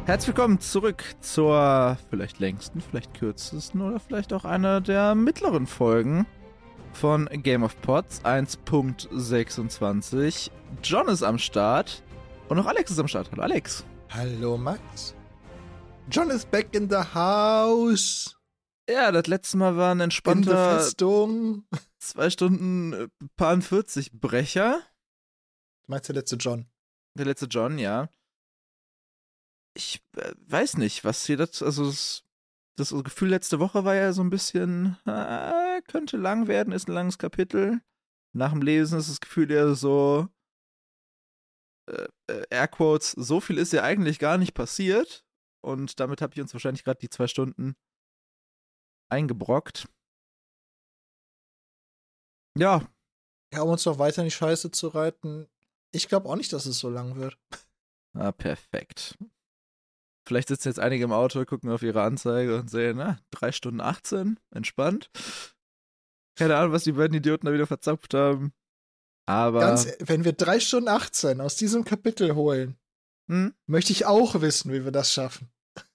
Herzlich willkommen zurück zur vielleicht längsten, vielleicht kürzesten oder vielleicht auch einer der mittleren Folgen von Game of Pods 1.26. John ist am Start und auch Alex ist am Start. Hallo Alex. Hallo Max. John is back in the house. Ja, das letzte Mal war ein In der entspannter Festung. 2 Stunden paar 40 Brecher. Du meinst der letzte John? Der letzte John, ja. Ich weiß nicht, was hier das Gefühl letzte Woche war ja so ein bisschen, könnte lang werden, ist ein langes Kapitel. Nach dem Lesen ist das Gefühl eher so, Airquotes, so viel ist ja eigentlich gar nicht passiert. Und damit habe ich uns wahrscheinlich gerade die 2 Stunden eingebrockt. Ja. Ja, um uns noch weiter in die Scheiße zu reiten. Ich glaube auch nicht, dass es so lang wird. Perfekt. Vielleicht sitzen jetzt einige im Auto, gucken auf ihre Anzeige und sehen, 3 Stunden 18, entspannt. Keine Ahnung, was die beiden Idioten da wieder verzapft haben. Aber Wenn wir 3 Stunden 18 aus diesem Kapitel holen, möchte ich auch wissen, wie wir das schaffen.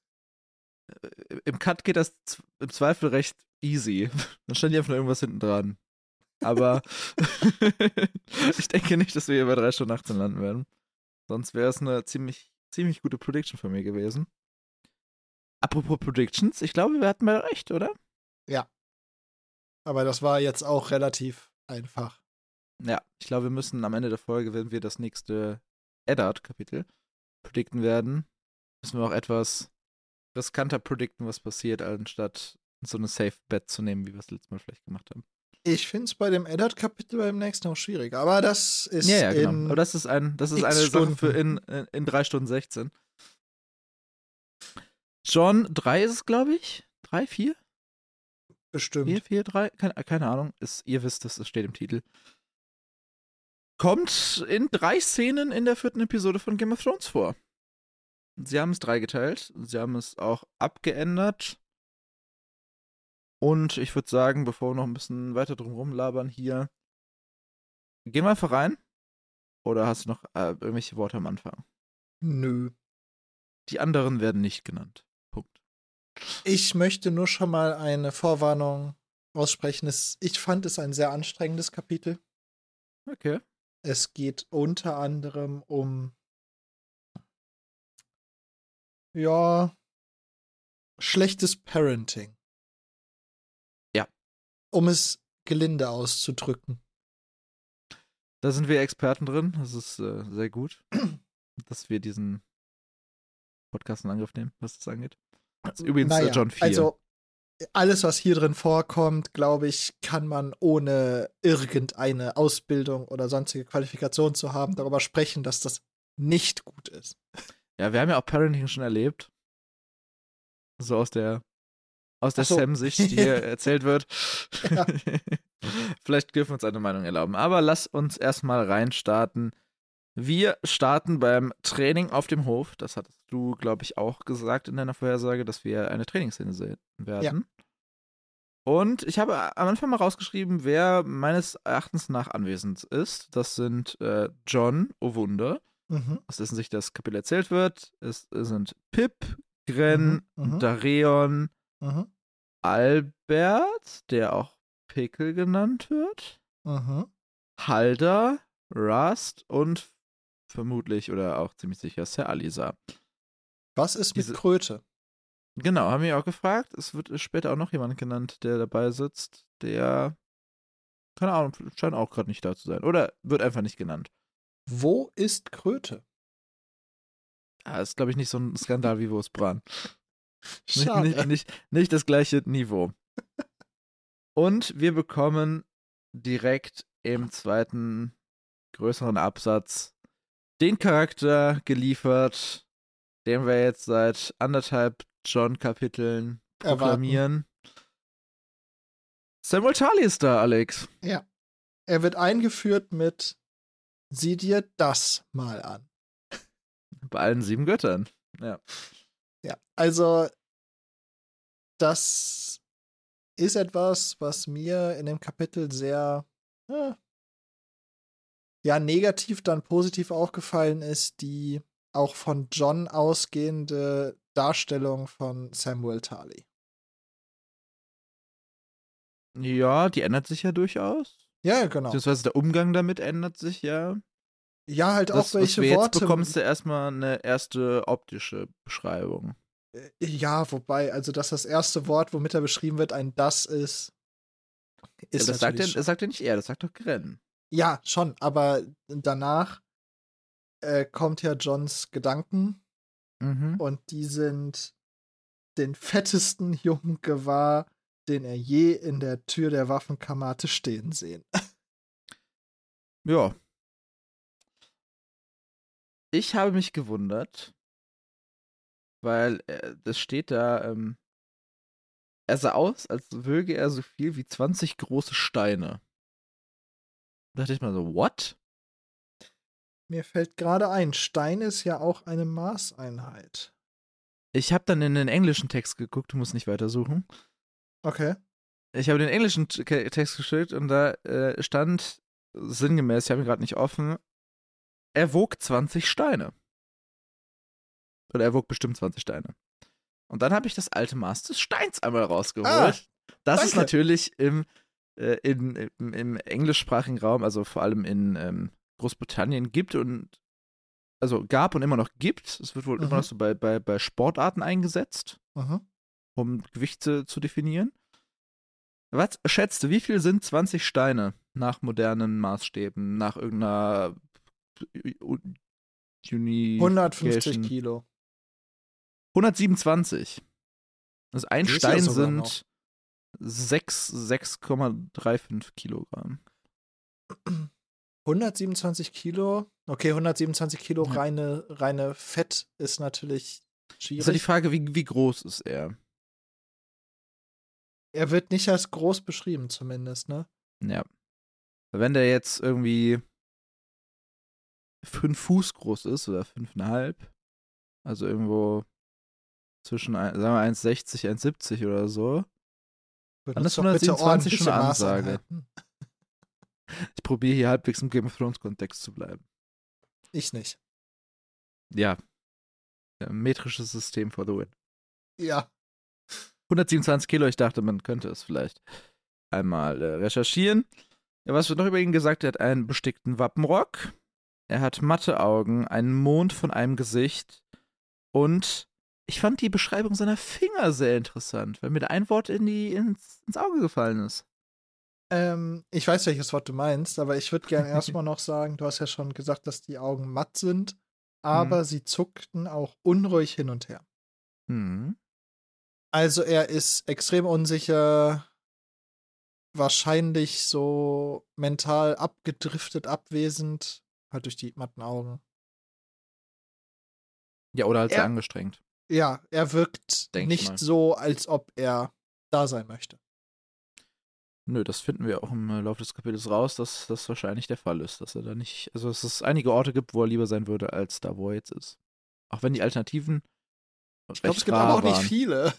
Im Cut geht das im Zweifel recht easy. Dann stand einfach nur irgendwas hinten dran. Aber ich denke nicht, dass wir hier bei 3 Stunden 18 landen werden. Sonst wäre es eine ziemlich gute Prediction von mir gewesen. Apropos Predictions, ich glaube, wir hatten mal recht, oder? Ja. Aber das war jetzt auch relativ einfach. Ja, ich glaube, wir müssen am Ende der Folge, wenn wir das nächste Eddard-Kapitel predikten werden, müssen wir auch etwas riskanter predikten, was passiert, anstatt so eine Safe-Bet zu nehmen, wie wir es letztes Mal vielleicht gemacht haben. Ich finde es bei dem Eddard-Kapitel beim nächsten auch schwieriger. Aber das ist ja, genau. Aber das ist eine Sache für in 3 Stunden 16. John 3 ist es, glaube ich. 3, 4? Bestimmt. 4, 3? Keine Ahnung. Ihr wisst es, steht im Titel. Kommt in 3 Szenen in der 4. Episode von Game of Thrones vor. Sie haben es 3 geteilt. Sie haben es auch abgeändert. Und ich würde sagen, bevor wir noch ein bisschen weiter drum rumlabern hier, gehen wir einfach rein. Oder hast du noch irgendwelche Worte am Anfang? Nö. Die anderen werden nicht genannt. Punkt. Ich möchte nur schon mal eine Vorwarnung aussprechen. Ich fand es ein sehr anstrengendes Kapitel. Okay. Es geht unter anderem um schlechtes Parenting. Ja. Um es gelinde auszudrücken. Da sind wir Experten drin. Das ist sehr gut, dass wir diesen Podcast in Angriff nehmen, was das angeht. Das ist übrigens John 4. Also, alles, was hier drin vorkommt, glaube ich, kann man ohne irgendeine Ausbildung oder sonstige Qualifikation zu haben, darüber sprechen, dass das nicht gut ist. Ja, wir haben ja auch Parenting schon erlebt. So aus der Sam-Sicht, die hier erzählt wird. Ja. Vielleicht dürfen wir uns eine Meinung erlauben. Aber lass uns erstmal reinstarten. Wir starten beim Training auf dem Hof. Das hattest du, glaube ich, auch gesagt in deiner Vorhersage, dass wir eine Trainingsszene sehen werden. Ja. Und ich habe am Anfang mal rausgeschrieben, wer meines Erachtens nach anwesend ist. Das sind John, oh Wunder, aus dessen Sicht das Kapitel erzählt wird. Es sind Pip, Gren, Dareon, Albert, der auch Pickle genannt wird, Halder, Rust und vermutlich oder auch ziemlich sicher Sir Alisa. Was ist mit Kröte? Genau, haben wir auch gefragt. Es wird später auch noch jemand genannt, der dabei sitzt, der, keine Ahnung, scheint auch gerade nicht da zu sein. Oder wird einfach nicht genannt. Wo ist Kröte? Ist, glaube ich, nicht so ein Skandal wie Wo ist Bran. Schade. Nicht das gleiche Niveau. Und wir bekommen direkt im zweiten größeren Absatz den Charakter geliefert, den wir jetzt seit 1,5 John-Kapiteln proklamieren. Samuel Tarly ist da, Alex. Ja. Er wird eingeführt mit sieh dir das mal an. Bei allen 7 Göttern. Ja. Ja, also das ist etwas, was mir in dem Kapitel sehr negativ dann positiv aufgefallen ist, die auch von John ausgehende Darstellung von Samuel Tarly. Ja, die ändert sich ja durchaus. Ja, genau. Beziehungsweise der Umgang damit ändert sich ja. Ja, halt auch welche was wir Worte. Jetzt bekommst du erstmal eine erste optische Beschreibung. Ja, wobei, also dass das erste Wort, womit er beschrieben wird, ein das ist Ja, das sagt ja nicht er, das sagt doch Gren. Ja, schon, aber danach kommt ja Johns Gedanken und die sind den fettesten Jungen gewahr, den er je in der Tür der Waffenkammer hatte stehen sehen. Ja. Ich habe mich gewundert, weil das steht da, er sah aus, als wöge er so viel wie 20 große Steine. Da dachte ich mal so, what? Mir fällt gerade ein, Stein ist ja auch eine Maßeinheit. Ich habe dann in den englischen Text geguckt, du musst nicht weitersuchen. Okay. Ich habe den englischen Text geschickt und da stand sinngemäß, ich habe ihn gerade nicht offen, er wog 20 Steine. Oder er wog bestimmt 20 Steine. Und dann habe ich das alte Maß des Steins einmal rausgeholt. Das ist natürlich im englischsprachigen Raum, also vor allem in Großbritannien, gab und immer noch gibt. Es wird wohl immer noch so bei Sportarten eingesetzt, um Gewichte zu definieren. Was schätzt du, wie viel sind 20 Steine nach modernen Maßstäben, nach irgendeiner 150 Kilo. 127. Also ein Stein sind 6,35 Kilogramm. 127 Kilo? Okay, 127 Kilo reine Fett ist natürlich schwierig. Ist ja die Frage, wie groß ist er? Er wird nicht als groß beschrieben, zumindest, ne? Ja. Wenn der jetzt irgendwie 5 Fuß groß ist oder 5,5, also irgendwo zwischen, sagen wir 1,60, 1,70 oder so, dann ist 127 schon eine Ansage. Ich probiere hier halbwegs im Game of Thrones Kontext zu bleiben. Ich nicht. Ja. Metrisches System for the win. Ja. 127 Kilo, ich dachte, man könnte es vielleicht einmal recherchieren. Ja, was wird noch über ihn gesagt? Er hat einen bestickten Wappenrock. Er hat matte Augen, einen Mond von einem Gesicht und ich fand die Beschreibung seiner Finger sehr interessant, weil mir da ein Wort ins Auge gefallen ist. Ich weiß, welches Wort du meinst, aber ich würde gerne erstmal noch sagen, du hast ja schon gesagt, dass die Augen matt sind, aber sie zuckten auch unruhig hin und her. Also er ist extrem unsicher, wahrscheinlich so mental abgedriftet, abwesend, halt durch die matten Augen. Ja, oder halt sehr angestrengt. Ja, er wirkt nicht so, als ob er da sein möchte. Nö, das finden wir auch im Laufe des Kapitels raus, dass das wahrscheinlich der Fall ist, dass er da nicht, also dass es einige Orte gibt, wo er lieber sein würde, als da, wo er jetzt ist. Auch wenn die Alternativen ich glaube, es gibt aber auch nicht viele.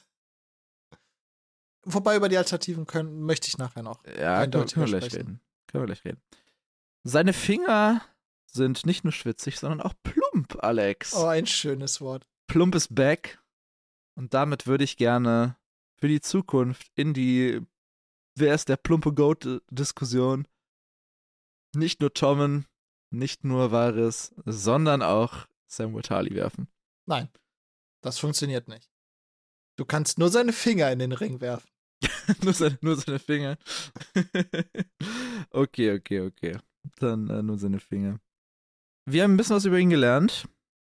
Wobei über die Alternativen möchte ich nachher noch. Ja, können wir gleich reden. Seine Finger sind nicht nur schwitzig, sondern auch plump, Alex. Oh, ein schönes Wort. Plump ist back. Und damit würde ich gerne für die Zukunft in die Wer ist der plumpe Goat-Diskussion nicht nur Tommen, nicht nur Varys, sondern auch Samuel Tarly werfen. Nein, das funktioniert nicht. Du kannst nur seine Finger in den Ring werfen. nur seine Finger. Okay. Dann nur seine Finger. Wir haben ein bisschen was über ihn gelernt.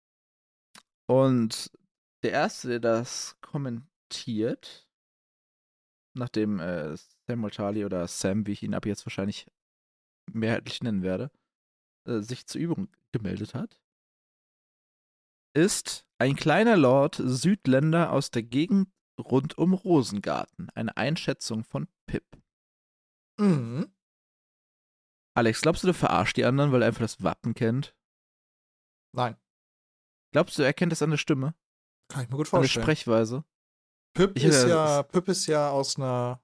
Und der Erste, der das kommentiert, nachdem Samuel Tarly oder Sam, wie ich ihn ab jetzt wahrscheinlich mehrheitlich nennen werde, sich zur Übung gemeldet hat, ist ein kleiner Lord Südländer aus der Gegend rund um Rosengarten. Eine Einschätzung von Pip. Alex, glaubst du, der verarscht die anderen, weil er einfach das Wappen kennt? Nein. Glaubst du, er kennt es an der Stimme? Kann ich mir gut vorstellen. An der Sprechweise? Pip ist ja aus einer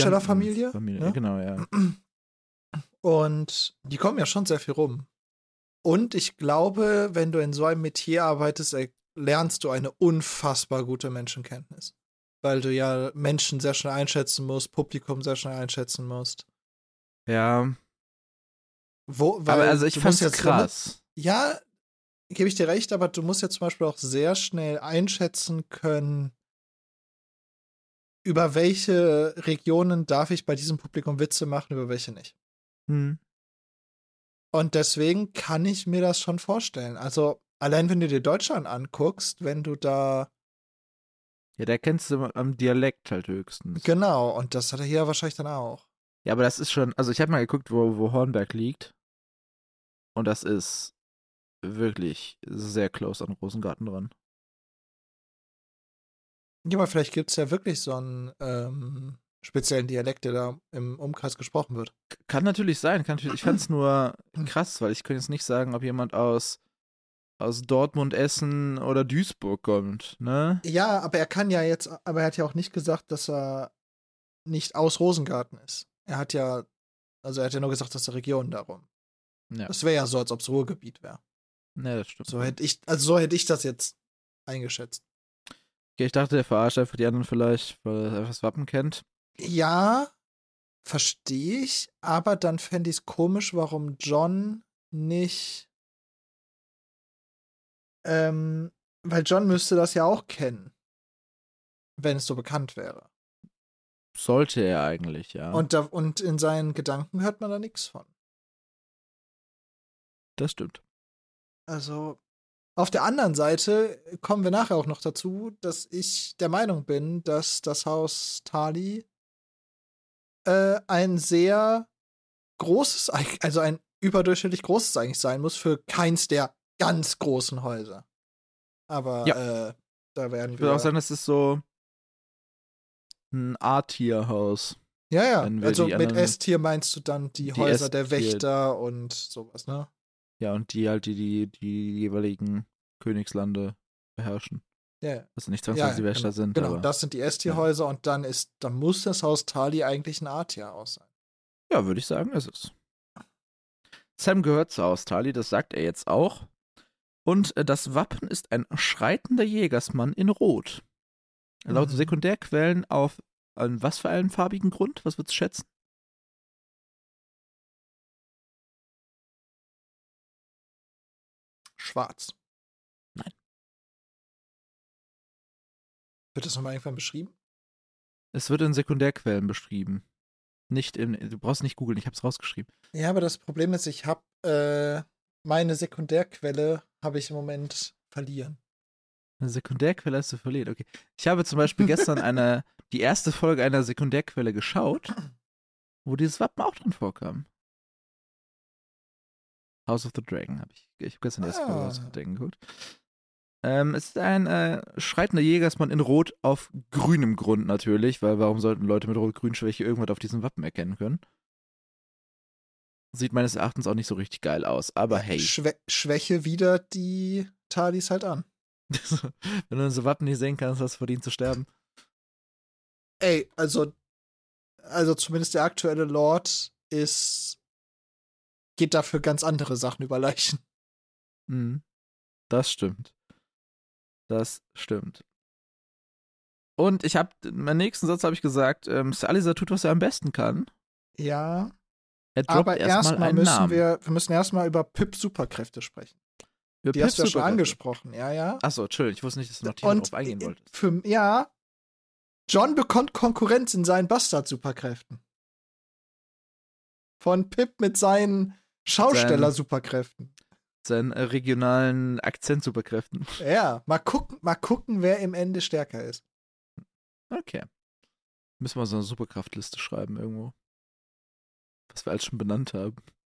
Schaustellerfamilie. Ne? Genau, ja. Und die kommen ja schon sehr viel rum. Und ich glaube, wenn du in so einem Metier arbeitest, lernst du eine unfassbar gute Menschenkenntnis. Weil du ja Menschen sehr schnell einschätzen musst, Publikum sehr schnell einschätzen musst. Ja. Weil aber also ich fand's krass. Ja, gebe ich dir recht, aber du musst ja zum Beispiel auch sehr schnell einschätzen können, über welche Regionen darf ich bei diesem Publikum Witze machen, über welche nicht. Hm. Und deswegen kann ich mir das schon vorstellen. Also, allein wenn du dir Deutschland anguckst, wenn du da. Ja, da kennst du am Dialekt halt höchstens. Genau, und das hat er hier wahrscheinlich dann auch. Ja, aber das ist schon, also ich habe mal geguckt, wo Hornberg liegt. Und das ist wirklich sehr close an Rosengarten dran. Ja, aber vielleicht gibt es ja wirklich so einen speziellen Dialekt, der da im Umkreis gesprochen wird. Kann natürlich sein, ich fand es nur krass, weil ich könnte jetzt nicht sagen, ob jemand aus Dortmund, Essen oder Duisburg kommt, ne? Ja, aber aber er hat ja auch nicht gesagt, dass er nicht aus Rosengarten ist. Er hat ja nur gesagt, dass der Region darum. Ja. Das wäre ja so, als ob es Ruhrgebiet wäre. Ne, das stimmt. So hätte ich das jetzt eingeschätzt. Okay, ich dachte, der verarscht einfach die anderen vielleicht, weil er einfach das Wappen kennt. Ja, verstehe ich, aber dann fände ich es komisch, warum John nicht. Weil John müsste das ja auch kennen, wenn es so bekannt wäre. Sollte er eigentlich, ja. Und in seinen Gedanken hört man da nichts von. Das stimmt. Also, auf der anderen Seite kommen wir nachher auch noch dazu, dass ich der Meinung bin, dass das Haus Tarly ein sehr großes, also ein überdurchschnittlich großes eigentlich sein muss für keins der ganz großen Häuser. Aber ja. Da werden wir. Ich würde auch sagen, das ist so ein A-Tier-Haus. Ja. Also mit S-Tier meinst du dann die Häuser der Wächter und sowas, ne? Ja, und die halt, die jeweiligen Königslande beherrschen. Ja. Also nicht zwangsweise die Wächter sind. Genau, aber, das sind die S-Tier-Häuser und dann muss das Haus Tarly eigentlich ein A-Tier-Haus sein. Ja, würde ich sagen, ist es. Sam gehört zu Haus Tarly, das sagt er jetzt auch. Und das Wappen ist ein schreitender Jägersmann in Rot. Laut Sekundärquellen auf was für einen farbigen Grund? Was würdest du schätzen? Schwarz. Nein. Wird das nochmal irgendwann beschrieben? Es wird in Sekundärquellen beschrieben. Du brauchst nicht googeln, ich hab's rausgeschrieben. Ja, aber das Problem ist, ich habe meine Sekundärquelle habe ich im Moment verlieren. Eine Sekundärquelle hast du verliert, okay. Ich habe zum Beispiel gestern die erste Folge einer Sekundärquelle geschaut, wo dieses Wappen auch drin vorkam. House of the Dragon habe ich habe gestern die erste Folge House of the Dragon geguckt. Es ist ein schreitender Jägersmann in Rot auf grünem Grund natürlich, weil warum sollten Leute mit Rot-Grün-Schwäche irgendwas auf diesem Wappen erkennen können? Sieht meines Erachtens auch nicht so richtig geil aus, aber hey. Schwäche wieder die Tardis halt an. Wenn du unser Wappen nicht sehen kannst, hast du verdient zu sterben. Ey, also zumindest der aktuelle Lord geht dafür ganz andere Sachen über Leichen. Das stimmt. Das stimmt. Und meinen nächsten Satz habe ich gesagt, Salazar tut, was er am besten kann. Ja. Aber erstmal müssen wir müssen erstmal über Pips Superkräfte sprechen. Die hast du ja schon angesprochen, ja. Achso, Entschuldigung, ich wusste nicht, dass du noch tiefer darauf eingehen wolltest. John bekommt Konkurrenz in seinen Bastard-Superkräften. Von Pip mit seinen Schausteller-Superkräften. Seinen regionalen Akzent-Superkräften. Ja, mal gucken, wer im Ende stärker ist. Okay. Müssen wir so eine Superkraftliste schreiben irgendwo. Was wir alles schon benannt haben.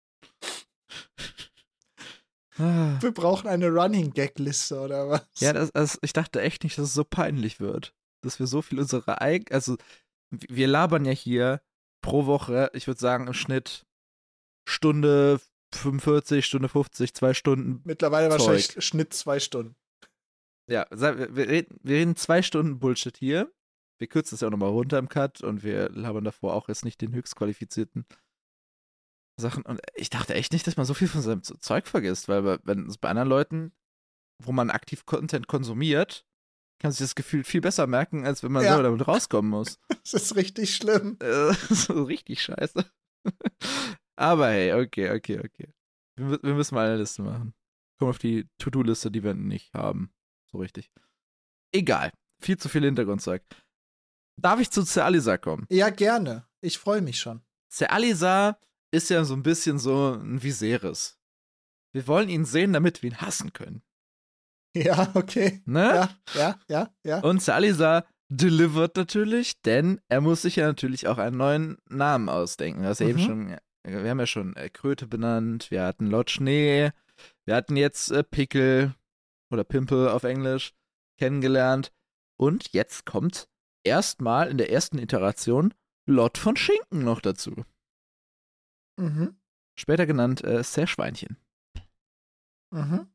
Wir brauchen eine Running-Gag-Liste, oder was? Ja, ich dachte echt nicht, dass es so peinlich wird. Dass wir so viel also wir labern ja hier pro Woche, ich würde sagen im Schnitt Stunde 45, Stunde 50, 2 Stunden. Mittlerweile wahrscheinlich Schnitt 2 Stunden. Ja, wir reden 2 Stunden Bullshit hier. Wir kürzen das ja auch nochmal runter im Cut und wir labern davor auch jetzt nicht den Höchstqualifizierten. Sachen. Und ich dachte echt nicht, dass man so viel von seinem Zeug vergisst, weil wenn es bei anderen Leuten, wo man aktiv Content konsumiert, kann sich das Gefühl viel besser merken, als wenn man selber damit rauskommen muss. Das ist richtig schlimm. So richtig scheiße. Aber hey, okay. Wir müssen mal eine Liste machen. Kommen auf die To-Do-Liste, die wir nicht haben. So richtig. Egal. Viel zu viel Hintergrundzeug. Darf ich zu Zealisa kommen? Ja, gerne. Ich freue mich schon. Zealisa ist ja so ein bisschen so ein Viserys. Wir wollen ihn sehen, damit wir ihn hassen können. Ja, okay. Ne? Ja. Und Zealisa delivert natürlich, denn er muss sich ja natürlich auch einen neuen Namen ausdenken. Wir haben ja schon Kröte benannt, wir hatten Lord Schnee, wir hatten jetzt Pickel oder Pimple auf Englisch kennengelernt. Und jetzt kommt erstmal in der ersten Iteration Lord von Schinken noch dazu. Mhm. Später genannt Serschweinchen. Mhm.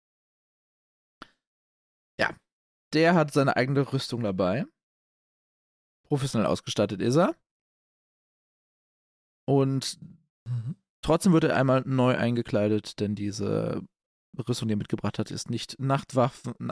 Ja, der hat seine eigene Rüstung dabei. Professionell ausgestattet ist er. Und trotzdem wird er einmal neu eingekleidet, denn diese Rüstung, die er mitgebracht hat, ist nicht Nachtwachen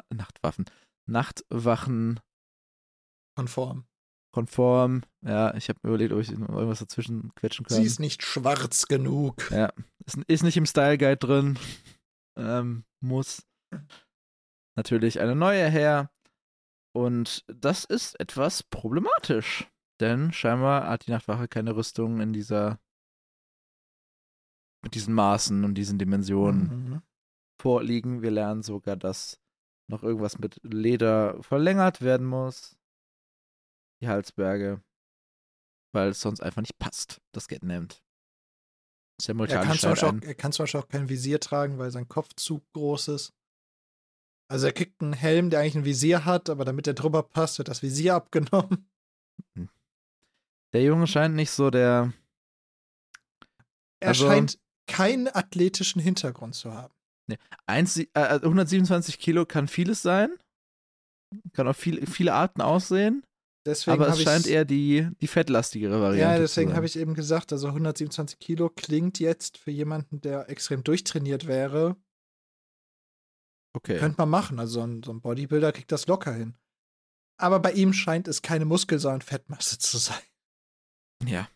konform. Ja, ich habe mir überlegt, ob ich irgendwas dazwischen quetschen kann. Sie ist nicht schwarz genug. Ja, ist nicht im Style Guide drin. Muss natürlich eine neue her. Und das ist etwas problematisch. Denn scheinbar hat die Nachtwache keine Rüstung mit diesen Maßen und diesen Dimensionen vorliegen. Wir lernen sogar, dass noch irgendwas mit Leder verlängert werden muss. Die Halsberge. Weil es sonst einfach nicht passt, das Get-Named. Er kann zwar auch kein Visier tragen, weil sein Kopf zu groß ist. Also er kriegt einen Helm, der eigentlich ein Visier hat, aber damit er drüber passt, wird das Visier abgenommen. Der Junge scheint nicht so der... Er scheint keinen athletischen Hintergrund zu haben. Nee. 127 Kilo kann vieles sein. Kann auf viele Arten aussehen. Deswegen aber es scheint eher die fettlastigere Variante zu sein. Ja, deswegen habe ich eben gesagt, also 127 Kilo klingt jetzt für jemanden, der extrem durchtrainiert wäre. Okay. Könnte man machen. Also so ein Bodybuilder kriegt das locker hin. Aber bei ihm scheint es keine Muskel, sondern Fettmasse zu sein. Ja.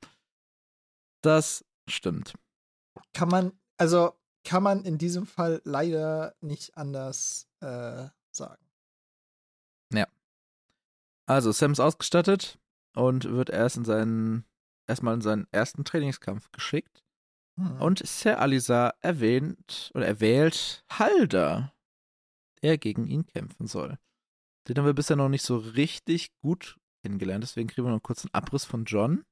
Das stimmt. Kann man in diesem Fall leider nicht anders sagen. Ja. Also, Sam ist ausgestattet und wird erstmal in seinen ersten Trainingskampf geschickt. Und Zealisa erwählt Halder, der gegen ihn kämpfen soll. Den haben wir bisher noch nicht so richtig gut kennengelernt, deswegen kriegen wir noch einen kurzen Abriss von Jon.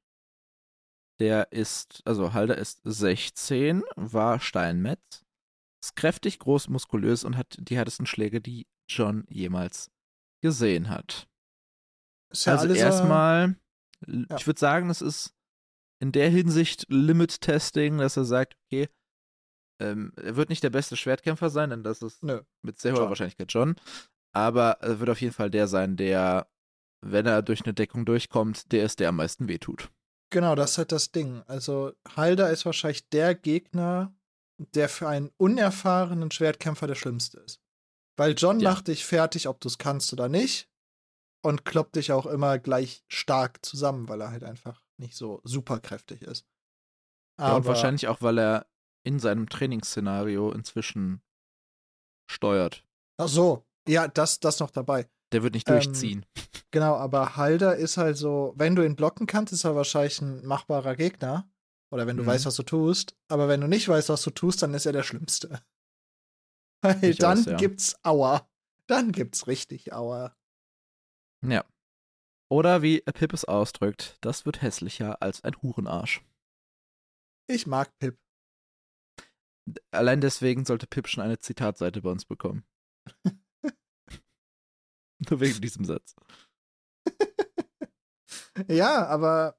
Halder ist 16, war Steinmetz, ist kräftig, groß, muskulös und hat die härtesten Schläge, die Jon jemals gesehen hat. Also erstmal, ich würde sagen, das ist in der Hinsicht Limit-Testing, dass er sagt, okay, er wird nicht der beste Schwertkämpfer sein, denn das ist mit sehr hoher Wahrscheinlichkeit Jon, aber er wird auf jeden Fall der sein, der, wenn er durch eine Deckung durchkommt, der am meisten wehtut. Genau, das ist halt das Ding. Also Halder ist wahrscheinlich der Gegner, der für einen unerfahrenen Schwertkämpfer der schlimmste ist. Weil Jon macht dich fertig, ob du es kannst oder nicht. Und kloppt dich auch immer gleich stark zusammen, weil er halt einfach nicht so super kräftig ist. Ja, und wahrscheinlich auch, weil er in seinem Trainingsszenario inzwischen steuert. Ach so, ja, das noch dabei. Der wird nicht durchziehen. Genau, aber Halder ist halt so, wenn du ihn blocken kannst, ist er wahrscheinlich ein machbarer Gegner. Oder wenn du weißt, was du tust. Aber wenn du nicht weißt, was du tust, dann ist er der Schlimmste. Weil dann gibt's Aua. Dann gibt's richtig Aua. Ja. Oder wie Pip es ausdrückt, das wird hässlicher als ein Hurenarsch. Ich mag Pip. Allein deswegen sollte Pip schon eine Zitatseite bei uns bekommen. Nur wegen diesem Satz. Ja, aber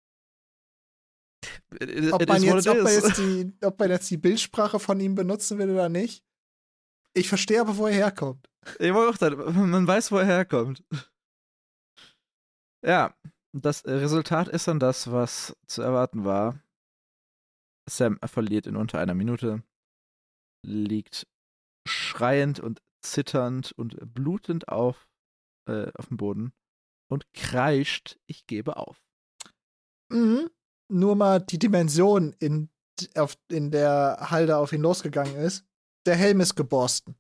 ob man jetzt die Bildsprache von ihm benutzen will oder nicht. Ich verstehe aber, wo er herkommt. Man weiß, wo er herkommt. Ja, das Resultat ist dann das, was zu erwarten war. Sam verliert in unter einer Minute, liegt schreiend und zitternd und blutend auf dem Boden und kreischt, ich gebe auf. Mhm. Nur mal die Dimension, in der Halder auf ihn losgegangen ist. Der Helm ist geborsten.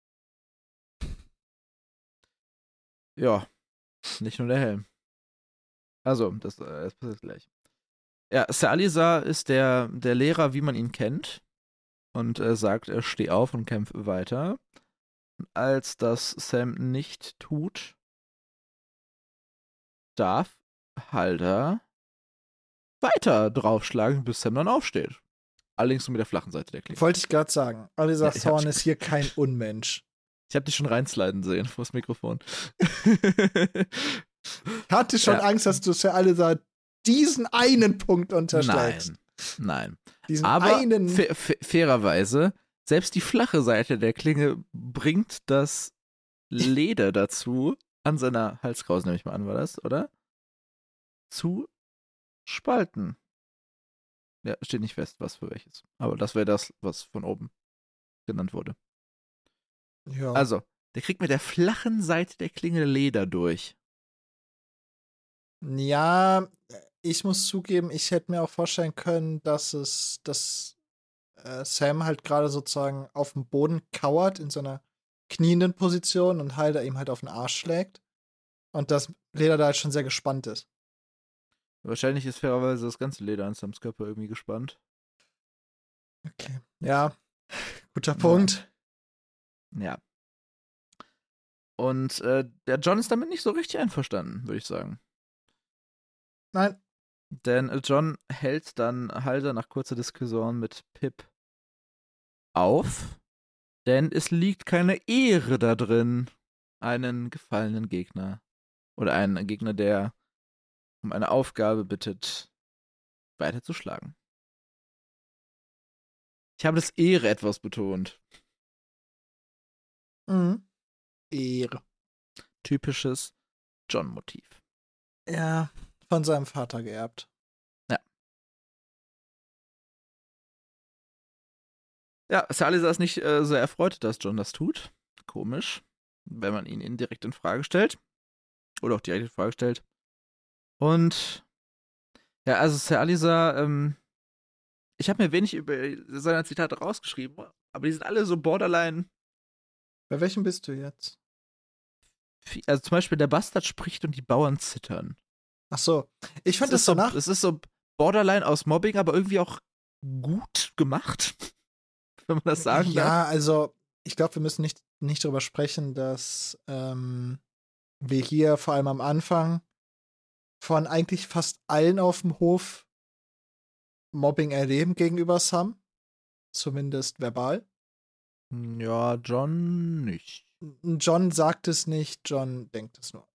Ja, nicht nur der Helm. Also, das passiert gleich. Ja, Salazar ist der Lehrer, wie man ihn kennt. Und sagt, steh auf und kämpfe weiter. Als das Sam nicht tut, darf Halder weiter draufschlagen, bis Sam dann aufsteht. Allerdings nur mit der flachen Seite der Klinge. Wollte ich gerade sagen. Salazar Thorn ist hier kein Unmensch. Ich habe dich schon reinsliden sehen vors Mikrofon. Ich hatte schon Angst, dass du Salazar diesen einen Punkt unterschlägst. Nein. Diesen aber einen. Fairerweise, selbst die flache Seite der Klinge bringt das Leder dazu, an seiner Halskrause nehme ich mal an, war das, oder? Zu spalten. Ja, steht nicht fest, was für welches. Aber das wäre das, was von oben genannt wurde. Ja. Also, der kriegt mit der flachen Seite der Klinge Leder durch. Ja, ich muss zugeben, ich hätte mir auch vorstellen können, dass Sam halt gerade sozusagen auf dem Boden kauert in so einer knienden Position und Halder ihm halt auf den Arsch schlägt. Und das Leder da halt schon sehr gespannt ist. Wahrscheinlich ist fairerweise das ganze Leder an Sams Körper irgendwie gespannt. Okay. Ja, guter Punkt. Ja. Und der John ist damit nicht so richtig einverstanden, würde ich sagen. Nein. Denn John hält dann Halder nach kurzer Diskussion mit Pip auf, denn es liegt keine Ehre da drin, einen gefallenen Gegner oder einen Gegner, der um eine Aufgabe bittet, weiterzuschlagen. Ich habe das Ehre etwas betont. Mhm. Ehre. Typisches John-Motiv. Ja, von seinem Vater geerbt. Ja. Ja, Salazar ist nicht so erfreut, dass John das tut. Komisch, wenn man ihn indirekt in Frage stellt. Oder auch direkt in Frage stellt. Und ja, also Salazar, ich habe mir wenig über seine Zitate rausgeschrieben, aber die sind alle so borderline. Bei welchem bist du jetzt? Also zum Beispiel der Bastard spricht und die Bauern zittern. Ach so, ich fand das danach. Es ist so borderline aus Mobbing, aber irgendwie auch gut gemacht, wenn man das sagen darf. Ja, also ich glaube, wir müssen nicht darüber sprechen, dass wir hier vor allem am Anfang von eigentlich fast allen auf dem Hof Mobbing erleben gegenüber Sam. Zumindest verbal. Ja, John nicht. John sagt es nicht, John denkt es nur.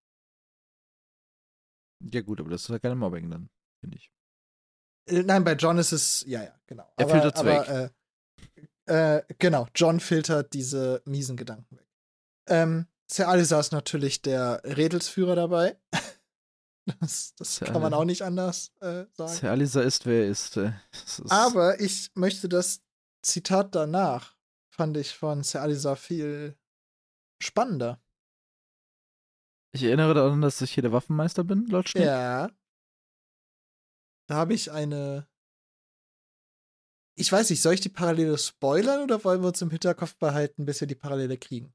Ja gut, aber das ist ja keine Mobbing dann, finde ich. Nein, bei John ist es, ja, genau. Er filtert's weg. Genau, John filtert diese miesen Gedanken weg. Salazar ist natürlich der Redelsführer dabei. Das kann man auch nicht anders sagen. Salazar ist, wer er ist. Aber ich möchte das Zitat danach, fand ich von Salazar viel spannender. Ich erinnere daran, dass ich hier der Waffenmeister bin, laut Schnitt. Ja. Da habe ich eine. Ich weiß nicht, soll ich die Parallele spoilern oder wollen wir uns im Hinterkopf behalten, bis wir die Parallele kriegen?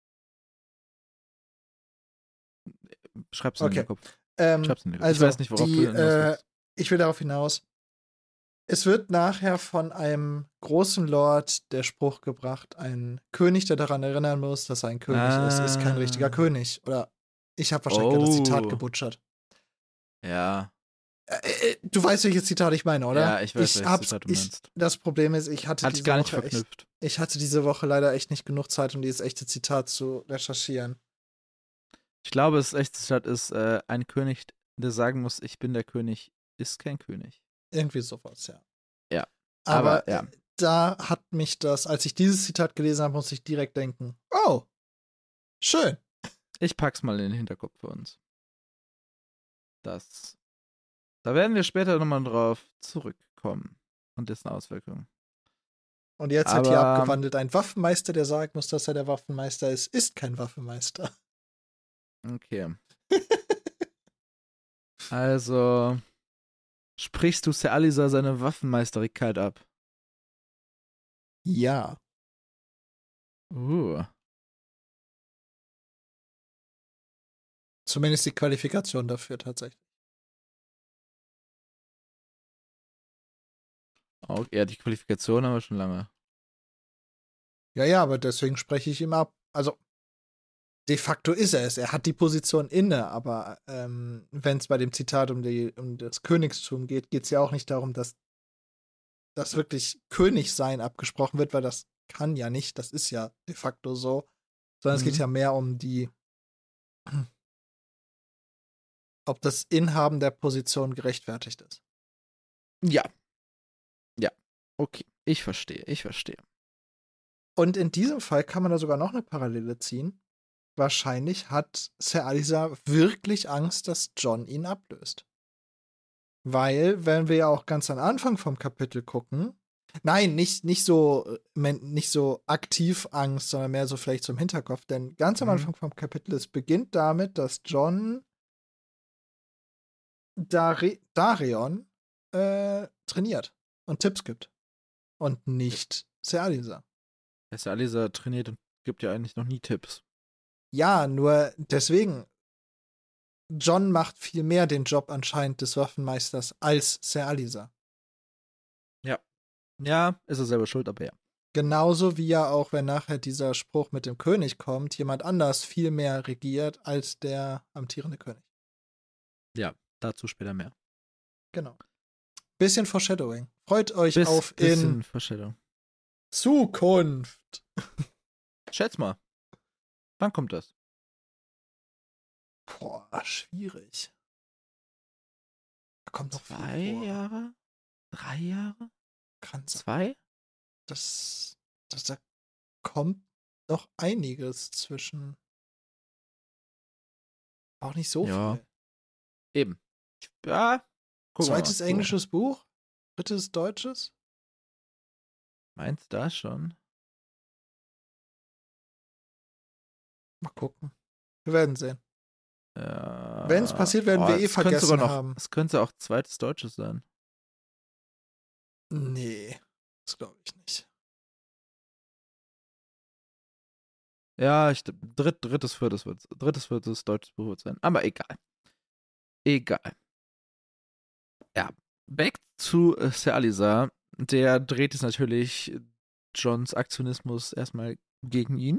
Schreib's in den Kopf. Also, ich weiß nicht, worauf du hinaus willst. Ich will darauf hinaus. Es wird nachher von einem großen Lord der Spruch gebracht, ein König, der daran erinnern muss, dass er ein König ist kein richtiger König. Oder ich habe wahrscheinlich das Zitat gebutschert. Ja. Du weißt, welches Zitat ich meine, oder? Ja, ich weiß, welches Zitat du meinst. Das Problem ist, ich hatte diese Woche leider echt nicht genug Zeit, um dieses echte Zitat zu recherchieren. Ich glaube, das echte Zitat ist, ein König, der sagen muss, ich bin der König, ist kein König. Irgendwie sowas, ja. Ja. Aber ja. Da hat mich das, als ich dieses Zitat gelesen habe, musste ich direkt denken, oh, schön. Ich pack's mal in den Hinterkopf für uns. Da werden wir später nochmal drauf zurückkommen. und dessen Auswirkungen. Und jetzt hat hier abgewandelt ein Waffenmeister, der sagen muss, dass er der Waffenmeister ist kein Waffenmeister. Okay. Also sprichst du Ser Alisa seine Waffenmeisterigkeit ab? Ja. Zumindest die Qualifikation dafür tatsächlich. Oh, ja, die Qualifikation haben wir schon lange. Ja, aber deswegen spreche ich ihm ab. Also, de facto ist er es. Er hat die Position inne, aber wenn es bei dem Zitat um das Königstum geht, geht es ja auch nicht darum, dass das wirklich Königsein abgesprochen wird, weil das kann ja nicht, das ist ja de facto so, sondern es geht ja mehr um ob das Inhaben der Position gerechtfertigt ist. Ja. Ja. Okay. Ich verstehe. Und in diesem Fall kann man da sogar noch eine Parallele ziehen. Wahrscheinlich hat Ser Alisa wirklich Angst, dass Jon ihn ablöst. Weil, wenn wir ja auch ganz am Anfang vom Kapitel gucken, nein, nicht so aktiv Angst, sondern mehr so vielleicht zum Hinterkopf, denn ganz am Anfang vom Kapitel, es beginnt damit, dass Jon Darion trainiert und Tipps gibt. Und nicht Ser Alisa. Ser Alisa trainiert und gibt ja eigentlich noch nie Tipps. Ja, nur deswegen, Jon macht viel mehr den Job anscheinend des Waffenmeisters als Ser Alisa. Ja. Ja, ist er selber schuld, aber ja. Genauso wie ja auch, wenn nachher dieser Spruch mit dem König kommt, jemand anders viel mehr regiert als der amtierende König. Ja, dazu später mehr. Genau. Bisschen Foreshadowing. Freut euch auf in Zukunft. Schätz mal. Wann kommt das? Boah, schwierig. Da kommt noch 2 Jahre? 3 Jahre? Kann sein. 2? Da kommt noch einiges zwischen. Auch nicht so viel. Eben. Ja. Zweites englisches Buch? Drittes deutsches? Meinst du das schon? Mal gucken. Wir werden sehen. Ja. Wenn es passiert, werden wir vergessen haben. Es könnte auch zweites deutsches sein. Nee, das glaube ich nicht. Ja, drittes, viertes deutsches Buch wird sein. Aber egal. Ja, back zu Ser Alisa. Der dreht jetzt natürlich Jons Aktionismus erstmal gegen ihn.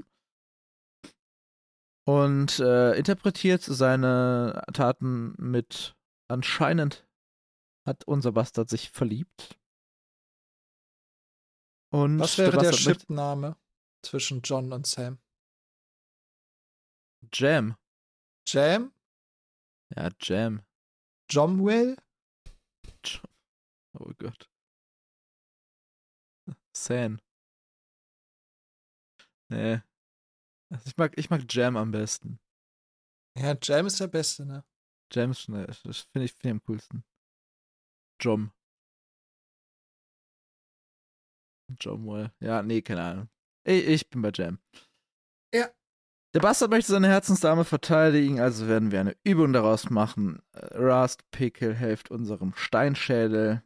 Und interpretiert seine Taten mit anscheinend hat unser Bastard sich verliebt. Und was wäre der Chipname zwischen Jon und Sam? Jam. Jam? Ja, Jam. Jomwell? Oh Gott. San. Nee. Also ich mag Jam am besten. Ja, Jam ist der Beste, ne? Jam ist schnell. Das finde ich am coolsten. Jomwell. Ja, nee, keine Ahnung. Ich bin bei Jam. Ja. Der Bastard möchte seine Herzensdame verteidigen, also werden wir eine Übung daraus machen. Rast Pickle hilft unserem Steinschädel.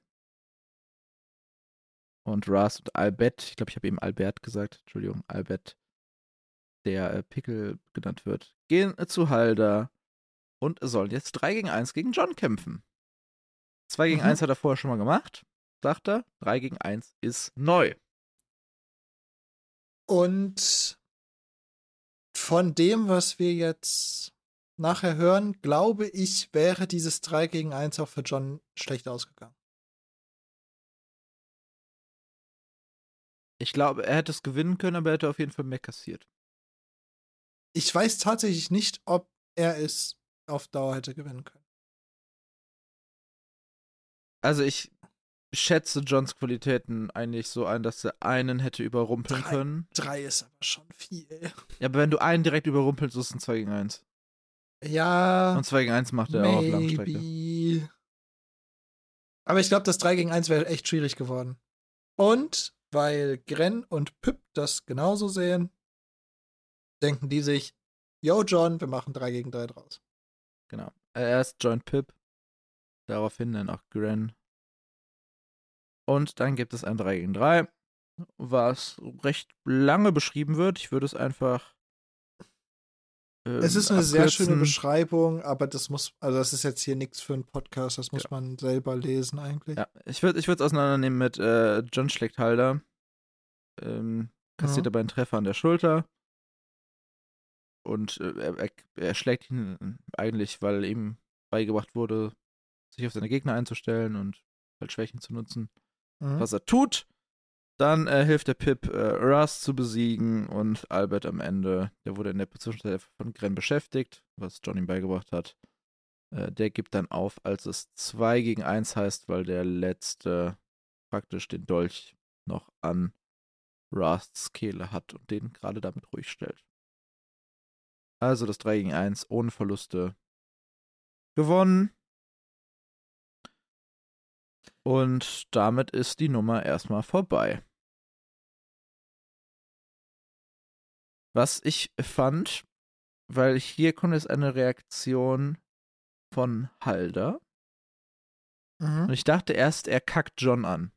Und Rast und Albert, ich glaube, ich habe eben Albert gesagt, Entschuldigung, Albert, der Pickle genannt wird, gehen zu Halder und sollen jetzt 3 gegen 1 gegen Jon kämpfen. 2 gegen 1 hat er vorher schon mal gemacht, sagt er. 3 gegen 1 ist neu. Und von dem, was wir jetzt nachher hören, glaube ich, wäre dieses 3 gegen 1 auch für Jon schlecht ausgegangen. Ich glaube, er hätte es gewinnen können, aber er hätte auf jeden Fall mehr kassiert. Ich weiß tatsächlich nicht, ob er es auf Dauer hätte gewinnen können. Also ich schätze Jons Qualitäten eigentlich so ein, dass er einen hätte überrumpeln können. 3 ist aber schon viel. Ja, aber wenn du einen direkt überrumpelst, ist es ein 2 gegen 1. Ja. Und 2 gegen 1 macht er auch auf Langstrecke. Aber ich glaube, das 3 gegen 1 wäre echt schwierig geworden. Und weil Gren und Pip das genauso sehen, denken die sich, yo John, wir machen 3 gegen 3 draus. Genau. Erst joint Pip, daraufhin dann auch Gren. Und dann gibt es ein 3 gegen 3, was recht lange beschrieben wird. Ich würde es einfach es ist eine sehr schöne Beschreibung, aber das ist jetzt hier nichts für einen Podcast, das muss man selber lesen eigentlich. Ja, ich würde es auseinandernehmen mit John schlägt Halder, kassiert dabei einen Treffer an der Schulter und er schlägt ihn eigentlich, weil ihm beigebracht wurde, sich auf seine Gegner einzustellen und halt Schwächen zu nutzen. Was er tut, dann hilft der Pip, Russ zu besiegen und Albert am Ende, der wurde in der Zwischenzeit von Gren beschäftigt, was John ihm beigebracht hat. Der gibt dann auf, als es 2 gegen 1 heißt, weil der Letzte praktisch den Dolch noch an Rusts Kehle hat und den gerade damit ruhig stellt. Also das 3 gegen 1 ohne Verluste gewonnen. Und damit ist die Nummer erstmal vorbei. Was ich fand, weil hier kommt jetzt eine Reaktion von Halder. Und ich dachte erst, er kackt John an.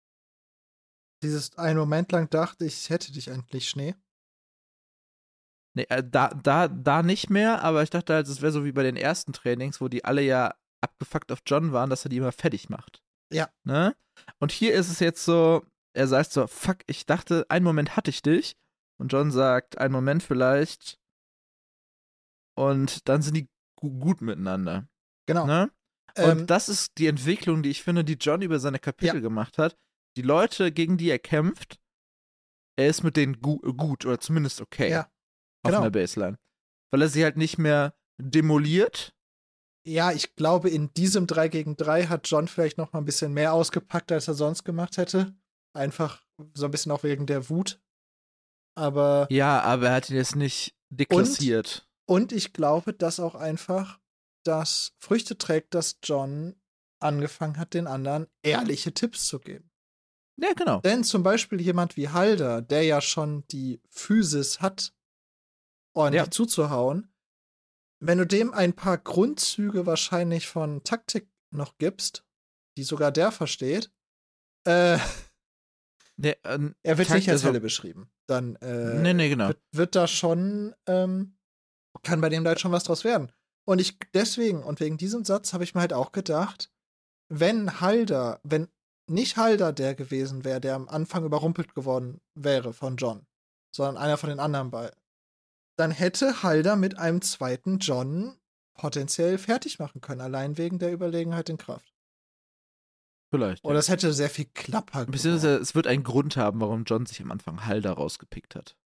Einen Moment lang dachte ich hätte dich endlich, Schnee. Nee, da nicht mehr, aber ich dachte halt, es wäre so wie bei den ersten Trainings, wo die alle ja abgefuckt auf John waren, dass er die immer fertig macht. Ja. Ne? Und hier ist es jetzt so, er sagt so, fuck, ich dachte, einen Moment hatte ich dich. Und John sagt, einen Moment vielleicht. Und dann sind die gut miteinander. Genau. Ne? Und das ist die Entwicklung, die ich finde, die John über seine Kapitel gemacht hat. Die Leute, gegen die er kämpft, er ist mit denen gut oder zumindest okay. Ja. Auf einer Baseline. Weil er sie halt nicht mehr demoliert. Ja, ich glaube, in diesem 3 gegen 3 hat John vielleicht noch mal ein bisschen mehr ausgepackt, als er sonst gemacht hätte. Einfach so ein bisschen auch wegen der Wut. Aber. Ja, aber er hat ihn jetzt nicht deklassiert. Und ich glaube, dass auch einfach das Früchte trägt, dass John angefangen hat, den anderen ehrliche Tipps zu geben. Ja, genau. Denn zum Beispiel jemand wie Halder, der ja schon die Physis hat, ordentlich zuzuhauen, wenn du dem ein paar Grundzüge wahrscheinlich von Taktik noch gibst, die sogar der versteht, er wird nicht als Hölle beschrieben. Dann genau. wird da schon, kann bei dem Leid schon was draus werden. Und und wegen diesem Satz habe ich mir halt auch gedacht, wenn nicht Halder der gewesen wäre, der am Anfang überrumpelt geworden wäre von John, sondern einer von den anderen beiden, dann hätte Halder mit einem zweiten John potenziell fertig machen können, allein wegen der Überlegenheit in Kraft. Vielleicht. Oder es hätte sehr viel Klapper gebraucht. Es wird einen Grund haben, warum John sich am Anfang Halder rausgepickt hat.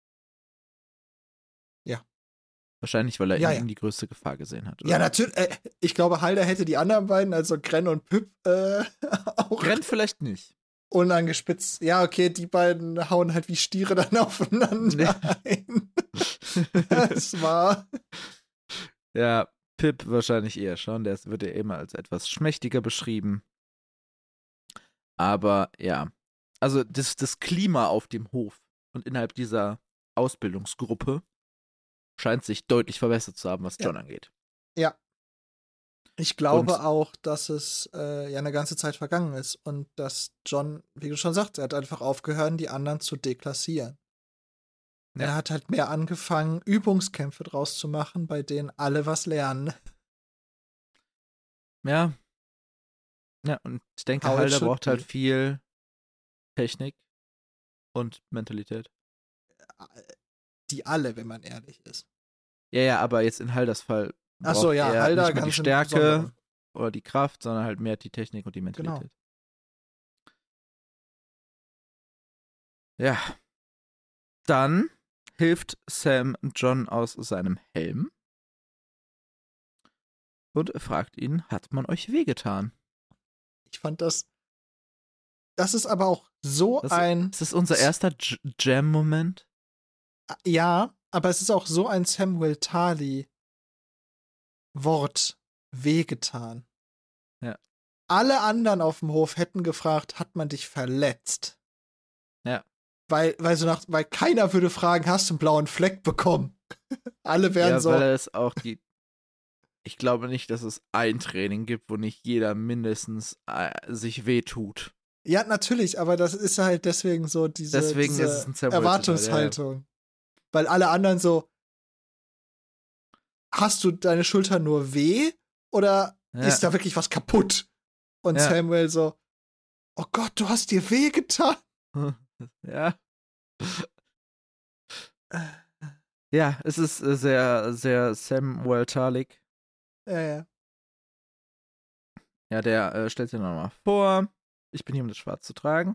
Ja. Wahrscheinlich, weil er in ihm die größte Gefahr gesehen hat. Oder? Ja, natürlich. Ich glaube, Halder hätte die anderen beiden, also Gren und Pip, auch. Gren vielleicht nicht. Unangespitzt. Ja, okay, die beiden hauen halt wie Stiere dann aufeinander ein. Das war. Ja, Pip wahrscheinlich eher schon. Der wird ja immer als etwas schmächtiger beschrieben. Aber ja, also das Klima auf dem Hof und innerhalb dieser Ausbildungsgruppe scheint sich deutlich verbessert zu haben, was John angeht. Ja. Ich glaube auch, dass es eine ganze Zeit vergangen ist und dass John, wie du schon sagst, er hat einfach aufgehört, die anderen zu deklassieren. Ja. Er hat halt mehr angefangen, Übungskämpfe draus zu machen, bei denen alle was lernen. Ja. Ja, und ich denke, Halder braucht halt viel Technik und Mentalität. Die alle, wenn man ehrlich ist. Ja, aber jetzt in Halders Fall braucht er Halder nicht mehr die Stärke oder die Kraft, sondern halt mehr die Technik und die Mentalität. Genau. Ja. Dann hilft Sam John aus seinem Helm und fragt ihn, hat man euch wehgetan? Ich fand das ist aber auch so Das ist unser erster Jam-Moment. Ja, aber es ist auch so ein Samuel Tali Wort, wehgetan. Ja. alle anderen auf dem Hof hätten gefragt, hat man dich verletzt? Ja. Weil keiner würde fragen, hast du einen blauen Fleck bekommen? Alle werden so. Ja, weil es auch ich glaube nicht, dass es ein Training gibt, wo nicht jeder mindestens sich wehtut. Ja, natürlich, aber das ist halt deswegen so diese ist es ein Erwartungshaltung. Ja. Weil alle anderen so, hast du deine Schulter nur weh oder ist da wirklich was kaputt? Und Samuel so, oh Gott, du hast dir weh getan. Ja. Ja, es ist sehr, sehr Samuel-talig. Ja. Ja, der stellt sich nochmal vor. Ich bin hier, um das Schwarz zu tragen.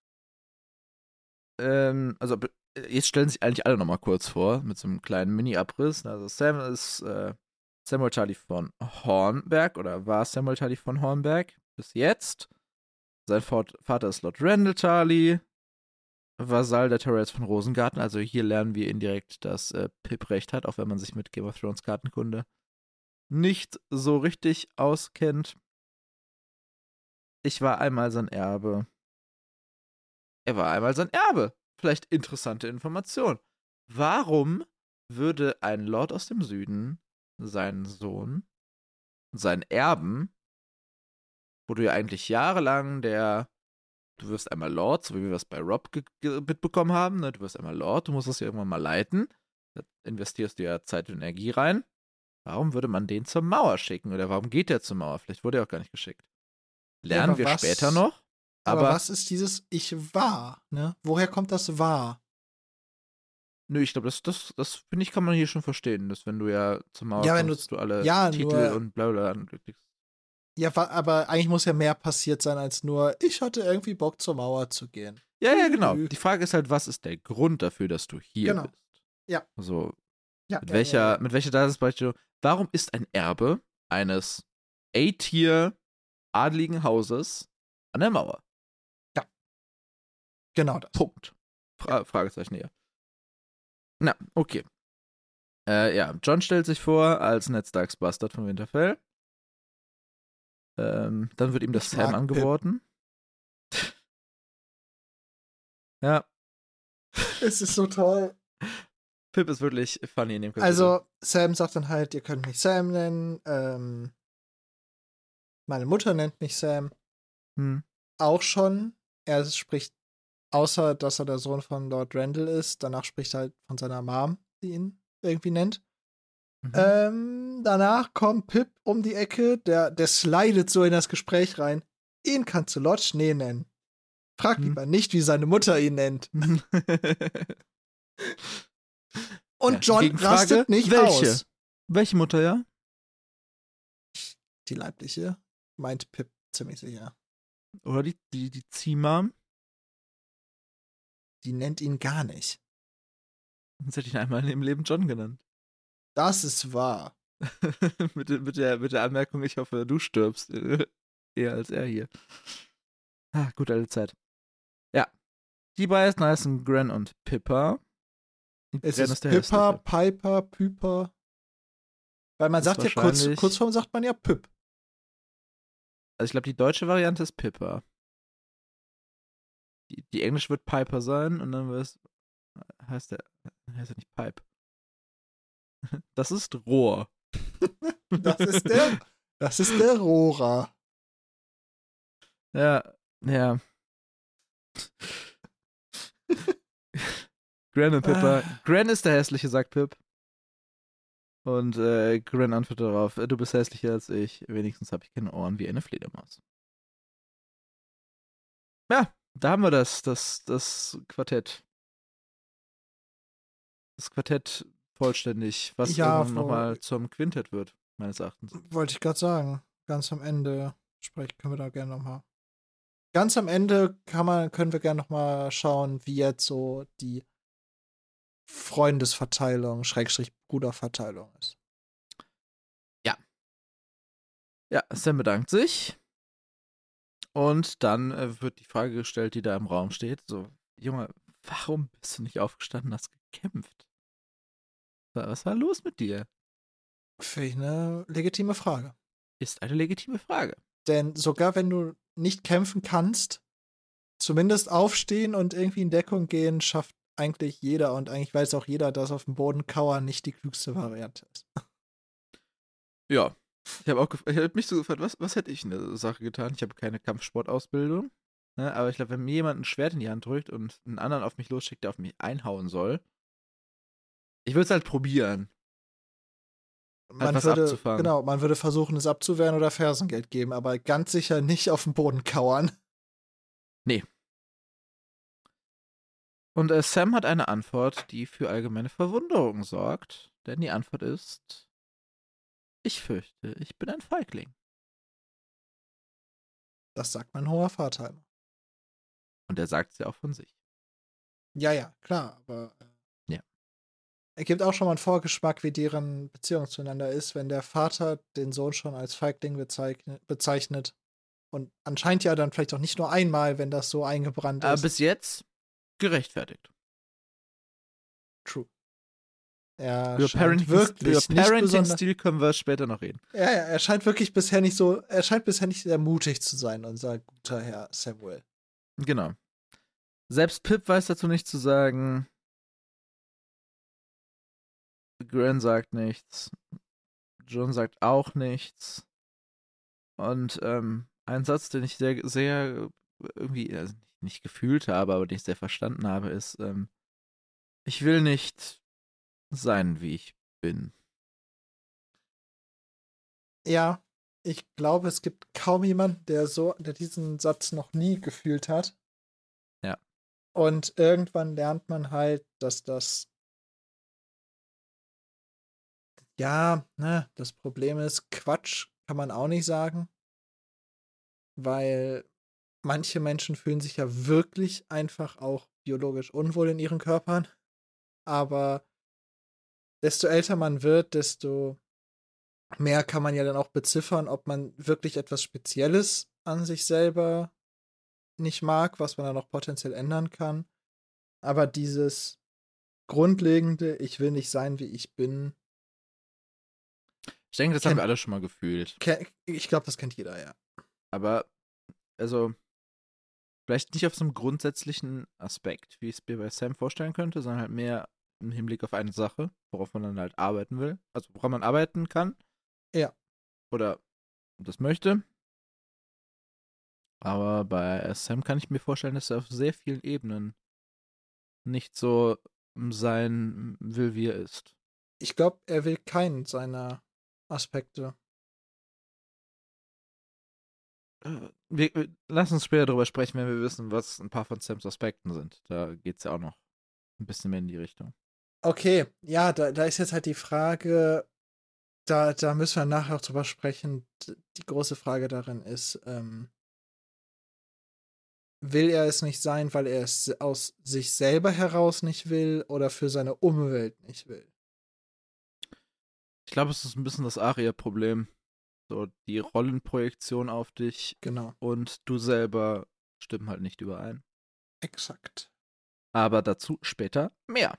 Also, jetzt stellen sich eigentlich alle nochmal kurz vor, mit so einem kleinen Mini-Abriss. Also, Sam ist Samuel Tarly von Hornberg oder war Samuel Tarly von Hornberg bis jetzt. Sein Vater ist Lord Randall Tarly, Vasall der Tyrells von Rosengarten. Also hier lernen wir indirekt, dass Pip recht hat, auch wenn man sich mit Game of Thrones Kartenkunde nicht so richtig auskennt. Ich war einmal sein Erbe. Er war einmal sein Erbe. Vielleicht interessante Information. Warum würde ein Lord aus dem Süden seinen Sohn, seinen Erben, wo du ja eigentlich jahrelang du wirst einmal Lord, so wie wir es bei Rob mitbekommen haben, ne? Du wirst einmal Lord, du musst das ja irgendwann mal leiten. Da investierst du ja Zeit und Energie rein. Warum würde man den zur Mauer schicken? Oder warum geht der zur Mauer? Vielleicht wurde er auch gar nicht geschickt. Lernen wir später noch. Aber was ist dieses Ich war, ne? Woher kommt das war? Nö, ich glaube, das finde ich, kann man hier schon verstehen, dass wenn du ja zur Mauer kommst, du alle Titel und bla bla kriegst. Ja, aber eigentlich muss ja mehr passiert sein als nur, ich hatte irgendwie Bock zur Mauer zu gehen. Ja, genau. Die Frage ist halt, was ist der Grund dafür, dass du hier bist? Ja. Also, ja, mit welcher Daseinsberechtigung, warum ist ein Erbe eines A-Tier adligen Hauses an der Mauer? Ja. Genau das. Punkt. Fragezeichen hier. Na, okay. John stellt sich vor als Ned Starks Bastard von Winterfell. Dann wird ihm das Sam angeboten. Ja. Es ist so toll. Pip ist wirklich funny in dem Kapitel. Also, Sam sagt dann halt, ihr könnt mich Sam nennen. Meine Mutter nennt mich Sam. Auch schon. Er spricht, außer dass er der Sohn von Lord Randall ist, danach spricht er halt von seiner Mom, die ihn irgendwie nennt. Danach kommt Pip um die Ecke, der slidet so in das Gespräch rein. Ihn kannst du Lord Schnee nennen. Frag lieber nicht, wie seine Mutter ihn nennt. Und John rastet nicht aus. Welche Mutter, ja? Die leibliche, meint Pip ziemlich sicher. Oder die Ziehmam? Die nennt ihn gar nicht. Sonst hätte ich ihn einmal im Leben John genannt. Das ist wahr. mit der Anmerkung, ich hoffe, du stirbst. Eher als er hier. Gute alte Zeit. Ja. Die beiden heißen Gren und Pippa. Es ist Pippa, Piper, Püper. Weil man sagt ja, Kurzform sagt man ja Pip. Also ich glaube, die deutsche Variante ist Pippa. Die englische wird Piper sein und dann heißt er nicht Pipe. Das ist Rohr. Das ist der Rohrer. Ja. Gren und Pippa. Gren ist der Hässliche, sagt Pip. Und Gren antwortet darauf, du bist hässlicher als ich, wenigstens habe ich keine Ohren wie eine Fledermaus. Ja, da haben wir das Quartett. Das Quartett vollständig, was nochmal zum Quintett wird, meines Erachtens. Wollte ich gerade sagen. Ganz am Ende können wir da gerne nochmal. Ganz am Ende können wir gerne nochmal schauen, wie jetzt so die Freundesverteilung, Bruderverteilung ist. Ja, Sam bedankt sich. Und dann wird die Frage gestellt, die da im Raum steht. So, Junge, warum bist du nicht aufgestanden und hast gekämpft? Was war los mit dir? Finde ich eine legitime Frage. Ist eine legitime Frage. Denn sogar wenn du nicht kämpfen kannst, zumindest aufstehen und irgendwie in Deckung gehen, schafft eigentlich jeder. Und eigentlich weiß auch jeder, dass auf dem Boden kauern nicht die klügste Variante ist. Ja. Ich habe mich so gefragt, was hätte ich in der Sache getan? Ich habe keine Kampfsportausbildung. Ne? Aber ich glaube, wenn mir jemand ein Schwert in die Hand drückt und einen anderen auf mich losschickt, der auf mich einhauen soll, ich würde es halt probieren. Halt was abzufangen. Genau, man würde versuchen, es abzuwehren oder Fersengeld geben, aber ganz sicher nicht auf dem Boden kauern. Nee. Und Sam hat eine Antwort, die für allgemeine Verwunderung sorgt. Denn die Antwort ist: Ich fürchte, ich bin ein Feigling. Das sagt mein hoher Vater immer. Und er sagt es ja auch von sich. Ja, klar, aber ja. Er gibt auch schon mal einen Vorgeschmack, wie deren Beziehung zueinander ist, wenn der Vater den Sohn schon als Feigling bezeichnet. Und anscheinend ja dann vielleicht auch nicht nur einmal, wenn das so eingebrannt ist. Aber bis jetzt gerechtfertigt. True. Er über scheint wirklich über Parenting-Stil können wir später noch reden. Ja, er scheint bisher nicht sehr mutig zu sein, unser guter Herr Samuel. Genau. Selbst Pip weiß dazu nichts zu sagen. Gran sagt nichts. John sagt auch nichts. Und ein Satz, den ich sehr, sehr irgendwie nicht gefühlt habe, aber den ich sehr verstanden habe, ist: Ich will nicht sein, wie ich bin. Ja, ich glaube, es gibt kaum jemanden, der diesen Satz noch nie gefühlt hat. Ja. Und irgendwann lernt man halt, dass das das Problem ist, Quatsch kann man auch nicht sagen, weil manche Menschen fühlen sich ja wirklich einfach auch biologisch unwohl in ihren Körpern, aber desto älter man wird, desto mehr kann man ja dann auch beziffern, ob man wirklich etwas Spezielles an sich selber nicht mag, was man dann auch potenziell ändern kann. Aber dieses grundlegende, ich will nicht sein, wie ich bin. Ich denke, das haben wir alle schon mal gefühlt. Ich glaube, das kennt jeder, ja. Aber, also, vielleicht nicht auf so einem grundsätzlichen Aspekt, wie ich es mir bei Sam vorstellen könnte, sondern halt mehr im Hinblick auf eine Sache, worauf man dann halt arbeiten will. Also, woran man arbeiten kann. Ja. Oder das möchte. Aber bei Sam kann ich mir vorstellen, dass er auf sehr vielen Ebenen nicht so sein will, wie er ist. Ich glaube, er will keinen seiner Aspekte. Lass uns später darüber sprechen, wenn wir wissen, was ein paar von Sams Aspekten sind. Da geht es ja auch noch ein bisschen mehr in die Richtung. Okay, ja, da ist jetzt halt die Frage, da müssen wir nachher auch drüber sprechen. Die große Frage darin ist, will er es nicht sein, weil er es aus sich selber heraus nicht will oder für seine Umwelt nicht will? Ich glaube, es ist ein bisschen das Aria-Problem. So, die Rollenprojektion auf dich und du selber stimmen halt nicht überein. Exakt. Aber dazu später mehr.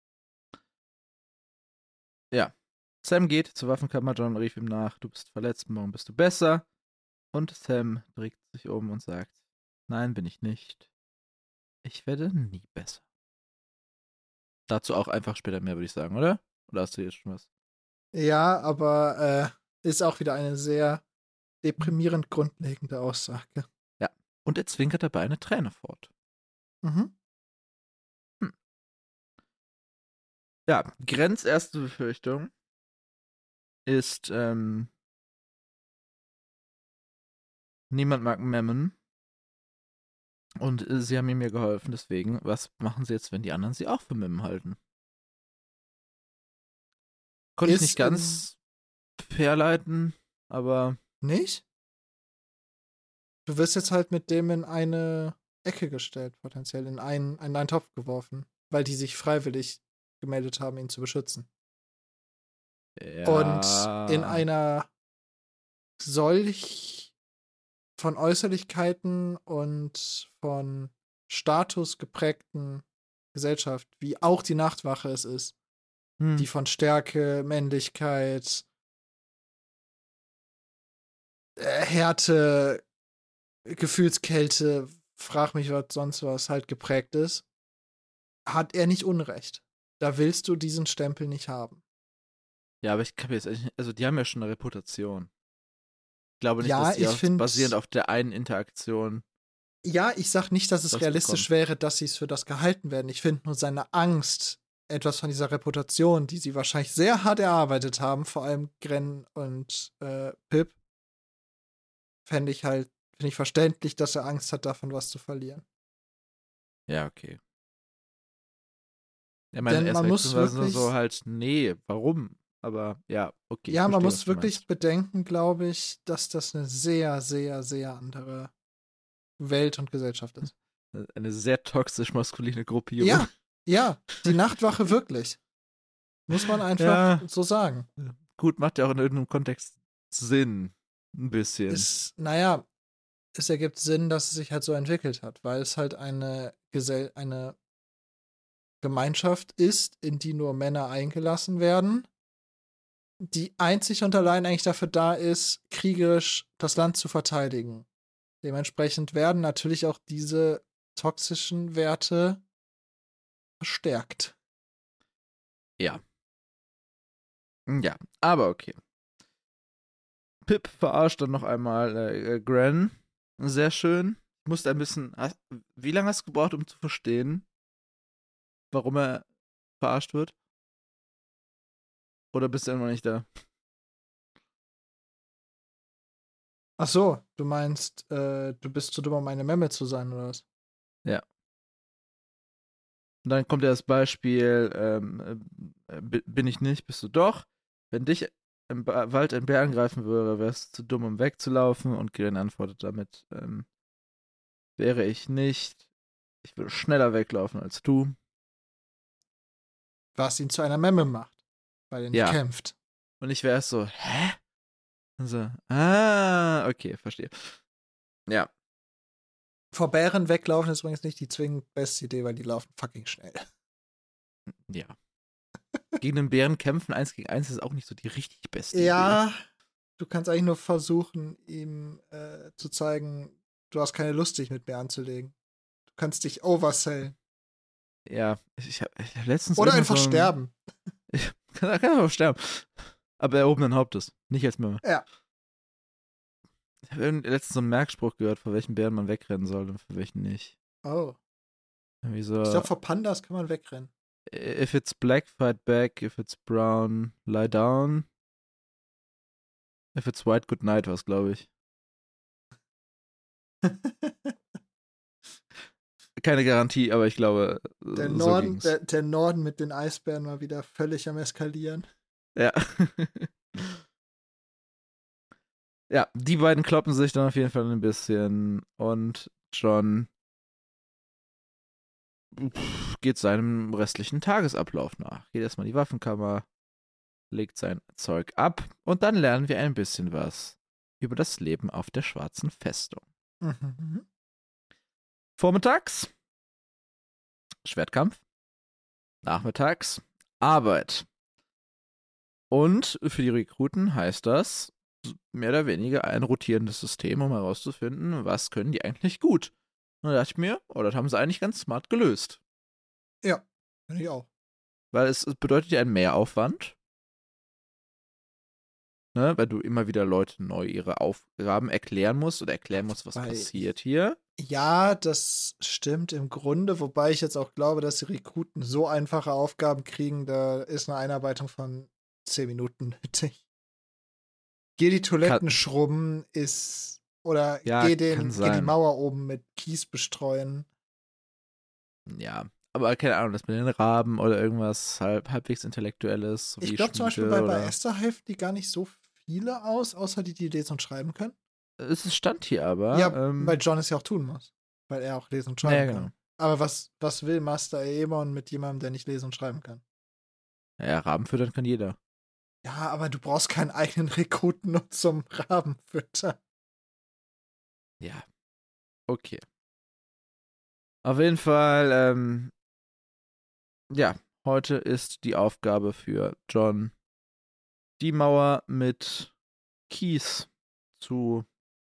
Ja. Sam geht zur Waffenkammer, John rief ihm nach: Du bist verletzt, morgen bist du besser. Und Sam dreht sich um und sagt: Nein, bin ich nicht. Ich werde nie besser. Dazu auch einfach später mehr, würde ich sagen, oder? Oder hast du jetzt schon was? Ja, aber ist auch wieder eine sehr deprimierend grundlegende Aussage. Ja. Und er zwinkert dabei eine Träne fort. Mhm. Ja, Grens erste Befürchtung ist, niemand mag Mammon. Und sie haben ihm ja geholfen, deswegen, was machen sie jetzt, wenn die anderen sie auch für Mammon halten? Konnte ich nicht ganz herleiten, aber. Nicht? Du wirst jetzt halt mit dem in eine Ecke gestellt, potenziell in einen Topf geworfen, weil die sich freiwillig gemeldet haben, ihn zu beschützen. Ja. Und in einer solch von Äußerlichkeiten und von Status geprägten Gesellschaft, wie auch die Nachtwache es ist, die von Stärke, Männlichkeit, Härte, Gefühlskälte, frag mich was sonst was halt geprägt ist, hat er nicht Unrecht. Da willst du diesen Stempel nicht haben. Ja, aber ich kann mir jetzt eigentlich, also die haben ja schon eine Reputation. Ich glaube nicht, Ja, dass sie ich finde. basierend auf der einen Interaktion. Ja, ich sag nicht, dass es realistisch wäre, dass sie es für das gehalten werden. Ich finde nur seine Angst, etwas von dieser Reputation, die sie wahrscheinlich sehr hart erarbeitet haben, vor allem Gren und Pip, finde ich verständlich, dass er Angst hat, davon was zu verlieren. Ja, okay. Ich meine, Denn man muss wirklich nur so halt, nee, warum? Aber ja, okay. Ja, man muss wirklich bedenken, glaube ich, dass das eine sehr, sehr, sehr andere Welt und Gesellschaft ist. Eine sehr toxisch maskuline Gruppierung. Ja, ja, die Nachtwache wirklich. Muss man einfach so sagen. Gut, macht ja auch in irgendeinem Kontext Sinn. Ein bisschen. Es ergibt Sinn, dass es sich halt so entwickelt hat, weil es halt eine Gemeinschaft ist, in die nur Männer eingelassen werden, die einzig und allein eigentlich dafür da ist, kriegerisch das Land zu verteidigen. Dementsprechend werden natürlich auch diese toxischen Werte verstärkt. Ja. Ja, aber okay. Pip verarscht dann noch einmal Gren. Sehr schön. Ich musste ein bisschen. Wie lange hast du gebraucht, um zu verstehen, warum er verarscht wird? Oder bist du immer noch nicht da? Ach so, du meinst, du bist zu dumm, um eine Memme zu sein, oder was? Ja. Und dann kommt ja das Beispiel, bin ich nicht, bist du doch. Wenn dich im Wald ein Bär angreifen würde, wärst du zu dumm, um wegzulaufen. Und Gren antwortet damit, wäre ich nicht. Ich würde schneller weglaufen als du. Was ihn zu einer Memme macht, weil er nicht kämpft. Und ich wäre so, hä? Also, okay, verstehe. Ja. Vor Bären weglaufen ist übrigens nicht die zwingend beste Idee, weil die laufen fucking schnell. Ja. Gegen den Bären kämpfen 1 gegen 1 ist auch nicht so die richtig beste Idee. Ja, du kannst eigentlich nur versuchen, ihm zu zeigen, du hast keine Lust, dich mit mir anzulegen. Du kannst dich oversellen. Ja, ich hab letztens. Oder einfach sterben. Kann einfach sterben. Aber erhobenen Hauptes, nicht als Memme. Ja. Ich habe letztens so einen Merkspruch gehört, vor welchen Bären man wegrennen soll und vor welchen nicht. Oh. Irgendwie so, ich glaube, vor Pandas kann man wegrennen. If it's black, fight back. If it's brown, lie down. If it's white, good night, was glaube ich. Keine Garantie, aber ich glaube, der Norden, der Norden mit den Eisbären mal wieder völlig am Eskalieren. Ja. Ja, die beiden kloppen sich dann auf jeden Fall ein bisschen und John geht seinem restlichen Tagesablauf nach. Geht erstmal in die Waffenkammer, legt sein Zeug ab und dann lernen wir ein bisschen was über das Leben auf der Schwarzen Festung. Mhm. Vormittags Schwertkampf, nachmittags Arbeit. Und für die Rekruten heißt das mehr oder weniger ein rotierendes System, um herauszufinden, was können die eigentlich gut. Und da dachte ich mir, das haben sie eigentlich ganz smart gelöst. Ja, finde ich auch. Weil es bedeutet ja einen Mehraufwand. Ne, weil du immer wieder Leute neu ihre Aufgaben erklären musst oder erklären musst, was passiert hier. Ja, das stimmt im Grunde, wobei ich jetzt auch glaube, dass die Rekruten so einfache Aufgaben kriegen, da ist eine Einarbeitung von 10 Minuten nötig. Geh die Toiletten schrubben ist, oder geh die Mauer oben mit Kies bestreuen. Ja, aber keine Ahnung, das mit den Raben oder irgendwas halbwegs Intellektuelles. Ich glaube zum Beispiel bei Esther helfen die gar nicht so viele aus, außer die lesen und schreiben können. Es stand hier aber. Ja, weil John es ja auch tun muss. Weil er auch lesen und schreiben kann. Aber was will Master Aemon mit jemandem, der nicht lesen und schreiben kann? Ja, Raben füttern kann jeder. Ja, aber du brauchst keinen eigenen Rekruten nur zum Raben füttern. Ja. Okay. Auf jeden Fall, ja, heute ist die Aufgabe für John, die Mauer mit Kies zu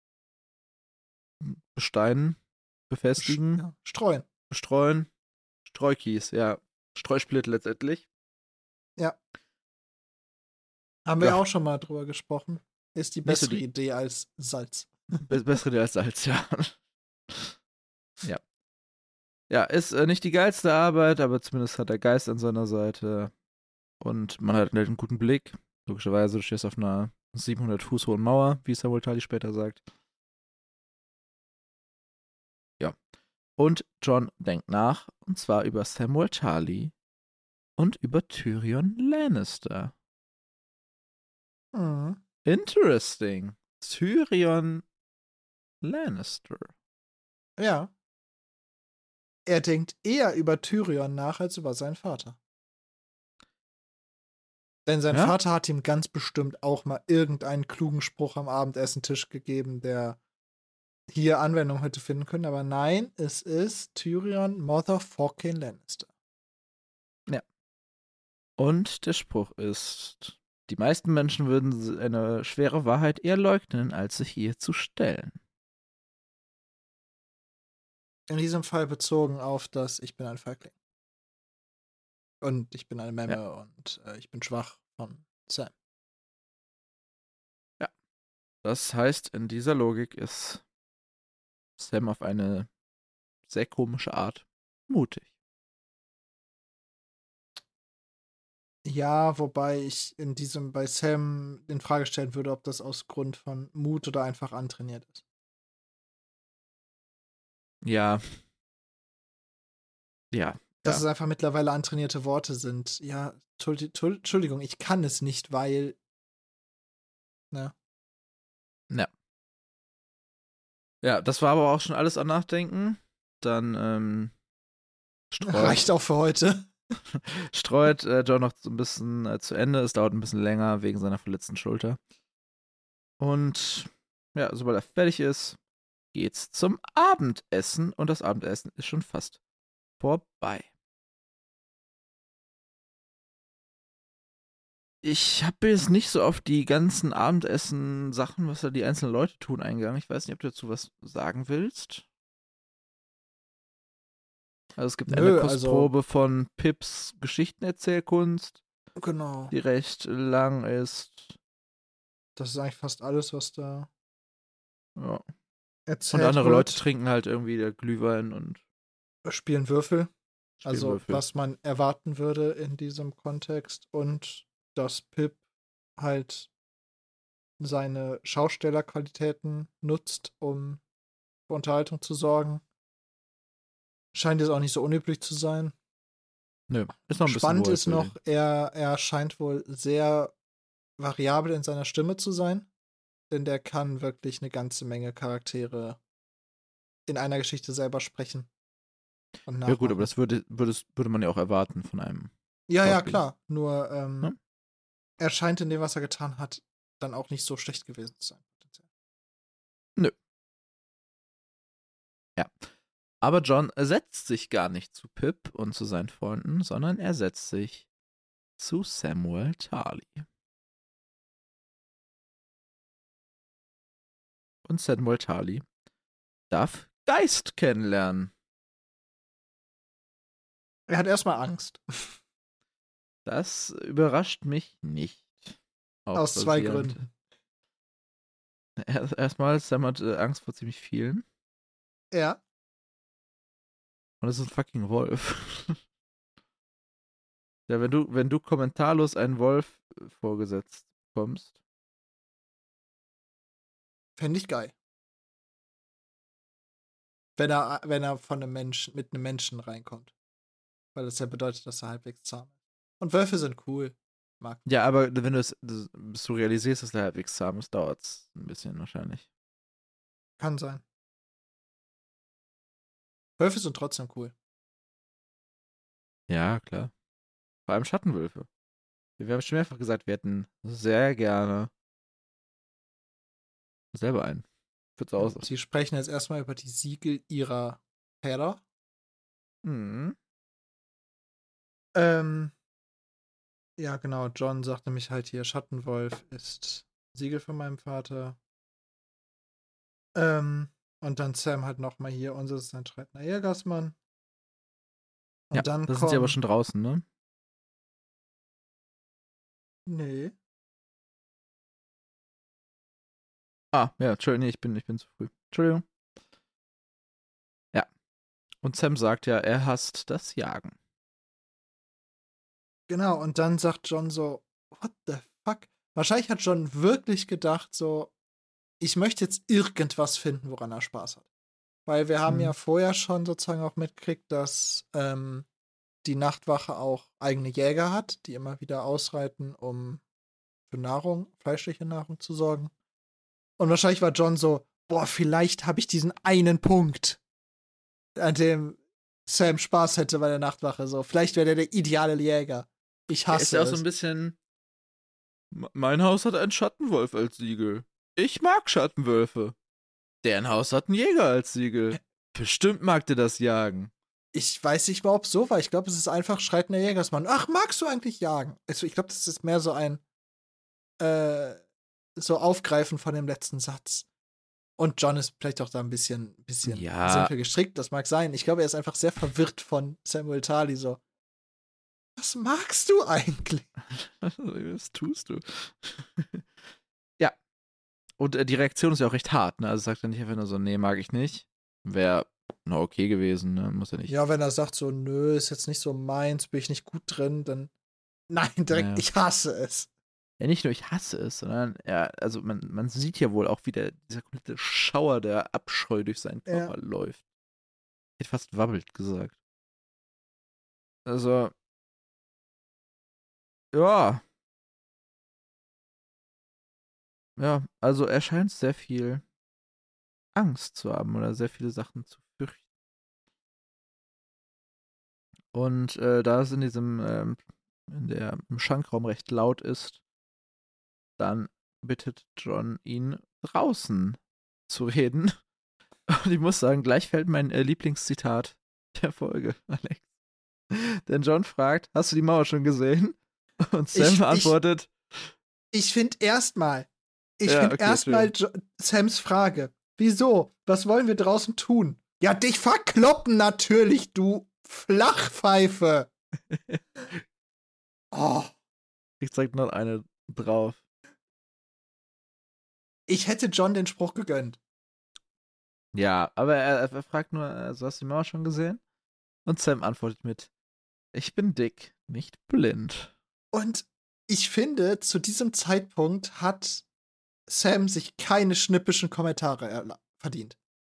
Besteinen befestigen. Streuen. Bestreuen. Streukies, ja. Streusplit letztendlich. Ja. Haben wir ja auch schon mal drüber gesprochen. Ist die bessere Idee als Salz. Bessere Idee als Salz, ja. Ja. Ja, ist nicht die geilste Arbeit, aber zumindest hat er Geist an seiner Seite. Und man hat halt einen guten Blick. Logischerweise, du stehst auf einer 700 Fuß hohen Mauer, wie Samuel Tully später sagt. Ja. Und Jon denkt nach, und zwar über Samuel Tarly und über Tyrion Lannister. Mhm. Interesting. Tyrion Lannister. Ja. Er denkt eher über Tyrion nach als über seinen Vater. Denn sein Vater hat ihm ganz bestimmt auch mal irgendeinen klugen Spruch am Abendessentisch gegeben, der hier Anwendung hätte finden können. Aber nein, es ist Tyrion Motherfucking Lannister. Ja. Und der Spruch ist: Die meisten Menschen würden eine schwere Wahrheit eher leugnen, als sich ihr zu stellen. In diesem Fall bezogen auf das Ich bin ein Feigling. Und ich bin eine Memme und ich bin schwach von Sam. Ja. Das heißt, in dieser Logik ist Sam auf eine sehr komische Art mutig. Ja, wobei ich bei Sam in Frage stellen würde, ob das aus Grund von Mut oder einfach antrainiert ist. Ja. Ja. Dass es einfach mittlerweile antrainierte Worte sind. Ja, Entschuldigung, ich kann es nicht, weil. Ne? Ja. Ja, das war aber auch schon alles an Nachdenken. Dann reicht auch für heute. streut Jon noch so ein bisschen zu Ende. Es dauert ein bisschen länger wegen seiner verletzten Schulter. Und ja, sobald er fertig ist, geht's zum Abendessen. Und das Abendessen ist schon fast vorbei. Ich habe jetzt nicht so auf die ganzen Abendessen-Sachen, was da die einzelnen Leute tun, eingegangen. Ich weiß nicht, ob du dazu was sagen willst. Also es gibt eine Kostprobe von Pips Geschichtenerzählkunst, genau, die recht lang ist. Das ist eigentlich fast alles, was da erzählt wird. Und andere Leute trinken halt irgendwie der Glühwein und spielen Würfel. Also was man erwarten würde in diesem Kontext. Und dass Pip halt seine Schaustellerqualitäten nutzt, um für Unterhaltung zu sorgen. Scheint jetzt auch nicht so unüblich zu sein. Nö, ist noch ein Spannend ist noch, er scheint wohl sehr variabel in seiner Stimme zu sein. Denn der kann wirklich eine ganze Menge Charaktere in einer Geschichte selber sprechen. Und ja gut, aber das würde man ja auch erwarten von einem. Ja, klar. Nur er scheint in dem, was er getan hat, dann auch nicht so schlecht gewesen zu sein. Nö. Ja. Aber Jon setzt sich gar nicht zu Pip und zu seinen Freunden, sondern er setzt sich zu Samuel Tarly. Und Samuel Tarly darf Geist kennenlernen. Er hat erstmal Angst. Das überrascht mich nicht. Aus 2 Gründen. Erstmal, Sam hat Angst vor ziemlich vielen. Ja. Und es ist ein fucking Wolf. Ja, wenn du kommentarlos einen Wolf vorgesetzt bekommst. Fände ich geil. Wenn er von mit einem Menschen reinkommt. Weil das ja bedeutet, dass er halbwegs zahm ist. Und Wölfe sind cool. Mag. Ja, aber wenn bis du realisierst, dass der halbwegs zahm ist, dauert es ein bisschen wahrscheinlich. Kann sein. Wölfe sind trotzdem cool. Ja, klar. Vor allem Schattenwölfe. Wir haben schon mehrfach gesagt, wir hätten sehr gerne selber einen. Für zu Hause. Sie sprechen jetzt erstmal über die Siegel ihrer Väter. Mhm. Ja, genau. Jon sagte mich halt hier, Schattenwolf ist Siegel von meinem Vater. Und dann Sam halt nochmal hier, unser ist ein streitender Jägersmann. Und ja, dann da sind sie aber schon draußen, ne? Nee. Ah, ja, Entschuldigung, nee, ich bin zu früh. Entschuldigung. Ja. Und Sam sagt ja, er hasst das Jagen. Genau, und dann sagt John so, what the fuck? Wahrscheinlich hat John wirklich gedacht, so, ich möchte jetzt irgendwas finden, woran er Spaß hat. Weil wir haben ja vorher schon sozusagen auch mitgekriegt, dass die Nachtwache auch eigene Jäger hat, die immer wieder ausreiten, um für Nahrung, fleischliche Nahrung zu sorgen. Und wahrscheinlich war John so, boah, vielleicht habe ich diesen einen Punkt, an dem Sam Spaß hätte bei der Nachtwache. So, vielleicht wäre der ideale Jäger. Ich hasse ist ja auch es. so ein bisschen. Mein Haus hat einen Schattenwolf als Siegel. Ich mag Schattenwölfe. Deren Haus hat einen Jäger als Siegel. Bestimmt mag der das Jagen. Ich weiß nicht mal, ob es so war. Ich glaube, es ist einfach streitender Jägersmann. Ach, magst du eigentlich jagen? Also, ich glaube, das ist mehr so ein so Aufgreifen von dem letzten Satz. Und John ist vielleicht auch da ein bisschen Ja. simpel gestrickt, das mag sein. Ich glaube, er ist einfach sehr verwirrt von Samuel Tarly, so. Was magst du eigentlich? Was tust du? Ja. Und die Reaktion ist ja auch recht hart, ne? Also sagt er nicht einfach nur so, nee, mag ich nicht. Wäre noch okay gewesen, ne? Muss ja nicht. Ja, wenn er sagt so, nö, ist jetzt nicht so meins, bin ich nicht gut drin, dann nein, direkt, ich hasse es. Ja, nicht nur ich hasse es, sondern ja, also man sieht ja wohl auch, wie dieser komplette Schauer der Abscheu durch seinen Körper läuft. Ich hätte fast wabbelt gesagt. Also, ja. Ja, also er scheint sehr viel Angst zu haben oder sehr viele Sachen zu fürchten. Und da es im Schankraum recht laut ist, dann bittet John ihn draußen zu reden. Und ich muss sagen, gleich fällt mein Lieblingszitat der Folge, Alex. Denn John fragt, hast du die Mauer schon gesehen? Und Sam antwortet. Ich finde erstmal Sams Frage. Wieso? Was wollen wir draußen tun? Ja, dich verkloppen natürlich, du Flachpfeife. Oh. Ich zeig noch eine drauf. Ich hätte John den Spruch gegönnt. Ja, aber er fragt nur, also hast du die Mauer schon gesehen? Und Sam antwortet mit, ich bin dick, nicht blind. Und ich finde, zu diesem Zeitpunkt hat Sam sich keine schnippischen Kommentare verdient.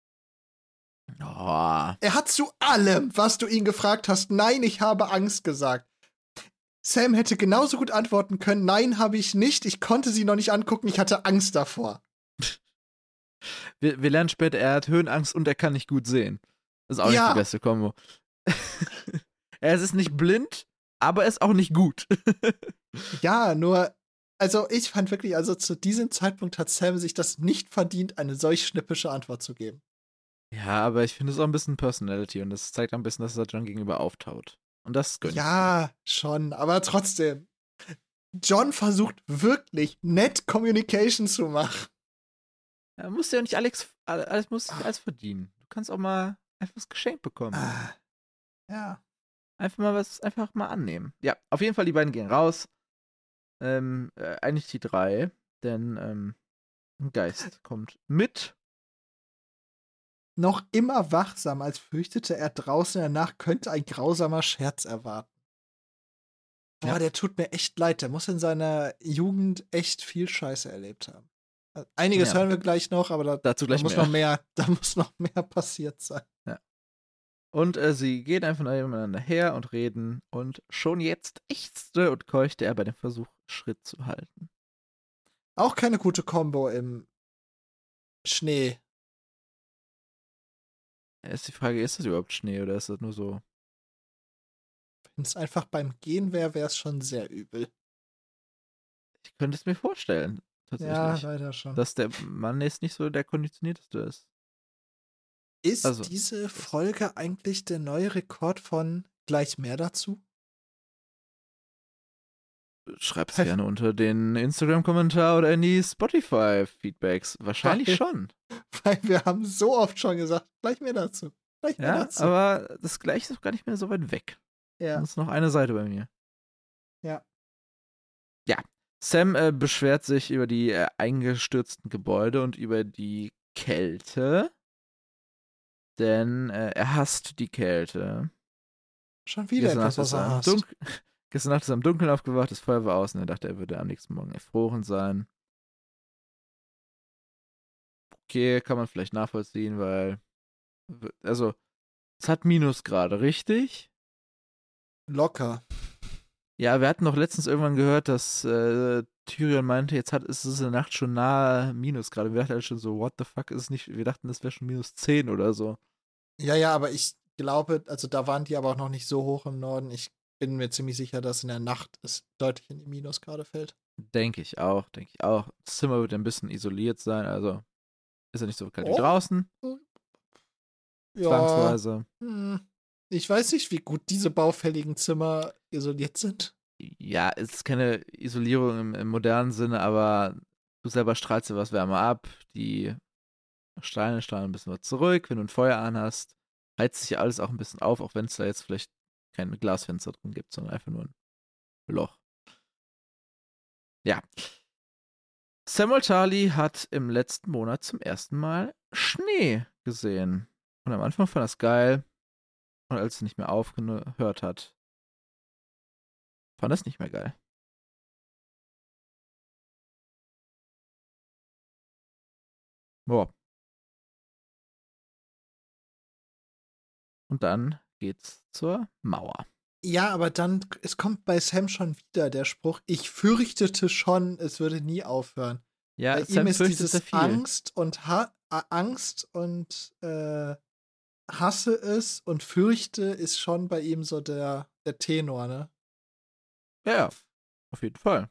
Oh. Er hat zu allem, was du ihn gefragt hast, nein, ich habe Angst gesagt. Sam hätte genauso gut antworten können, nein, habe ich nicht, ich konnte sie noch nicht angucken, ich hatte Angst davor. Wir lernen später, er hat Höhenangst und er kann nicht gut sehen. Das ist auch nicht die beste Kombo. Er ist nicht blind, aber er ist auch nicht gut. Ja, nur, also ich fand wirklich, also zu diesem Zeitpunkt hat Sam sich das nicht verdient, eine solch schnippische Antwort zu geben. Ja, aber ich finde es auch ein bisschen Personality und das zeigt auch ein bisschen, dass er John gegenüber auftaut. Und das gönnt. Ja, schon, aber trotzdem. John versucht wirklich nett Communication zu machen. Ja, musst ja nicht alles muss nicht alles verdienen. Du kannst auch mal einfach was geschenkt bekommen. Ja. Einfach mal annehmen. Ja, auf jeden Fall, die beiden gehen raus. Eigentlich die drei, denn ein Geist kommt mit. Noch immer wachsam, als fürchtete er draußen in der Nacht, könnte ein grausamer Scherz erwarten. Boah, der tut mir echt leid. Der muss in seiner Jugend echt viel Scheiße erlebt haben. Einiges hören wir gleich noch, aber da muss noch mehr passiert sein. Ja. Und sie gehen einfach nebeneinander her und reden und schon jetzt ächzte und keuchte er bei dem Versuch, Schritt zu halten. Auch keine gute Kombo im Schnee. Ist die Frage, ist das überhaupt Schnee oder ist das nur so? Wenn es einfach beim Gehen wäre, wäre es schon sehr übel. Ich könnte es mir vorstellen, tatsächlich. Ja, leider schon. Dass der Mann jetzt nicht so der konditionierteste ist. Ist diese Folge eigentlich der neue Rekord von gleich mehr dazu? Schreib's gerne unter den Instagram-Kommentar oder in die Spotify-Feedbacks. Wahrscheinlich schon. Weil wir haben so oft schon gesagt, gleich mehr dazu. Ja, aber das Gleiche ist auch gar nicht mehr so weit weg. Ja. Das ist noch eine Seite bei mir. Ja. Ja. Sam beschwert sich über die eingestürzten Gebäude und über die Kälte. Denn er hasst die Kälte. Schon wieder etwas, was er hasst. Gestern Nacht ist er im Dunkeln aufgewacht, das Feuer war aus und er dachte, er würde am nächsten Morgen erfroren sein. Okay, kann man vielleicht nachvollziehen, weil also, es hat Minusgrade, richtig? Locker. Ja, wir hatten doch letztens irgendwann gehört, dass Tyrion meinte, ist es in der Nacht schon nahe Minusgrade. Wir dachten halt schon so, what the fuck ist es nicht? Wir dachten, das wäre schon -10 oder so. Ja, aber ich glaube, also da waren die aber auch noch nicht so hoch im Norden. Ich bin mir ziemlich sicher, dass in der Nacht es deutlich in die Minusgrade fällt. Denke ich auch. Das Zimmer wird ein bisschen isoliert sein, also ist ja nicht so kalt wie draußen. Ja. Zwangsweise. Ich weiß nicht, wie gut diese baufälligen Zimmer isoliert sind. Ja, es ist keine Isolierung im modernen Sinne, aber du selber strahlst dir was wärmer ab. Die Steine strahlen ein bisschen was zurück. Wenn du ein Feuer anhast, heizt sich ja alles auch ein bisschen auf, auch wenn es da jetzt vielleicht kein Glasfenster drin gibt, sondern einfach nur ein Loch. Ja. Samuel Tarly hat im letzten Monat zum ersten Mal Schnee gesehen. Und am Anfang fand er es geil. Und als es nicht mehr aufgehört hat, fand er es nicht mehr geil. Boah. Und dann geht's zur Mauer. Ja, aber dann, es kommt bei Sam schon wieder der Spruch, ich fürchtete schon, es würde nie aufhören. Ja, bei Sam ihm ist dieses viel. Angst und hasse es und fürchte ist schon bei ihm so der Tenor, ne? Ja, auf jeden Fall.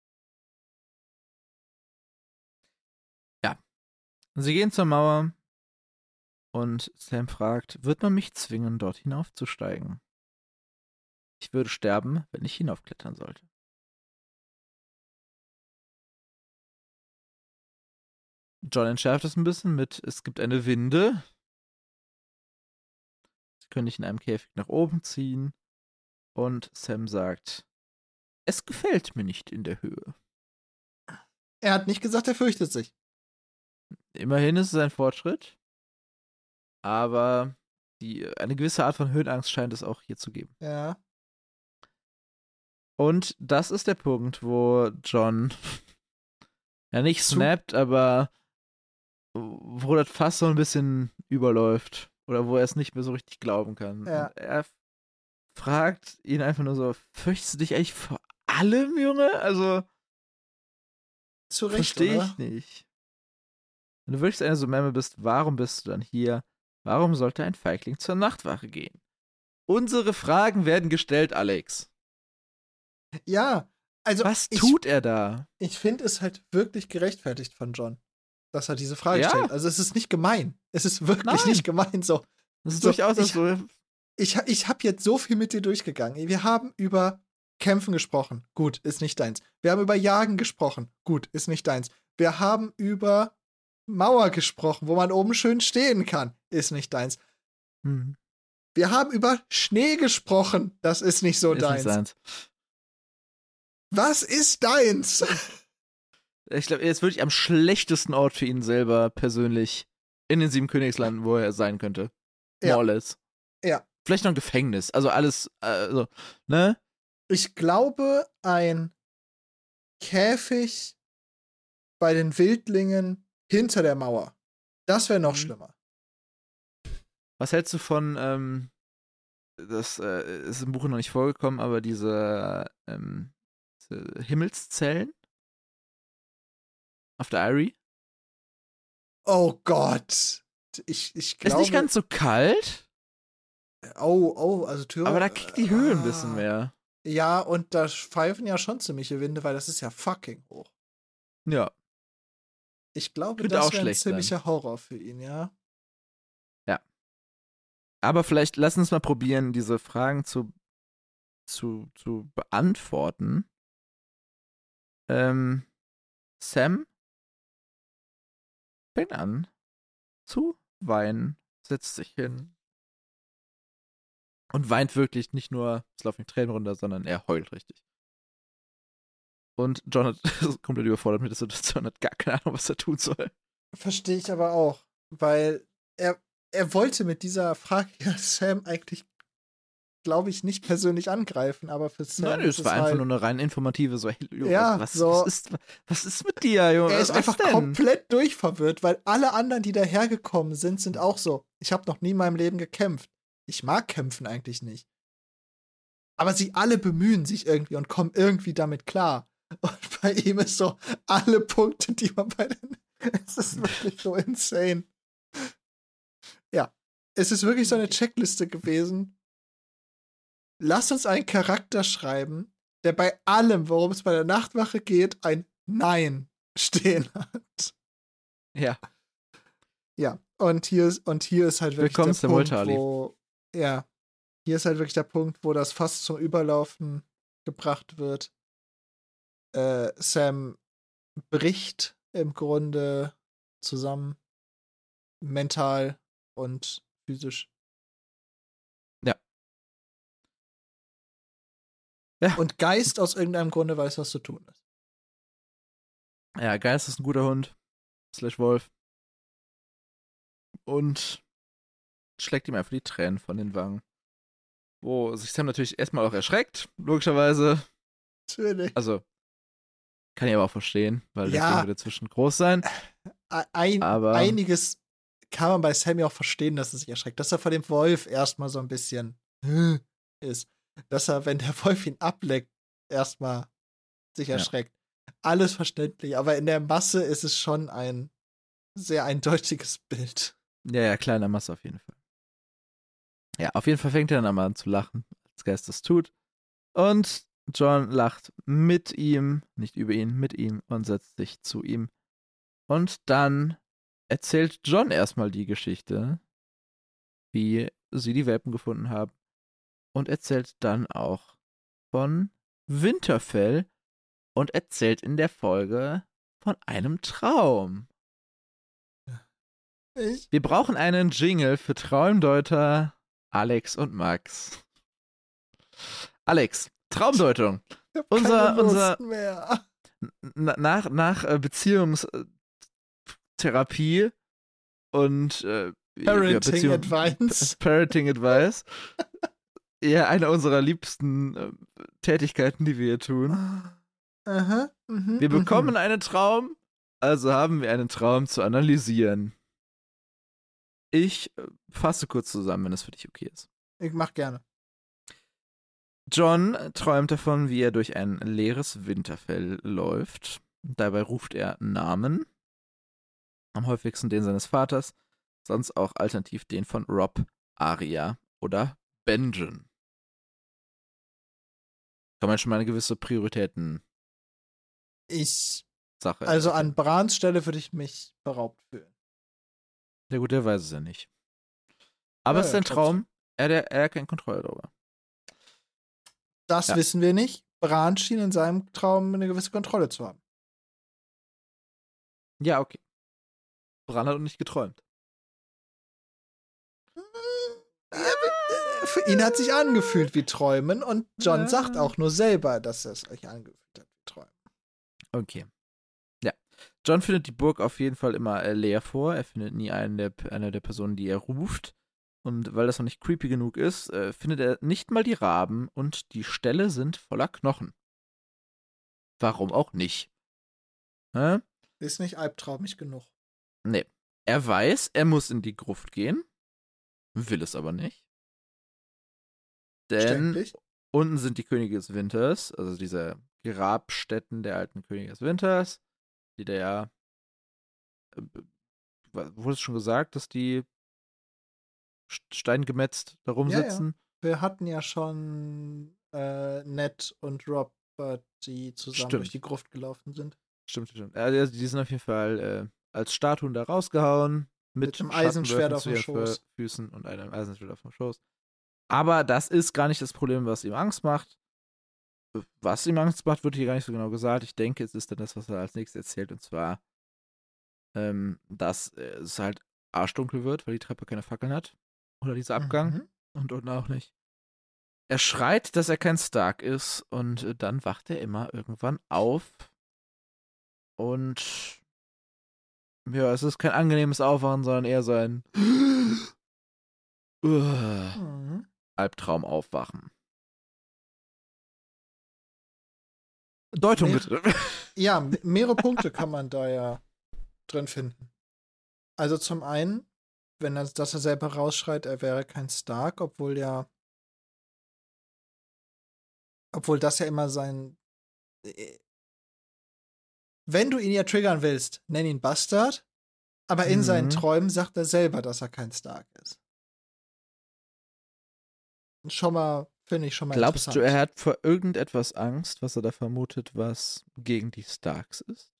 Ja. Sie gehen zur Mauer und Sam fragt, wird man mich zwingen, dort hinaufzusteigen? Ich würde sterben, wenn ich hinaufklettern sollte. John entschärft es ein bisschen mit, es gibt eine Winde. Sie können dich in einem Käfig nach oben ziehen. Und Sam sagt, es gefällt mir nicht in der Höhe. Er hat nicht gesagt, er fürchtet sich. Immerhin ist es ein Fortschritt. Aber eine gewisse Art von Höhenangst scheint es auch hier zu geben. Ja. Und das ist der Punkt, wo John ja nicht snappt, aber wo das fast so ein bisschen überläuft. Oder wo er es nicht mehr so richtig glauben kann. Ja. Und er fragt ihn einfach nur so, fürchtest du dich eigentlich vor allem, Junge? Also, verstehe ich nicht. Wenn du wirklich eine so Memme bist, warum bist du dann hier? Warum sollte ein Feigling zur Nachtwache gehen? Unsere Fragen werden gestellt, Alex. Ja, also. Was tut er da? Ich finde es halt wirklich gerechtfertigt von John, dass er diese Frage stellt. Also, es ist nicht gemein. Es ist wirklich nicht gemein so. Das ist durchaus so. Ich habe jetzt so viel mit dir durchgegangen. Wir haben über Kämpfen gesprochen. Gut, ist nicht deins. Wir haben über Jagen gesprochen. Gut, ist nicht deins. Wir haben über Mauer gesprochen, wo man oben schön stehen kann. Ist nicht deins. Wir haben über Schnee gesprochen. Das ist nicht so deins. Nicht deins. Was ist deins? Ich glaube, er ist wirklich am schlechtesten Ort für ihn selber persönlich in den 7 Königslanden, wo er sein könnte. More or less. Ja. Vielleicht noch ein Gefängnis. Also alles, ne? Ich glaube, ein Käfig bei den Wildlingen hinter der Mauer. Das wäre noch schlimmer. Was hältst du von, das ist im Buch noch nicht vorgekommen, aber diese Himmelszellen auf der Eyrie? Oh Gott. Ich glaube. Ist nicht ganz so kalt. Also Tyrion. Aber da kriegt die Höhe ein bisschen mehr. Ja, und da pfeifen ja schon ziemliche Winde, weil das ist ja fucking hoch. Ja. Ich glaube, das wäre ein ziemlicher Horror für ihn, ja. Ja. Aber vielleicht lass uns mal probieren, diese Fragen zu beantworten. Sam fängt an zu weinen, setzt sich hin und weint wirklich nicht nur, es laufen die Tränen runter, sondern er heult richtig. Und John hat komplett überfordert mit der Situation, hat gar keine Ahnung, was er tun soll. Verstehe ich aber auch, weil er wollte mit dieser Frage ja Sam eigentlich, glaube ich, nicht persönlich angreifen, aber für Sam Nein, es war einfach nur eine rein informative, so, hey, ja, was ist mit dir, Junge? Er ist einfach komplett durchverwirrt, weil alle anderen, die dahergekommen sind auch so, ich habe noch nie in meinem Leben gekämpft. Ich mag kämpfen eigentlich nicht. Aber sie alle bemühen sich irgendwie und kommen irgendwie damit klar. Und bei ihm ist so, alle Punkte, die man bei den es ist wirklich so insane. Ja, es ist wirklich so eine Checkliste gewesen. Lass uns einen Charakter schreiben, der bei allem, worum es bei der Nachtwache geht, ein Nein stehen hat. Ja. Ja, und hier ist halt wirklich der Punkt, wo hier ist halt wirklich der Punkt, wo das Fass zum Überlaufen gebracht wird. Sam bricht im Grunde zusammen, mental und physisch. Ja. Und Geist aus irgendeinem Grunde weiß, was zu tun ist. Ja, Geist ist ein guter Hund. /Wolf. Und schlägt ihm einfach die Tränen von den Wangen. Wo sich Sam natürlich erstmal auch erschreckt, logischerweise. Natürlich. Also, kann ich aber auch verstehen, weil das Ding wird dazwischen groß sein. Aber einiges kann man bei Sam ja auch verstehen, dass er sich erschreckt. Dass er vor dem Wolf erstmal so ein bisschen ist. Dass er, wenn der Wolf ihn ableckt, erstmal sich erschreckt. Alles verständlich, aber in der Masse ist es schon ein sehr eindeutiges Bild. Ja, kleiner Masse auf jeden Fall. Ja, auf jeden Fall fängt er dann einmal an zu lachen, als Geist das tut. Und John lacht mit ihm, nicht über ihn, mit ihm und setzt sich zu ihm. Und dann erzählt John erstmal die Geschichte, wie sie die Welpen gefunden haben. Und erzählt dann auch von Winterfell und erzählt in der Folge von einem Traum. Wir brauchen einen Jingle für Traumdeuter Alex und Max. Alex, Traumdeutung. Unser nach Beziehungstherapie und Parenting Advice. Ja, eine unserer liebsten Tätigkeiten, die wir hier tun. Wir bekommen einen Traum, also haben wir einen Traum zu analysieren. Ich fasse kurz zusammen, wenn es für dich okay ist. Ich mach gerne. John träumt davon, wie er durch ein leeres Winterfell läuft. Dabei ruft er Namen. Am häufigsten den seines Vaters, sonst auch alternativ den von Robb, Arya oder Benjen. Kann man schon mal eine gewisse Prioritäten Sache. Also an Brans Stelle würde ich mich beraubt fühlen. Ja gut, der weiß es ja nicht. Aber es ist ein Traum. Er hat keine Kontrolle darüber. Das wissen wir nicht. Bran schien in seinem Traum eine gewisse Kontrolle zu haben. Ja, okay. Bran hat auch nicht geträumt. Für ihn hat sich angefühlt wie Träumen und John sagt auch nur selber, dass er es sich angefühlt hat wie Träumen. Okay. Ja. John findet die Burg auf jeden Fall immer leer vor. Er findet nie eine der Personen, die er ruft. Und weil das noch nicht creepy genug ist, findet er nicht mal die Raben und die Ställe sind voller Knochen. Warum auch nicht? Ist nicht albtraumig genug. Nee. Er weiß, er muss in die Gruft gehen, will es aber nicht. Denn unten sind die Könige des Winters, also diese Grabstätten der alten Könige des Winters, die da ja, wurde es schon gesagt, dass die steingemetzt da rumsitzen? Ja. Wir hatten ja schon Ned und Robb, die zusammen durch die Gruft gelaufen sind. Stimmt. Also die sind auf jeden Fall als Statuen da rausgehauen. Mit einem Eisenschwert auf dem Schoß. Füßen und einem Eisenschwert auf dem Schoß. Aber das ist gar nicht das Problem, was ihm Angst macht. was ihm Angst macht, wird hier gar nicht so genau gesagt. Ich denke, es ist dann das, was er als nächstes erzählt, und zwar, dass es halt arschdunkel wird, weil die Treppe keine Fackeln hat. Oder dieser Abgang. Mhm. Und unten auch nicht. Er schreit, dass er kein Stark ist, und dann wacht er immer irgendwann auf. Und ja, es ist kein angenehmes Aufwachen, sondern eher so ein Albtraum aufwachen. Deutung bitte. Ja, mehrere Punkte kann man da ja drin finden. Also zum einen, dass er selber rausschreit, er wäre kein Stark, obwohl das ja immer sein. Wenn du ihn ja triggern willst, nenn ihn Bastard, aber in seinen Träumen sagt er selber, dass er kein Stark ist. Finde ich schon mal Glaubst interessant. du, er hat vor irgendetwas Angst, was er da vermutet, was gegen die Starks ist?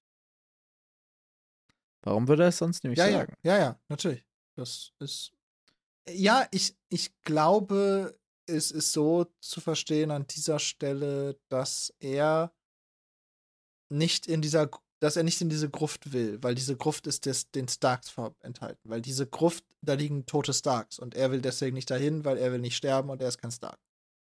Warum würde er es sonst nämlich sagen? Ja, natürlich. Das ist. Ja, ich glaube, es ist so zu verstehen an dieser Stelle, dass er nicht in diese Gruft will, weil diese Gruft ist den Starks enthalten. Weil diese Gruft, da liegen tote Starks und er will deswegen nicht dahin, weil er will nicht sterben und er ist kein Stark.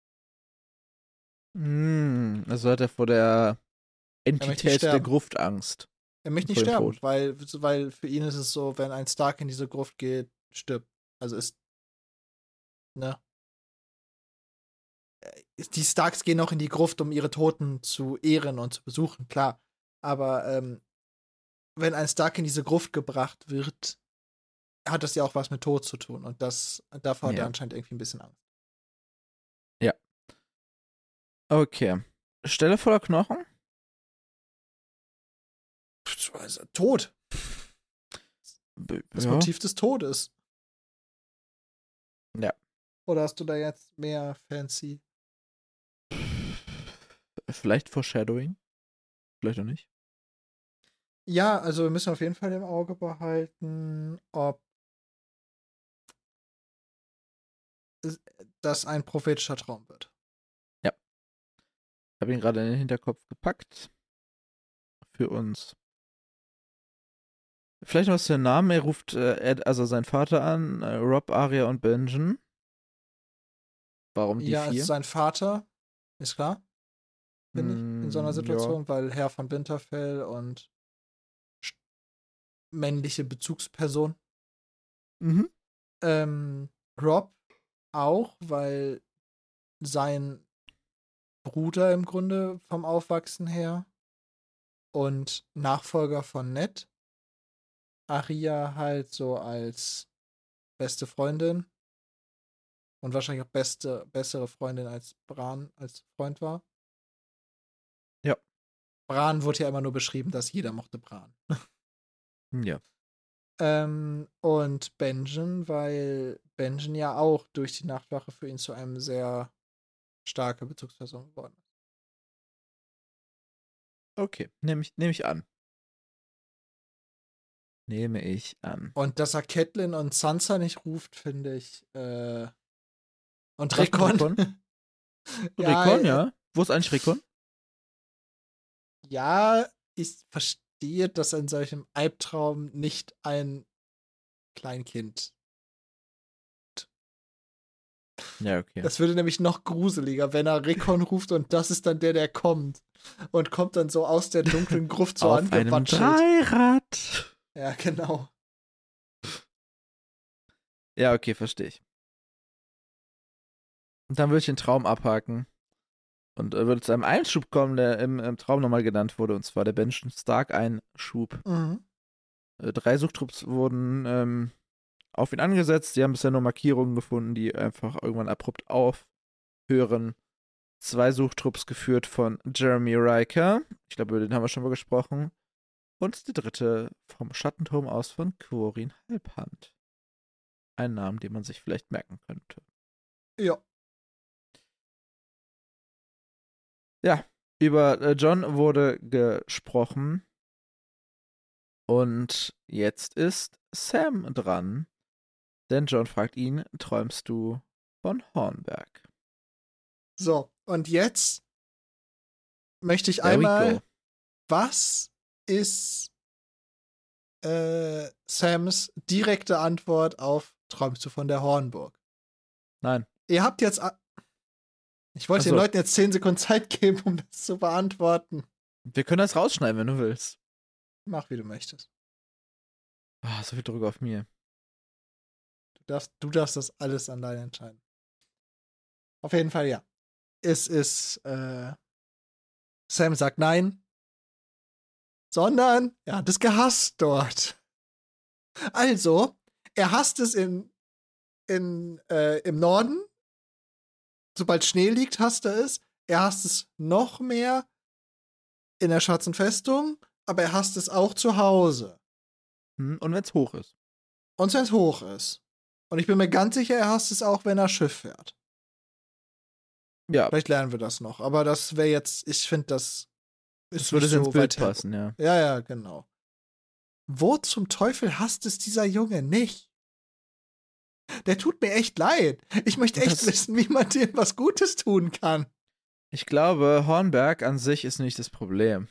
Also hat er vor der Entität der Gruft Angst. Er möchte nicht sterben, weil für ihn ist es so, wenn ein Stark in diese Gruft geht, stirbt. Also ne? Die Starks gehen auch in die Gruft, um ihre Toten zu ehren und zu besuchen, klar. Aber wenn ein Stark in diese Gruft gebracht wird, hat das ja auch was mit Tod zu tun. Und davor hat er anscheinend irgendwie ein bisschen Angst. Ja. Okay. Stelle voller Knochen? Tod. Das Motiv des Todes. Ja. Oder hast du da jetzt mehr fancy? Vielleicht Foreshadowing? Vielleicht auch nicht. Ja, also wir müssen auf jeden Fall im Auge behalten, ob das ein prophetischer Traum wird. Ja. Ich habe ihn gerade in den Hinterkopf gepackt. Für uns. Vielleicht noch was zu den Namen. Er ruft seinen Vater an, Rob, Arya und Benjen. Warum die 4? Ja, sein Vater, ist klar. Finde ich, in so einer Situation, weil Herr von Winterfell und männliche Bezugsperson. Rob auch, weil sein Bruder im Grunde vom Aufwachsen her und Nachfolger von Ned. Arya halt so als beste Freundin und wahrscheinlich auch bessere Freundin als Bran als Freund war. Ja. Bran wurde ja immer nur beschrieben, dass jeder mochte Bran. Ja. Und Benjen, weil Benjen ja auch durch die Nachtwache für ihn zu einem sehr starke Bezugsperson geworden ist. Okay, nehme ich an. Nehme ich an. Und dass er Catelyn und Sansa nicht ruft, finde ich. Und Rickon. Ja, Rickon, ja. Wo ist eigentlich Rickon? Ja, ich verstehe, dass in solchem Albtraum nicht ein Kleinkind. Ja, okay. Das würde nämlich noch gruseliger, wenn er Rickon ruft und das ist dann der kommt. Und kommt dann so aus der dunklen Gruft so auf einem Dreirad. Ja, genau. Ja, okay, verstehe ich. Und dann würde ich den Traum abhaken. Und würde zu einem Einschub kommen, der im Traum nochmal genannt wurde, und zwar der Benjen Stark-Einschub. 3 Suchtrupps wurden auf ihn angesetzt. Die haben bisher nur Markierungen gefunden, die einfach irgendwann abrupt aufhören. 2 Suchtrupps geführt von Jeremy Riker. Ich glaube, über den haben wir schon mal gesprochen. Und der 3. vom Schattenturm aus von Quarin Halbhand. Ein Name, den man sich vielleicht merken könnte. Ja. Ja, über Jon wurde gesprochen. Und jetzt ist Sam dran. Denn Jon fragt ihn, träumst du von Hornberg? So, und jetzt möchte ich einmal, was ist Sams direkte Antwort auf Träumst du von der Hornburg? Nein. Ihr habt jetzt. Ich wollte den Leuten jetzt 10 Sekunden Zeit geben, um das zu beantworten. Wir können das rausschneiden, wenn du willst. Mach, wie du möchtest. So viel Druck auf mir. Du darfst das alles alleine entscheiden. Auf jeden Fall, ja. Es ist, Sam sagt nein. Sondern er hat es gehasst dort. Also, er hasst es im Norden. Sobald Schnee liegt, hasst er es. Er hasst es noch mehr in der Schwarzen Festung, aber er hasst es auch zu Hause. Und wenn es hoch ist. Und wenn es hoch ist. Und ich bin mir ganz sicher, er hasst es auch, wenn er Schiff fährt. Ja. Vielleicht lernen wir das noch. Aber das wäre jetzt, ich finde, das ist würde so ins Bild passen, ja. Ja, genau. Wo zum Teufel hasst es dieser Junge nicht? Der tut mir echt leid. Ich möchte echt wissen, wie man dem was Gutes tun kann. Ich glaube, Hornberg an sich ist nicht das Problem.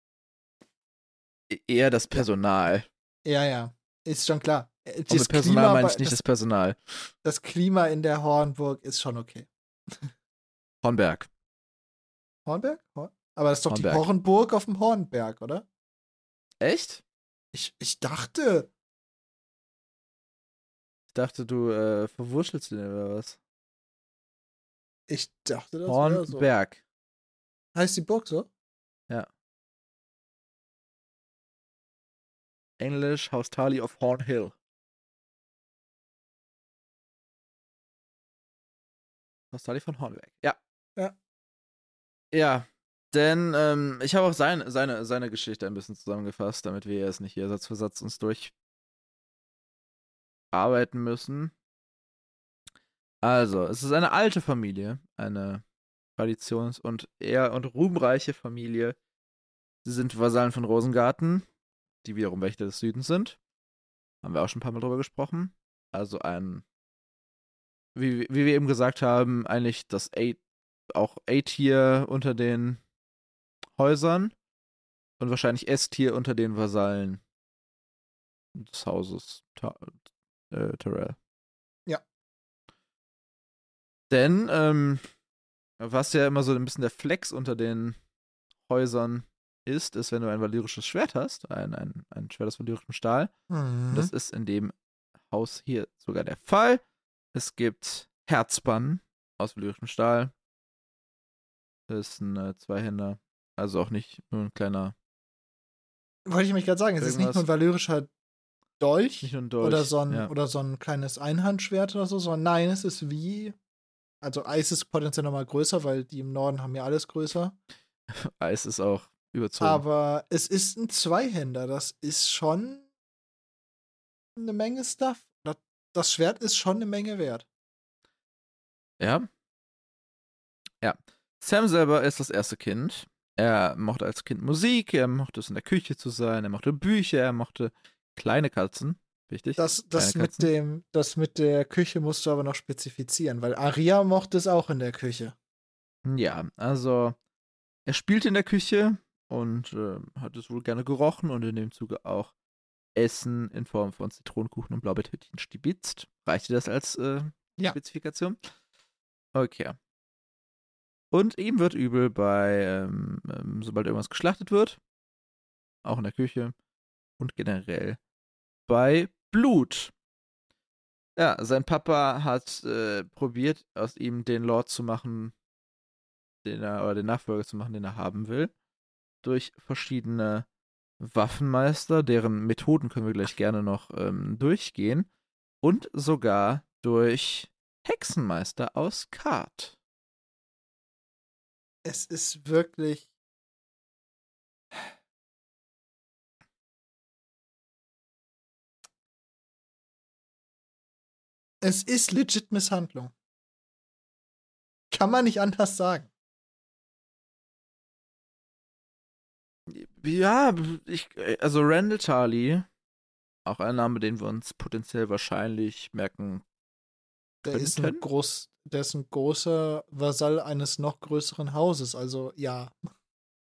Eher das Personal. Ja. Ist schon klar. Und mit Personal meine ich nicht das Personal. Das Klima in der Hornburg ist schon okay. Hornberg? Aber das ist doch Hornberg. Die Hornburg auf dem Hornberg, oder? Echt? Ich dachte. Ich dachte, du verwurschtelst den oder was? Ich dachte, das Hornberg. So. Heißt die Burg so? Ja. Englisch Haus Tarly of Hornhill. Haus Tarly von Hornberg. Ja. Ja, denn ich habe auch seine Geschichte ein bisschen zusammengefasst, damit wir es nicht hier Satz für Satz uns durcharbeiten müssen. Also, es ist eine alte Familie, eine traditions- und ruhmreiche Familie. Sie sind Vasallen von Rosengarten, die wiederum Wächter des Südens sind. Haben wir auch schon ein paar Mal drüber gesprochen. Also wie wir eben gesagt haben, eigentlich das A-Tier unter den Häusern und wahrscheinlich S-Tier unter den Vasallen des Hauses Tyrell. Ja. Denn, was ja immer so ein bisschen der Flex unter den Häusern ist, wenn du ein valyrisches Schwert hast, ein Schwert aus valyrischem Stahl. Und das ist in dem Haus hier sogar der Fall. Es gibt Herzbann aus valyrischem Stahl. Das ist ein Zweihänder. Also auch nicht nur ein kleiner. Wollte ich mich gerade sagen, es ist nicht nur ein valyrischer Dolch, nicht nur ein Dolch oder so ein kleines Einhandschwert oder so, sondern nein, es ist wie. Also Eis ist potenziell nochmal größer, weil die im Norden haben ja alles größer. Eis ist auch überzogen. Aber es ist ein Zweihänder. Das ist schon eine Menge Stuff. Das Schwert ist schon eine Menge wert. Ja. Ja. Sam selber ist das erste Kind. Er mochte als Kind Musik, er mochte es in der Küche zu sein, er mochte Bücher, er mochte kleine Katzen. Wichtig. Das mit der Küche musst du aber noch spezifizieren, weil Aria mochte es auch in der Küche. Ja, also er spielte in der Küche und hat es wohl gerne gerochen und in dem Zuge auch Essen in Form von Zitronenkuchen und Blaubeertütchen stibitzt. Reichte das als Spezifikation? Okay. Und ihm wird übel sobald irgendwas geschlachtet wird, auch in der Küche und generell bei Blut. Ja, sein Papa hat probiert, aus ihm den Lord zu machen, den Nachfolger zu machen, den er haben will, durch verschiedene Waffenmeister, deren Methoden können wir gleich gerne noch durchgehen, und sogar durch Hexenmeister aus Kart. Es ist wirklich. Es ist legit Misshandlung. Kann man nicht anders sagen. Ja, also Randall Tarly, auch ein Name, den wir uns potenziell wahrscheinlich merken könnten. Der ist ein großer Vasall eines noch größeren Hauses, also ja.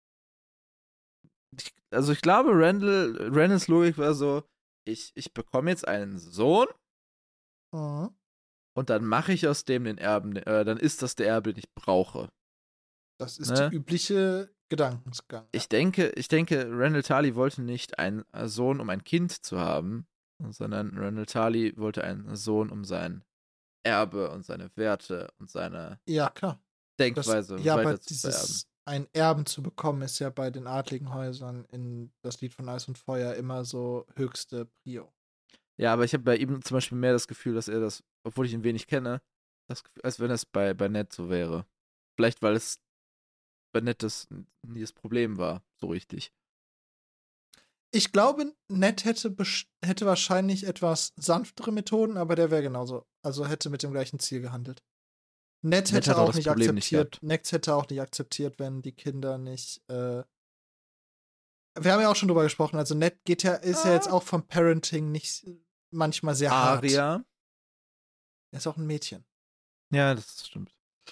also ich glaube, Randalls Logik war so, ich bekomme jetzt einen Sohn und dann mache ich aus dem den Erben, dann ist das der Erbe, den ich brauche. Das ist die übliche Gedankensgang. Ich denke, Randall Tarly wollte nicht einen Sohn, um ein Kind zu haben, sondern Randall Tarly wollte einen Sohn, um sein Erbe und seine Werte und seine Denkweise weiter zu vererben. Ein Erben zu bekommen, ist ja bei den adligen Häusern in das Lied von Eis und Feuer immer so höchste Prio. Ja, aber ich habe bei ihm zum Beispiel mehr das Gefühl, dass er das, obwohl ich ihn wenig kenne, als wenn es bei Ned so wäre. Vielleicht, weil es bei Ned das nie das Problem war, so richtig. Ich glaube, Ned hätte wahrscheinlich etwas sanftere Methoden, aber der wäre genauso. Also hätte mit dem gleichen Ziel gehandelt. Ned hätte auch nicht akzeptiert. Ned hätte auch nicht akzeptiert, wenn die Kinder nicht. Wir haben ja auch schon drüber gesprochen. Also Ned ist ja jetzt auch vom Parenting nicht manchmal sehr hart. Arya. Er ist auch ein Mädchen. Ja, das stimmt.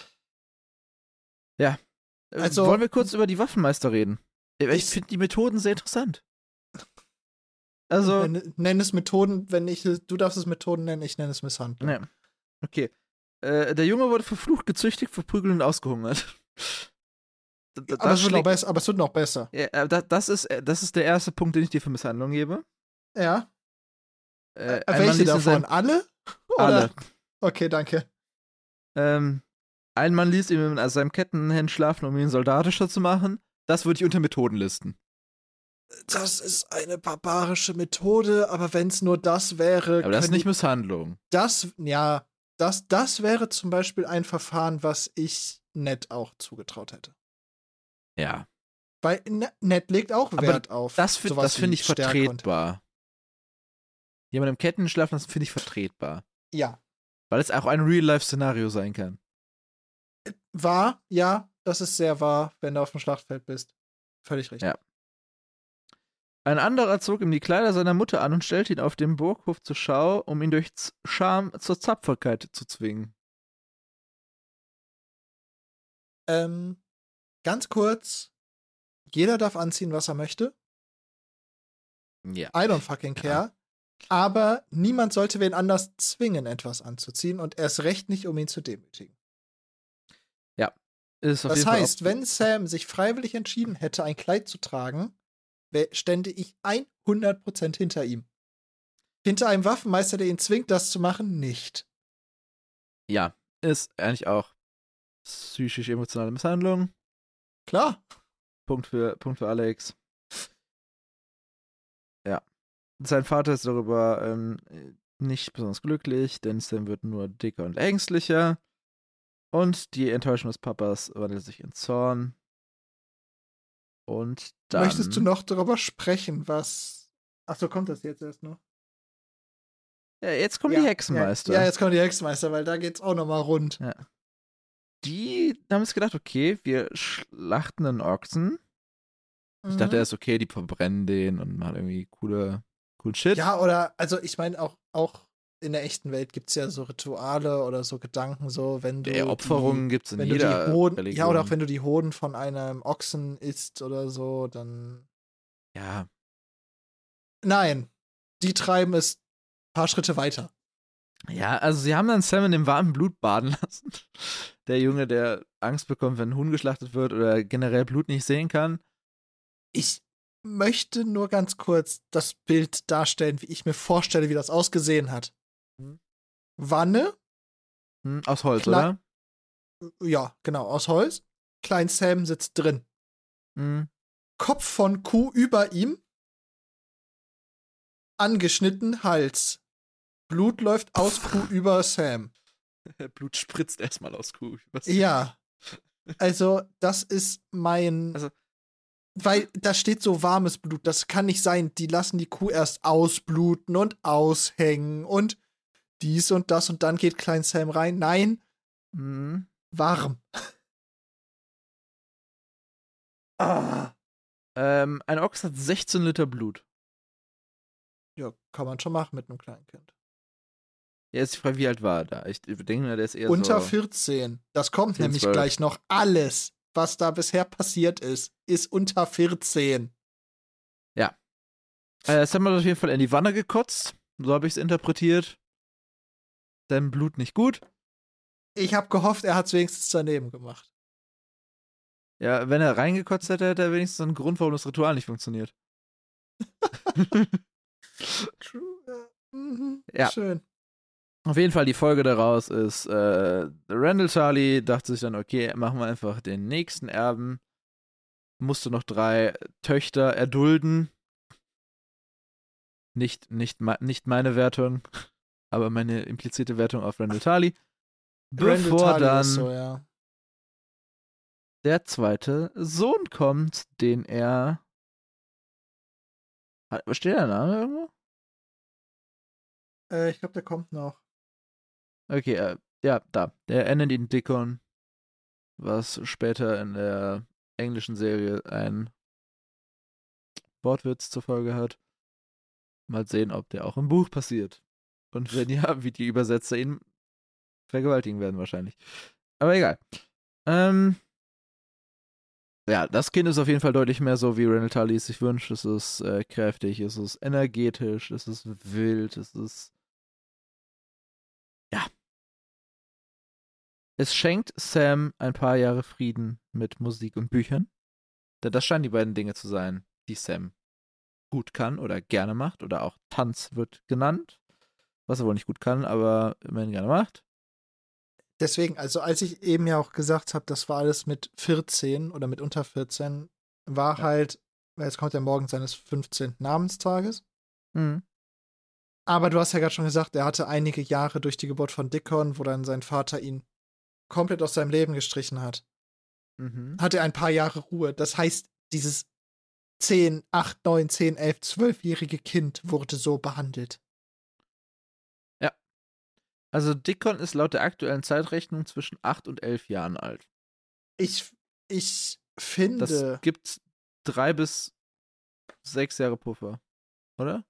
Ja. Also, wollen wir kurz über die Waffenmeister reden? Ich finde die Methoden sehr interessant. Also. Nenn es Methoden, du darfst es Methoden nennen, ich nenne es Misshandlung. Ja. Okay. Der Junge wurde verflucht, gezüchtigt, verprügelt und ausgehungert. Aber es wird noch besser. Ja, das ist der erste Punkt, den ich dir für Misshandlung gebe. Ja. Welche davon? Alle? Alle. Okay, danke. Ein Mann ließ ihn in seinem Kettenhemd schlafen, um ihn soldatischer zu machen. Das würde ich unter Methoden listen. Das ist eine barbarische Methode, aber wenn es nur das wäre. Aber das ist nicht Misshandlung. Das wäre zum Beispiel ein Verfahren, was ich Ned auch zugetraut hätte. Ja. Weil Ned legt auch Wert auf. Das finde ich vertretbar. Jemand im Kettenschlaf, das finde ich vertretbar. Ja. Weil es auch ein Real-Life-Szenario sein kann. Wahr, ja, das ist sehr wahr, wenn du auf dem Schlachtfeld bist. Völlig richtig. Ja. Ein anderer zog ihm die Kleider seiner Mutter an und stellte ihn auf dem Burghof zur Schau, um ihn durch Scham zur Tapferkeit zu zwingen. Ganz kurz, jeder darf anziehen, was er möchte. Ja. I don't fucking care. Ja. Aber niemand sollte wen anders zwingen, etwas anzuziehen und erst recht nicht, um ihn zu demütigen. Ja. Das heißt, wenn Sam sich freiwillig entschieden hätte, ein Kleid zu tragen, stände ich 100% hinter ihm. Hinter einem Waffenmeister, der ihn zwingt, das zu machen, nicht. Ja, ist eigentlich auch psychisch-emotionale Misshandlung. Klar. Punkt für Alex. Ja. Sein Vater ist darüber nicht besonders glücklich, denn Sam wird nur dicker und ängstlicher. Und die Enttäuschung des Papas wandelt sich in Zorn. Und dann. Möchtest du noch darüber sprechen, was. Achso, kommt das jetzt erst noch? Ja, jetzt kommen die Hexenmeister. Ja, jetzt kommen die Hexenmeister, weil da geht's auch nochmal rund. Ja. Die haben sich gedacht, okay, wir schlachten einen Ochsen. Ich dachte erst, okay, die verbrennen den und machen irgendwie coolen Shit. Ja, oder, also ich meine, auch in der echten Welt gibt es ja so Rituale oder so Gedanken, so, wenn du. Opferungen gibt es in jeder Religion. Ja, oder auch wenn du die Hoden von einem Ochsen isst oder so, dann. Ja. Nein, die treiben es ein paar Schritte weiter. Ja, also sie haben dann Sam in dem warmen Blut baden lassen. Der Junge, der Angst bekommt, wenn ein Huhn geschlachtet wird oder generell Blut nicht sehen kann. Ich möchte nur ganz kurz das Bild darstellen, wie ich mir vorstelle, wie das ausgesehen hat. Wanne. Aus Holz, oder? Ja, genau, aus Holz. Klein Sam sitzt drin. Kopf von Kuh über ihm. Angeschnitten, Hals. Blut läuft aus Kuh über Sam. Blut spritzt erstmal aus Kuh. Ja. Also, das ist mein. Also, weil da steht so warmes Blut. Das kann nicht sein. Die lassen die Kuh erst ausbluten und aushängen und dies und das und dann geht Klein Sam rein. Nein. Warm. Ein Ochs hat 16 Liter Blut. Ja, kann man schon machen mit einem kleinen Kind. Ja, ist die Frage, wie alt war er da? Ich denke mir, der ist eher unter so 14. Das kommt 10, nämlich 12. gleich noch. Alles, was da bisher passiert ist unter 14. Sam hat auf jeden Fall in die Wanne gekotzt. So habe ich es interpretiert. Dein Blut nicht gut. Ich habe gehofft, er hat es wenigstens daneben gemacht. Ja, wenn er reingekotzt hätte, hätte er wenigstens einen Grund, warum das Ritual nicht funktioniert. True. Ja. Mhm. Ja. Schön. Auf jeden Fall die Folge daraus ist, Randall Tarly dachte sich dann, okay, machen wir einfach den nächsten Erben. Musste noch 3 Töchter erdulden. Nicht meine Wertung, aber meine implizierte Wertung auf Randall Tarly. Bevor dann so, ja. der zweite Sohn kommt, den er. Steht der Name irgendwo? Ich glaube, der kommt noch. Okay, ja, da. Der nennt ihn Dickon, was später in der englischen Serie ein Wortwitz zur Folge hat. Mal sehen, ob der auch im Buch passiert. Und wenn ja, wie die Übersetzer ihn vergewaltigen werden wahrscheinlich. Aber egal. Ja, das Kind ist auf jeden Fall deutlich mehr so, wie Randall Tarly es sich wünscht. Es ist kräftig, es ist energetisch, es ist wild, es ist. Ja. Es schenkt Sam ein paar Jahre Frieden mit Musik und Büchern. Denn das scheinen die beiden Dinge zu sein, die Sam gut kann oder gerne macht. Oder auch Tanz wird genannt. Was er wohl nicht gut kann, aber immerhin gerne macht. Deswegen, also als ich eben ja auch gesagt habe, das war alles mit 14 oder mit unter 14, war halt, weil jetzt kommt ja morgen seines 15. Namenstages. Mhm. Aber du hast ja gerade schon gesagt, er hatte einige Jahre durch die Geburt von Dickon, wo dann sein Vater ihn komplett aus seinem Leben gestrichen hat. Mhm. Hatte ein paar Jahre Ruhe. Das heißt, dieses 10, 8, 9, 10, 11, 12-jährige Kind wurde so behandelt. Ja. Also Dickon ist laut der aktuellen Zeitrechnung zwischen 8 und 11 Jahren alt. Ich finde. Das gibt 3 bis 6 Jahre Puffer, oder?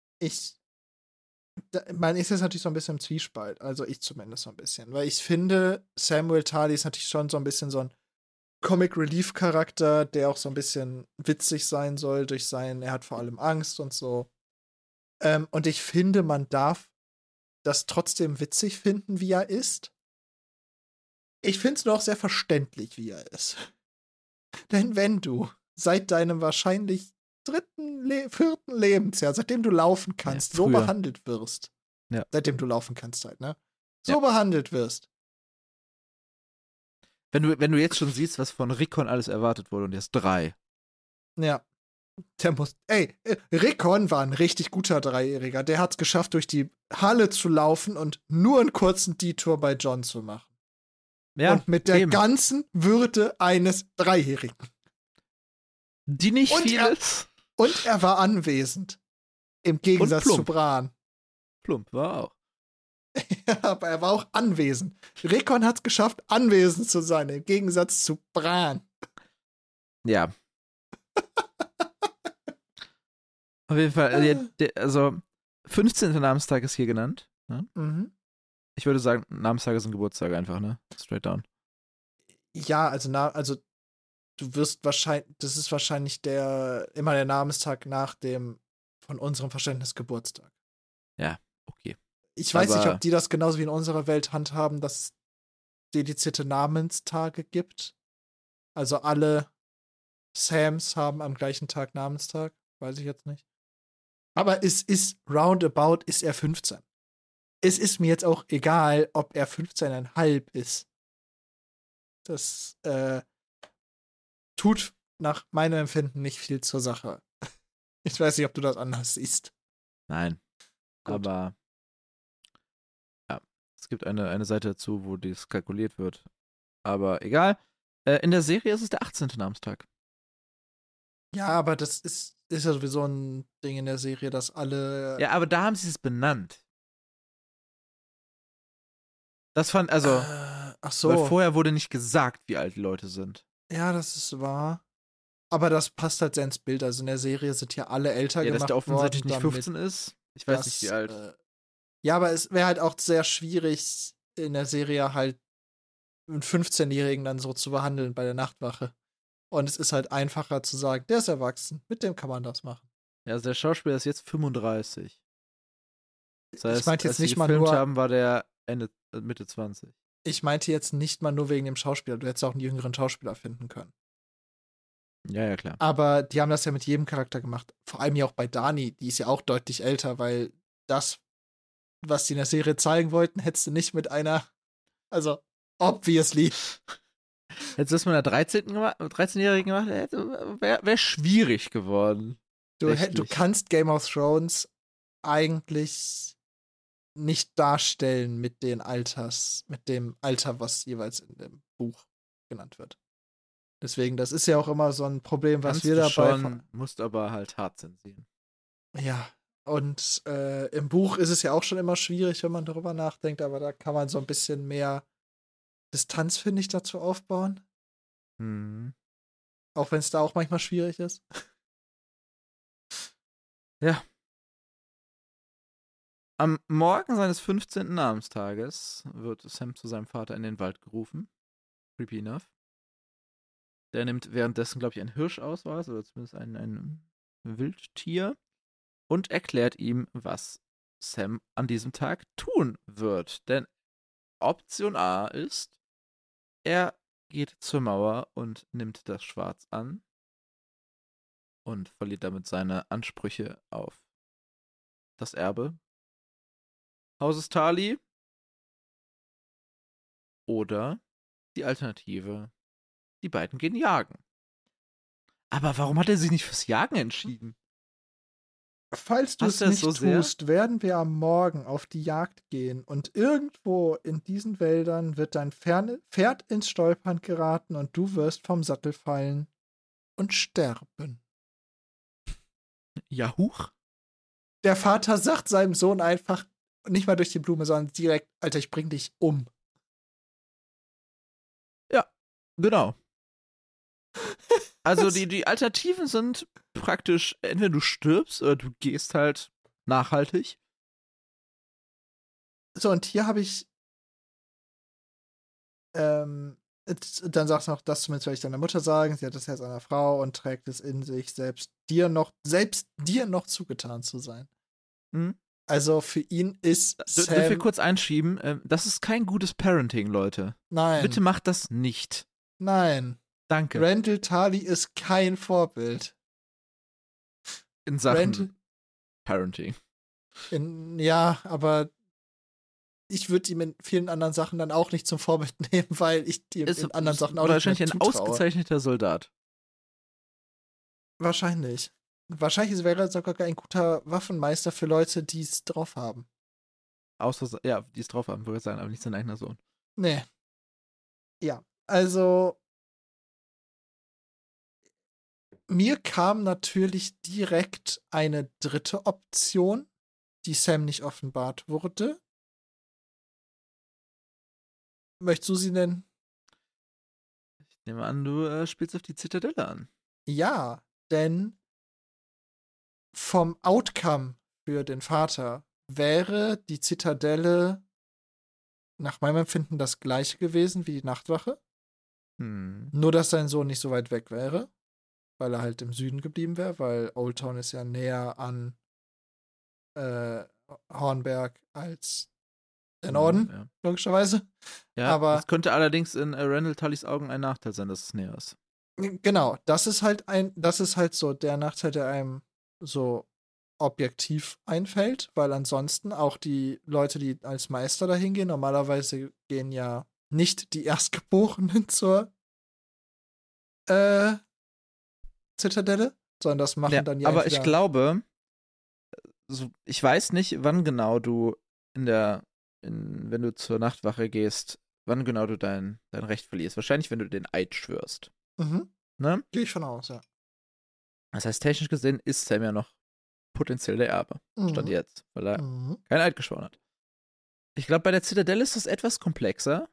Man ist jetzt natürlich so ein bisschen im Zwiespalt, also ich zumindest so ein bisschen, weil ich finde, Samuel Tarly ist natürlich schon so ein bisschen so ein Comic-Relief-Charakter, der auch so ein bisschen witzig sein soll er hat vor allem Angst und so. Und ich finde, man darf das trotzdem witzig finden, wie er ist. Ich finde es nur auch sehr verständlich, wie er ist. Denn wenn du seit deinem wahrscheinlich 4. Lebensjahr, seitdem du laufen kannst, so behandelt wirst. Ja. Seitdem du laufen kannst halt, ne? So behandelt wirst. Wenn du jetzt schon siehst, was von Rickon alles erwartet wurde und er ist 3. Ja. Rickon war ein richtig guter 3-Jähriger. Der hat's geschafft, durch die Halle zu laufen und nur einen kurzen Detour bei John zu machen. Ja, und mit der ganzen Würde eines 3-Jährigen. Die nicht viel ist. Und er war anwesend. Im Gegensatz zu Bran. Plump war auch. Ja, aber er war auch anwesend. Rickon hat's geschafft, anwesend zu sein, im Gegensatz zu Bran. Ja. Auf jeden Fall, also 15. Namenstag ist hier genannt. Ne? Mhm. Ich würde sagen, Namenstage sind Geburtstage einfach, ne? Straight down. Ja, also du wirst wahrscheinlich, das ist wahrscheinlich immer der Namenstag nach dem von unserem Verständnis Geburtstag. Ja, okay. Ich weiß nicht, ob die das genauso wie in unserer Welt handhaben, dass es dedizierte Namenstage gibt. Also alle Sams haben am gleichen Tag Namenstag. Weiß ich jetzt nicht. Aber es ist roundabout, ist er 15. Es ist mir jetzt auch egal, ob er 15,5 ist. Das tut nach meinem Empfinden nicht viel zur Sache. Ich weiß nicht, ob du das anders siehst. Nein. Gut. Aber ja, es gibt eine Seite dazu, wo dies kalkuliert wird. Aber egal. In der Serie ist es der 18. Namenstag. Ja, aber das ist ja sowieso ein Ding in der Serie, dass alle. Ja, aber da haben sie es benannt. Das fand, also. Ach so. Weil vorher wurde nicht gesagt, wie alt die Leute sind. Ja, das ist wahr. Aber das passt halt sehr ins Bild. Also in der Serie sind ja alle älter gemacht worden. Ja, dass der offensichtlich nicht 15 ist. Ich weiß nicht, wie alt. Ja, aber es wäre halt auch sehr schwierig, in der Serie halt einen 15-Jährigen dann so zu behandeln bei der Nachtwache. Und es ist halt einfacher zu sagen, der ist erwachsen, mit dem kann man das machen. Ja, also der Schauspieler ist jetzt 35. Das heißt, ich meinte jetzt als nicht sie mal gefilmt nur, haben, war der Mitte 20. ich meinte jetzt nicht mal nur wegen dem Schauspieler. Du hättest auch einen jüngeren Schauspieler finden können. Ja, ja, klar. Aber die haben das ja mit jedem Charakter gemacht. Vor allem ja auch bei Dani, die ist ja auch deutlich älter, weil das, was die in der Serie zeigen wollten, hättest du nicht mit einer, also obviously. Hättest du das mit einer 13-Jährigen gemacht, wäre schwierig geworden. Du kannst Game of Thrones eigentlich nicht darstellen mit dem Alter, was jeweils in dem Buch genannt wird. Deswegen, das ist ja auch immer so ein Problem, was wir dabei musst aber halt hart zensieren. Ja, und im Buch ist es ja auch schon immer schwierig, wenn man darüber nachdenkt, aber da kann man so ein bisschen mehr Distanz, finde ich, dazu aufbauen. Mhm. Auch wenn es da auch manchmal schwierig ist. Ja. Am Morgen seines 15. Namenstages wird Sam zu seinem Vater in den Wald gerufen. Creepy enough. Der nimmt währenddessen, glaube ich, ein Hirsch aus, oder zumindest ein Wildtier, und erklärt ihm, was Sam an diesem Tag tun wird. Denn Option A ist, er geht zur Mauer und nimmt das Schwarz an und verliert damit seine Ansprüche auf das Erbe Hauses Tarly. Oder die Alternative, die beiden gehen jagen. Aber warum hat er sich nicht fürs Jagen entschieden? Falls du es nicht tust, werden wir am Morgen auf die Jagd gehen und irgendwo in diesen Wäldern wird dein Pferd ins Stolpern geraten und du wirst vom Sattel fallen und sterben. Ja, huch. Der Vater sagt seinem Sohn einfach, nicht mal durch die Blume, sondern direkt, Alter, ich bring dich um. Ja, genau. Also die Alternativen sind praktisch, entweder du stirbst oder du gehst halt nachhaltig. So, und hier habe ich dann sagst du noch, das zumindest werde ich deiner Mutter sagen, sie hat das Herz einer Frau und trägt es in sich, selbst dir noch zugetan zu sein. Mhm. Also für ihn ist Sam... Dürfen wir kurz einschieben? Das ist kein gutes Parenting, Leute. Nein. Bitte macht das nicht. Nein. Danke. Randall Tarly ist kein Vorbild. In Sachen Parenting. Ja, aber ich würde ihm in vielen anderen Sachen dann auch nicht zum Vorbild nehmen, weil ich ihm in anderen Sachen auch nicht wahrscheinlich ein ausgezeichneter Soldat. Wahrscheinlich. Wahrscheinlich wäre er sogar ein guter Waffenmeister für Leute, die es drauf haben. Außer, ja, die es drauf haben, würde ich sagen, aber nicht sein eigener Sohn. Nee. Ja, also mir kam natürlich direkt eine dritte Option, die Sam nicht offenbart wurde. Möchtest du sie nennen? Ich nehme an, du spielst auf die Zitadelle an. Ja, denn vom Outcome für den Vater wäre die Zitadelle nach meinem Empfinden das gleiche gewesen wie die Nachtwache. Nur, dass sein Sohn nicht so weit weg wäre, weil er halt im Süden geblieben wäre, weil Old Town ist ja näher an Hornberg als der Norden, ja. logischerweise. Ja, aber das könnte allerdings in Randall Tullys Augen ein Nachteil sein, dass es näher ist. Genau, das ist halt so der Nachteil, der einem so objektiv einfällt, weil ansonsten auch die Leute, die als Meister dahin gehen, normalerweise gehen ja nicht die Erstgeborenen zur Zitadelle, sondern das machen dann ja aber ich glaube, ich weiß nicht, wann genau du wenn du zur Nachtwache gehst, wann genau du dein Recht verlierst. Wahrscheinlich, wenn du den Eid schwörst. Mhm. Ne? Gehe ich von aus, ja. Das heißt, technisch gesehen ist Sam ja noch potenziell der Erbe. Stand jetzt, weil er kein Eid geschworen hat. Ich glaube, bei der Zitadelle ist das etwas komplexer.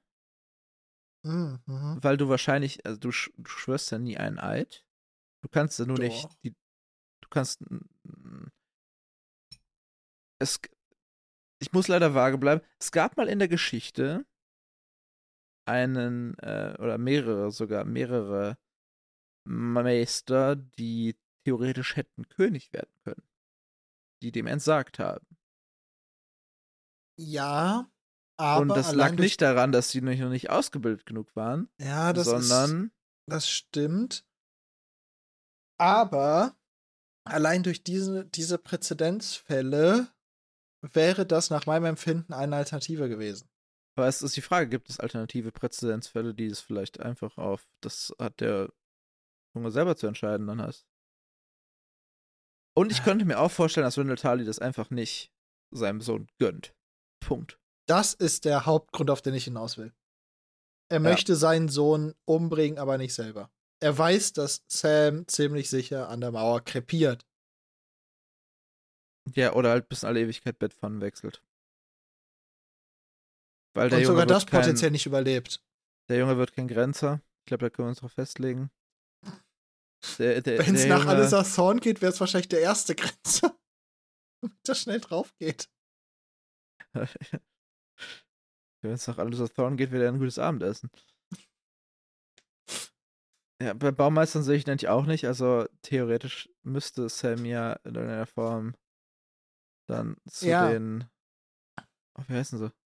Weil du wahrscheinlich, also du schwörst ja nie einen Eid. Du kannst ja nur nicht, du kannst, ich muss leider vage bleiben. Es gab mal in der Geschichte oder mehrere Meister, die theoretisch hätten König werden können, die dem entsagt haben. Ja, aber und das lag nicht daran, dass sie noch nicht ausgebildet genug waren, ja, sondern das stimmt. Aber allein durch diese Präzedenzfälle wäre das nach meinem Empfinden eine Alternative gewesen. Aber es ist die Frage, gibt es alternative Präzedenzfälle, die es vielleicht einfach auf, das hat der Junge selber zu entscheiden dann hast. Und ich könnte mir auch vorstellen, dass Randall Tarly das einfach nicht seinem Sohn gönnt. Punkt. Das ist der Hauptgrund, auf den ich hinaus will. Er möchte seinen Sohn umbringen, aber nicht selber. Er weiß, dass Sam ziemlich sicher an der Mauer krepiert. Ja, oder halt bis in alle Ewigkeit Bettpfannen wechselt. Weil der und Junge sogar das potenziell nicht überlebt. Der Junge wird kein Grenzer. Ich glaube, da können wir uns drauf festlegen. Wenn es nach Alyssa Thorne geht, wäre es wahrscheinlich der erste Grenzer. Damit er schnell drauf geht. Wenn es nach Alyssa Thorne geht, wird er ein gutes Abendessen. Ja, bei Baumeistern sehe ich nämlich auch nicht. Also theoretisch müsste Sam ja in irgendeiner Form dann zu den. Oh, wie heißen sie?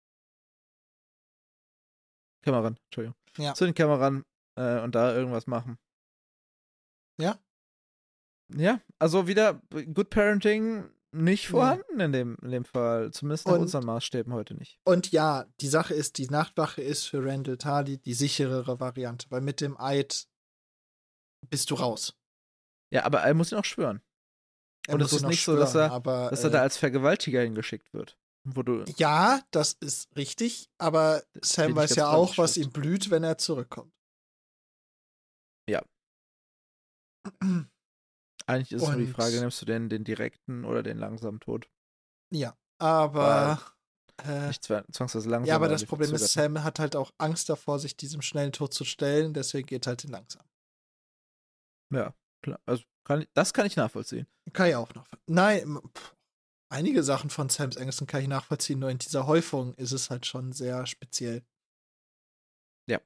Kämmerern, Entschuldigung. Ja. Zu den Kämmerern und da irgendwas machen. Ja. Ja, also wieder Good Parenting nicht vorhanden in dem Fall. Zumindest nach unseren Maßstäben heute nicht. Und ja, die Sache ist, die Nachtwache ist für Randall Tarly die sicherere Variante, weil mit dem Eid bist du raus. Ja, aber er muss ihn auch schwören. Und es ist nicht so, dass er da als Vergewaltiger hingeschickt wird. Ja, das ist richtig, aber Sam weiß ja auch, was ihm blüht, wenn er zurückkommt. Ja. Eigentlich ist es nur die Frage, nimmst du den direkten oder den langsamen Tod? Ja, aber nicht zwangsweise langsam. Ja, aber das Problem ist, Sam hat halt auch Angst davor, sich diesem schnellen Tod zu stellen, deswegen geht halt den langsam. Ja, klar. Also das kann ich nachvollziehen. Kann ich auch nachvollziehen. Nein, einige Sachen von Sams Ängsten kann ich nachvollziehen, nur in dieser Häufung ist es halt schon sehr speziell. Ja.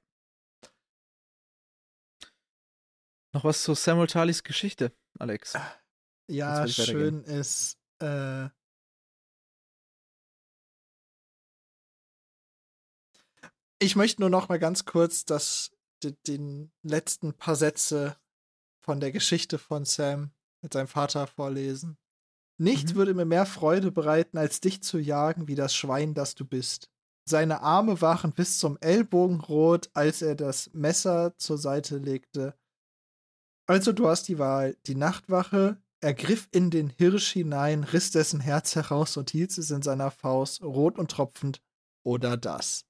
Noch was zu Samuel Tarlys Geschichte, Alex? Ja, schön ist, ich möchte nur noch mal ganz kurz den letzten paar Sätze von der Geschichte von Sam mit seinem Vater vorlesen. Nichts würde mir mehr Freude bereiten, als dich zu jagen wie das Schwein, das du bist. Seine Arme waren bis zum Ellbogen rot, als er das Messer zur Seite legte. Also du hast die Wahl. Die Nachtwache, er griff in den Hirsch hinein, riss dessen Herz heraus und hielt es in seiner Faust, rot und tropfend, oder das.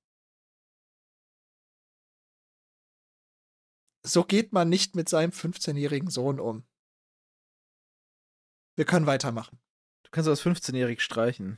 So geht man nicht mit seinem 15-jährigen Sohn um. Wir können weitermachen. Du kannst das 15-jährig streichen.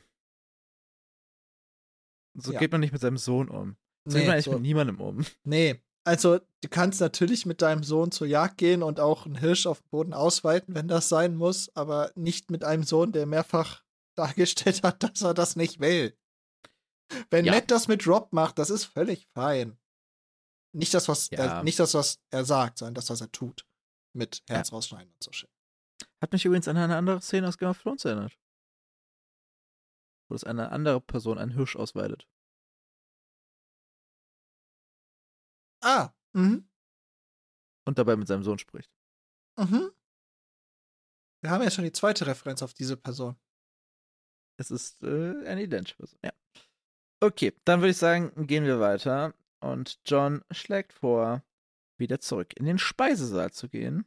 So geht man nicht mit seinem Sohn um. So geht man eigentlich mit niemandem um. Nee, also du kannst natürlich mit deinem Sohn zur Jagd gehen und auch einen Hirsch auf dem Boden ausweiten, wenn das sein muss, aber nicht mit einem Sohn, der mehrfach dargestellt hat, dass er das nicht will. Wenn Matt das mit Rob macht, das ist völlig fein. Nicht das, was er sagt, sondern das, was er tut. Mit Herz rausschneiden und so shit. Hat mich übrigens an eine andere Szene aus Game of Thrones erinnert. Wo es eine andere Person einen Hirsch ausweidet. Und dabei mit seinem Sohn spricht. Wir haben ja schon die zweite Referenz auf diese Person. Es ist eine identische Person, ja. Okay, dann würde ich sagen, gehen wir weiter. Und Jon schlägt vor, wieder zurück in den Speisesaal zu gehen.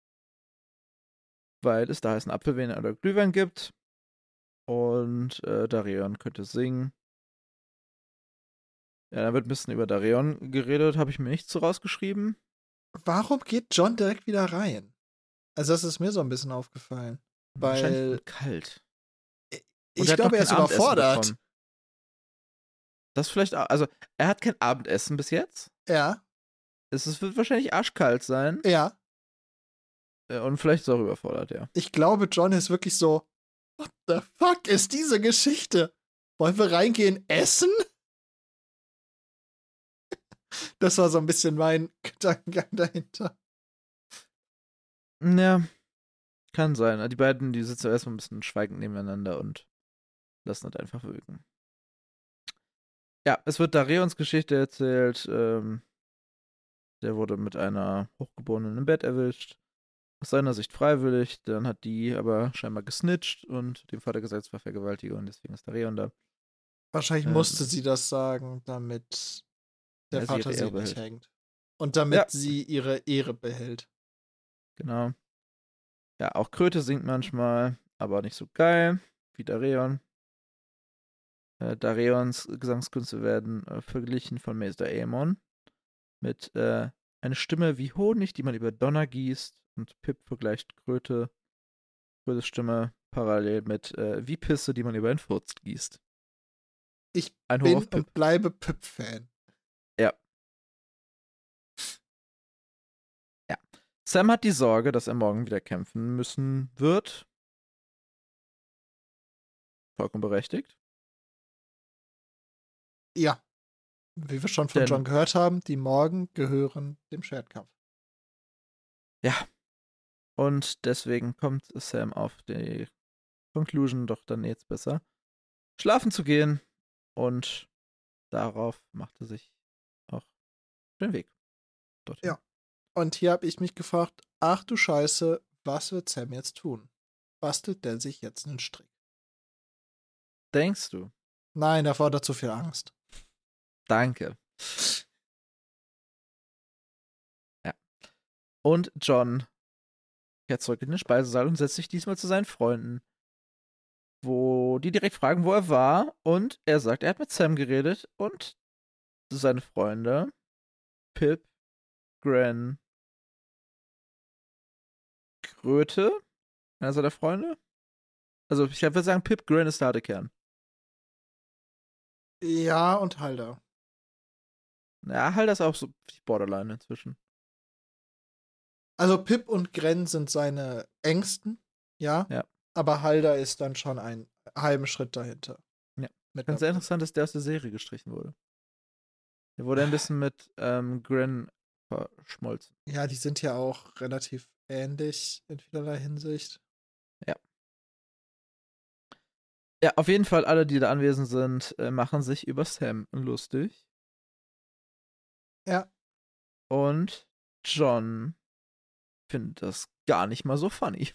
Weil es da heißen Apfelwein oder Glühwein gibt. Und Darion könnte singen. Ja, da wird ein bisschen über Darion geredet, habe ich mir nicht so rausgeschrieben. Warum geht Jon direkt wieder rein? Also das ist mir so ein bisschen aufgefallen. Wahrscheinlich kalt. Ich glaube, er ist überfordert. Das vielleicht auch, also er hat kein Abendessen bis jetzt. Ja. Es wird wahrscheinlich arschkalt sein. Ja. Und vielleicht ist er auch überfordert, ja. Ich glaube, Jon ist wirklich so, what the fuck ist diese Geschichte? Wollen wir reingehen, essen? Das war so ein bisschen mein Gedankengang dahinter. Ja. Kann sein. Die beiden, die sitzen erstmal ein bisschen schweigend nebeneinander und lassen das einfach wirken. Ja, es wird Dareons Geschichte erzählt. Der wurde mit einer Hochgeborenen im Bett erwischt. Aus seiner Sicht freiwillig. Dann hat die aber scheinbar gesnitcht und dem Vater gesagt, es war Vergewaltigung und deswegen ist Dareon da. Wahrscheinlich musste sie das sagen, damit der Vater sie nicht hängt. Und damit sie ihre Ehre behält. Genau. Ja, auch Kröte singt manchmal, aber nicht so geil wie Dareon. Dareons Gesangskünste werden verglichen von Meister Aemon mit einer Stimme wie Honig, die man über Donner gießt. Und Pip vergleicht Krötes Stimme parallel mit wie Pisse, die man über einen Furz gießt. Ich bin und bleibe Pip-Fan. Ja. Ja. Sam hat die Sorge, dass er morgen wieder kämpfen müssen wird. Vollkommen berechtigt. Ja. Wie wir schon von Jon gehört haben, die Morgen gehören dem Schwertkampf. Ja. Und deswegen kommt Sam auf die Conclusion, doch dann jetzt besser schlafen zu gehen. Und darauf macht er sich auch den Weg dorthin. Ja. Und hier habe ich mich gefragt, ach du Scheiße, was wird Sam jetzt tun? Bastelt der sich jetzt einen Strick? Denkst du? Nein, davor hat er zu viel Angst. Danke. Ja. Und Jon kehrt zurück in den Speisesaal und setzt sich diesmal zu seinen Freunden, wo die direkt fragen, wo er war. Und er sagt, er hat mit Sam geredet und seine Freunde, Pip, Gren, Kröte, einer seiner Freunde. Also ich würde sagen, Pip, Gren ist der harte Kern. Ja, und Halder. Ja, Halder ist auch so Borderline inzwischen. Also Pip und Gren sind seine Ängsten, ja. Aber Halder ist dann schon einen halben Schritt dahinter. Ja. Ganz sehr interessant, dass der aus der Serie gestrichen wurde. Der wurde ein bisschen mit Gren verschmolzen. Ja, die sind ja auch relativ ähnlich in vielerlei Hinsicht. Ja. Ja, auf jeden Fall, alle, die da anwesend sind, machen sich über Sam lustig. Ja. Und Jon findet das gar nicht mal so funny.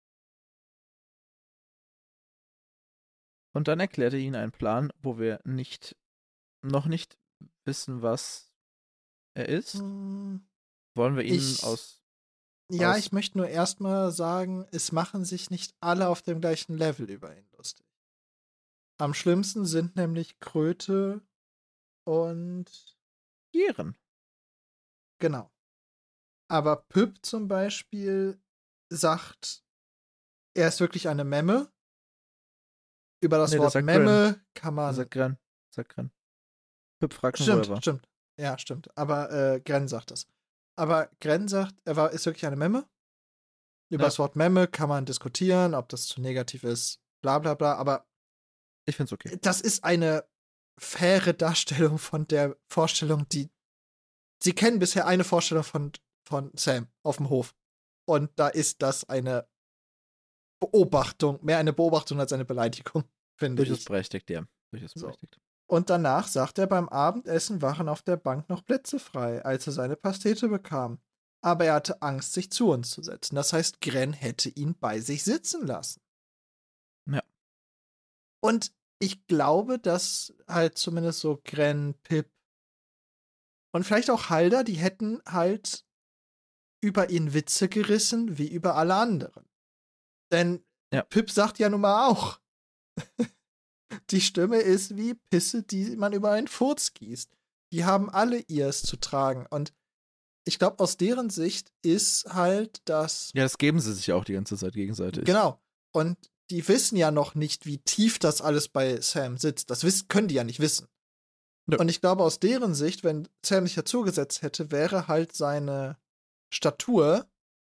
Und dann erklärt er ihnen einen Plan, wo wir noch nicht wissen, was er ist. Wollen wir ihn Ja, ich möchte nur erstmal sagen, es machen sich nicht alle auf dem gleichen Level über ihn lustig. Am schlimmsten sind nämlich Kröte und Gieren. Genau. Aber Pip zum Beispiel sagt, er ist wirklich eine Memme. Über das Wort Memme Gren. kann man. Sagt Gren. Pip fragt schon, wo er war. Stimmt. Ja, stimmt. Aber Gren sagt das. Aber Gren sagt, ist wirklich eine Memme. Über das Wort Memme kann man diskutieren, ob das zu negativ ist, bla bla bla. Aber ich find's okay. Das ist eine faire Darstellung von der Vorstellung, die sie kennen bisher eine Vorstellung von Sam auf dem Hof. Und da ist das eine Beobachtung, mehr eine Beobachtung als eine Beleidigung, finde ich. Durchaus berechtigt, ja. Durchaus berechtigt. Und danach sagt er, beim Abendessen waren auf der Bank noch Plätze frei, als er seine Pastete bekam. Aber er hatte Angst, sich zu uns zu setzen. Das heißt, Gren hätte ihn bei sich sitzen lassen. Ja. Und ich glaube, dass halt zumindest so Gren, Pip und vielleicht auch Halder, die hätten halt über ihn Witze gerissen, wie über alle anderen. Denn Pip sagt ja nun mal auch, die Stimme ist wie Pisse, die man über einen Furz gießt. Die haben alle ihrs zu tragen. Und ich glaube, aus deren Sicht ist halt das. Ja, das geben sie sich auch die ganze Zeit gegenseitig. Genau. Und die wissen ja noch nicht, wie tief das alles bei Sam sitzt. Das können die ja nicht wissen. Ja. Und ich glaube, aus deren Sicht, wenn Sam sich dazugesetzt hätte, wäre halt seine Statur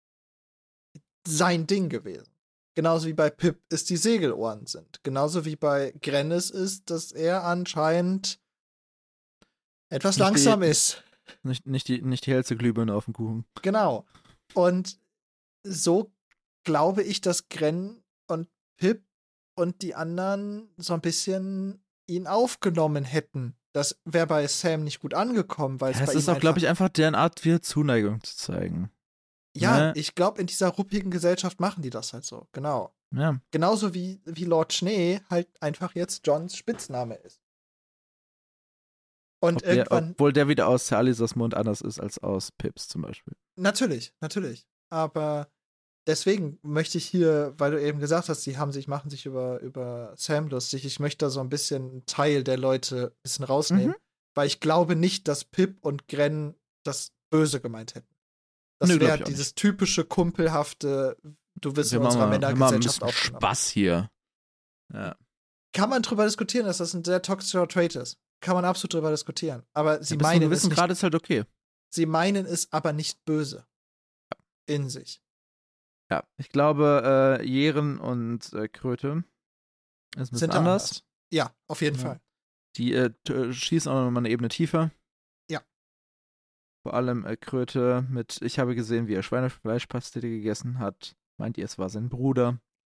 sein Ding gewesen. Genauso wie bei Pip es die Segelohren sind. Genauso wie bei Grennis ist, dass er anscheinend etwas langsam ist. Nicht die hellste Glühbirne auf dem Kuchen. Genau. Und so glaube ich, dass Gren und Pip und die anderen so ein bisschen ihn aufgenommen hätten. Das wäre bei Sam nicht gut angekommen, weil es bei ihm ist auch, glaube ich, einfach deren Art, wieder Zuneigung zu zeigen. Ja, ne? ich glaube, in dieser ruppigen Gesellschaft machen die das halt so, genau. Ja. Genauso wie Lord Schnee halt einfach jetzt Johns Spitzname ist. Und Obwohl der wieder aus Alisas Mund anders ist als aus Pips zum Beispiel. Natürlich. Aber deswegen möchte ich hier, weil du eben gesagt hast, machen sich über Sam lustig, ich möchte da so ein bisschen einen Teil der Leute ein bisschen rausnehmen, weil ich glaube nicht, dass Pip und Gren das böse gemeint hätten. Das wäre dieses typische kumpelhafte, du wirst in unserer Männergesellschaft aufgenommen. Spaß hier. Ja. Kann man drüber diskutieren, dass das ein sehr toxischer Trait ist. Kann man absolut drüber diskutieren. Aber sie meinen es nicht. Bis zu einem gewissen Grad ist halt okay. Sie meinen es aber nicht böse. In sich. Ja, ich glaube, Jeren und Kröte ist ein bisschen anders. Ja, auf jeden Fall. Die schießen auch nochmal eine Ebene tiefer. Ja. Vor allem Kröte mit, ich habe gesehen, wie er Schweinefleischpastete gegessen hat. Meint ihr, es war sein Bruder?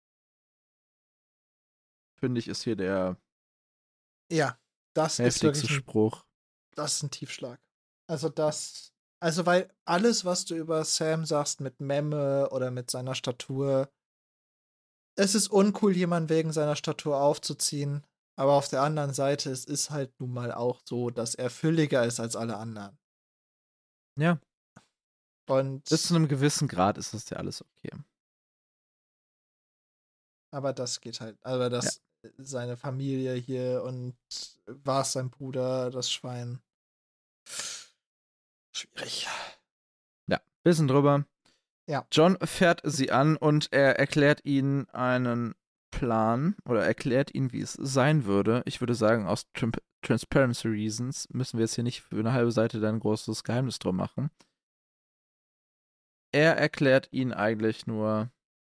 Finde ich, ist hier der das heftigste ist wirklich Spruch. Das ist ein Tiefschlag. Also, weil alles, was du über Sam sagst mit Memme oder mit seiner Statur, es ist uncool, jemanden wegen seiner Statur aufzuziehen. Aber auf der anderen Seite, es ist halt nun mal auch so, dass er fülliger ist als alle anderen. Ja. Und bis zu einem gewissen Grad ist das ja alles okay. Aber das geht halt. Also seine Familie hier und war es sein Bruder, das Schwein. Schwierig. Ja, bisschen drüber. Ja. John fährt sie an und er erklärt ihnen einen Plan oder erklärt ihnen, wie es sein würde. Ich würde sagen, aus Transparency Reasons müssen wir jetzt hier nicht für eine halbe Seite da ein großes Geheimnis drum machen. Er erklärt ihnen eigentlich nur,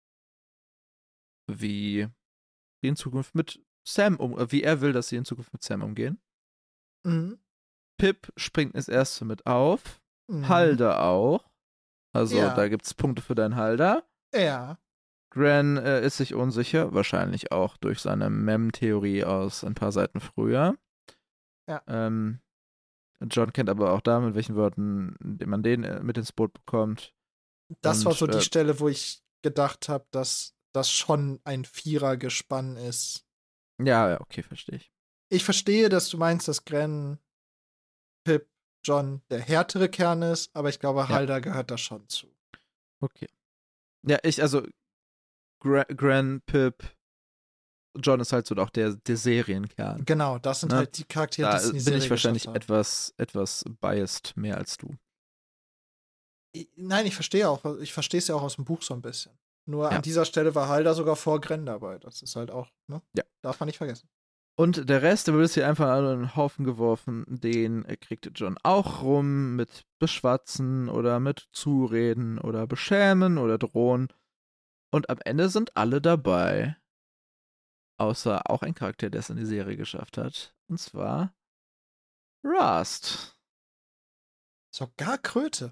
wie sie in Zukunft mit Sam wie er will, dass sie in Zukunft mit Sam umgehen. Mhm. Pip springt als Erste mit auf. Halder auch. Also Ja. da gibt's Punkte für deinen Halder. Ja. Gran ist sich unsicher, wahrscheinlich auch durch seine Mem-Theorie aus ein paar Seiten früher. Ja. John kennt aber auch da, mit welchen Worten man den mit ins Boot bekommt. Das war so die Stelle, wo ich gedacht habe, dass das schon ein Vierergespann ist. Ja, okay, verstehe ich. Ich verstehe, dass du meinst, dass Gran, Pip, John der härtere Kern ist, aber ich glaube, Halder gehört da schon zu. Okay. Ja, Gran, Pip, John ist halt so auch der Serienkern. Genau, das sind halt die Charaktere, die es in die Serie bin ich wahrscheinlich etwas biased mehr als du. Nein, ich verstehe es ja auch aus dem Buch so ein bisschen. Nur an dieser Stelle war Halder sogar vor Gren dabei. Das ist halt auch, ne? Ja. Darf man nicht vergessen. Und der Rest, der wird hier einfach an einen Haufen geworfen. Den kriegt John auch rum mit Beschwatzen oder mit Zureden oder Beschämen oder Drohen. Und am Ende sind alle dabei. Außer auch ein Charakter, der es in die Serie geschafft hat. Und zwar Rust. Sogar Kröte.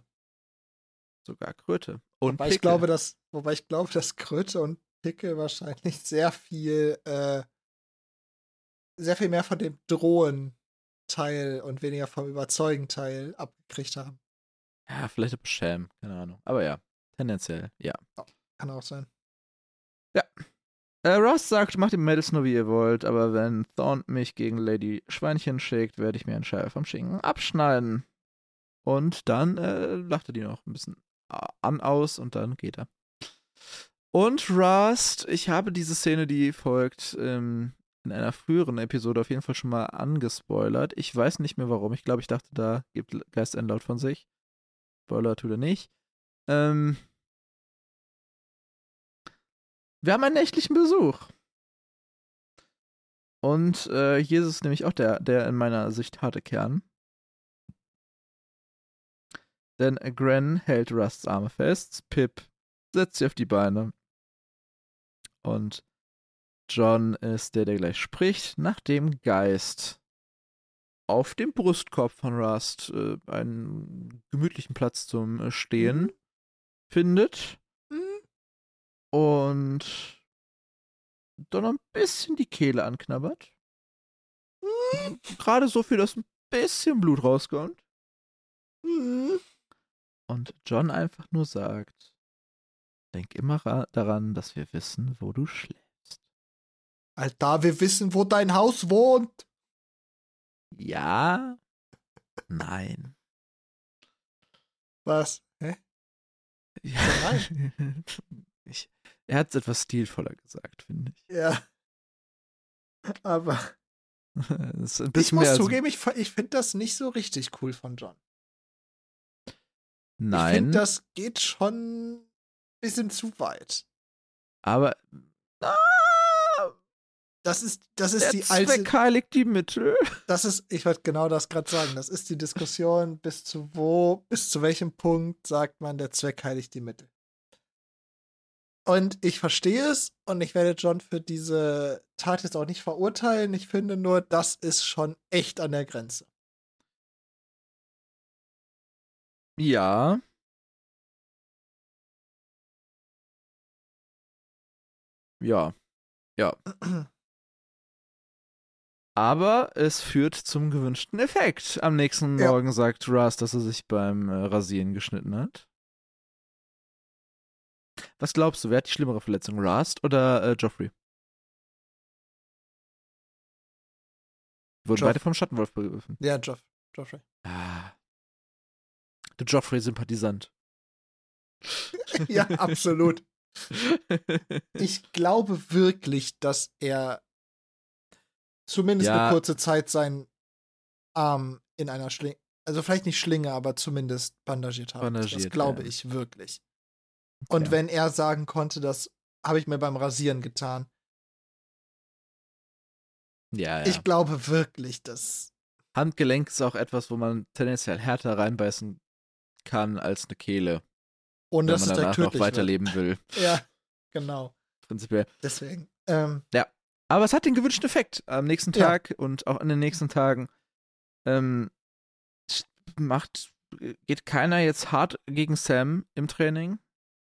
Und wobei ich glaube, dass Kröte und Pickel wahrscheinlich sehr viel mehr von dem Drohen-Teil und weniger vom Überzeugen-Teil abgekriegt haben. Ja, vielleicht Beschämen, keine Ahnung. Aber ja, tendenziell, ja. Kann auch sein. Ja. Ross sagt, macht die Mädels nur wie ihr wollt, aber wenn Thorn mich gegen Lady Schweinchen schickt, werde ich mir einen Scheibe vom Schinken abschneiden. Und dann lacht er die noch ein bisschen aus und dann geht er. Und Rust, ich habe diese Szene, die folgt, in einer früheren Episode auf jeden Fall schon mal angespoilert. Ich weiß nicht mehr warum. Ich glaube, ich dachte, da gibt Geist ein Laut von sich. Spoiler tut er nicht. Wir haben einen nächtlichen Besuch. Und hier ist es nämlich auch der in meiner Sicht harte Kern. Denn Gren hält Rusts Arme fest, Pip setzt sie auf die Beine. Und John ist der gleich spricht, nachdem Geist auf dem Brustkorb von Rust einen gemütlichen Platz zum Stehen findet. und dann noch ein bisschen die Kehle anknabbert. Gerade so viel, dass ein bisschen Blut rauskommt. Und John einfach nur sagt, denk immer daran, dass wir wissen, wo du schläfst. Alter, wir wissen, wo dein Haus wohnt. Ja, nein. Was? Hä? Ja, nein. Er hat es etwas stilvoller gesagt, finde ich. Ja. Aber ich muss zugeben, ich finde das nicht so richtig cool von John. Nein. Ich finde, das geht schon ein bisschen zu weit. Aber das ist der die alte. Zweck heiligt die Mittel. Ich wollte genau das gerade sagen. Das ist die Diskussion, bis zu welchem Punkt sagt man, der Zweck heiligt die Mittel. Und ich verstehe es und ich werde John für diese Tat jetzt auch nicht verurteilen. Ich finde nur, das ist schon echt an der Grenze. Ja. Ja. Ja. Aber es führt zum gewünschten Effekt. Am nächsten Morgen sagt Ras, dass er sich beim Rasieren geschnitten hat. Was glaubst du, wer hat die schlimmere Verletzung, Rast oder Joffrey? Wurden beide vom Schattenwolf begriffen. Ja, Joffrey. Ah. Du Joffrey-Sympathisant. Ja, absolut. Ich glaube wirklich, dass er zumindest eine kurze Zeit seinen Arm in einer Schlinge, also vielleicht nicht Schlinge, aber zumindest bandagiert hat. Das glaube ich wirklich. Okay. Und wenn er sagen konnte, das habe ich mir beim Rasieren getan. Ja. Ich glaube wirklich, dass Handgelenk ist auch etwas, wo man tendenziell härter reinbeißen kann als eine Kehle. Und wenn man danach noch weiterleben will. Ja, genau. Prinzipiell. Deswegen. Ja. Aber es hat den gewünschten Effekt am nächsten Tag und auch in den nächsten Tagen. Geht keiner jetzt hart gegen Sam im Training.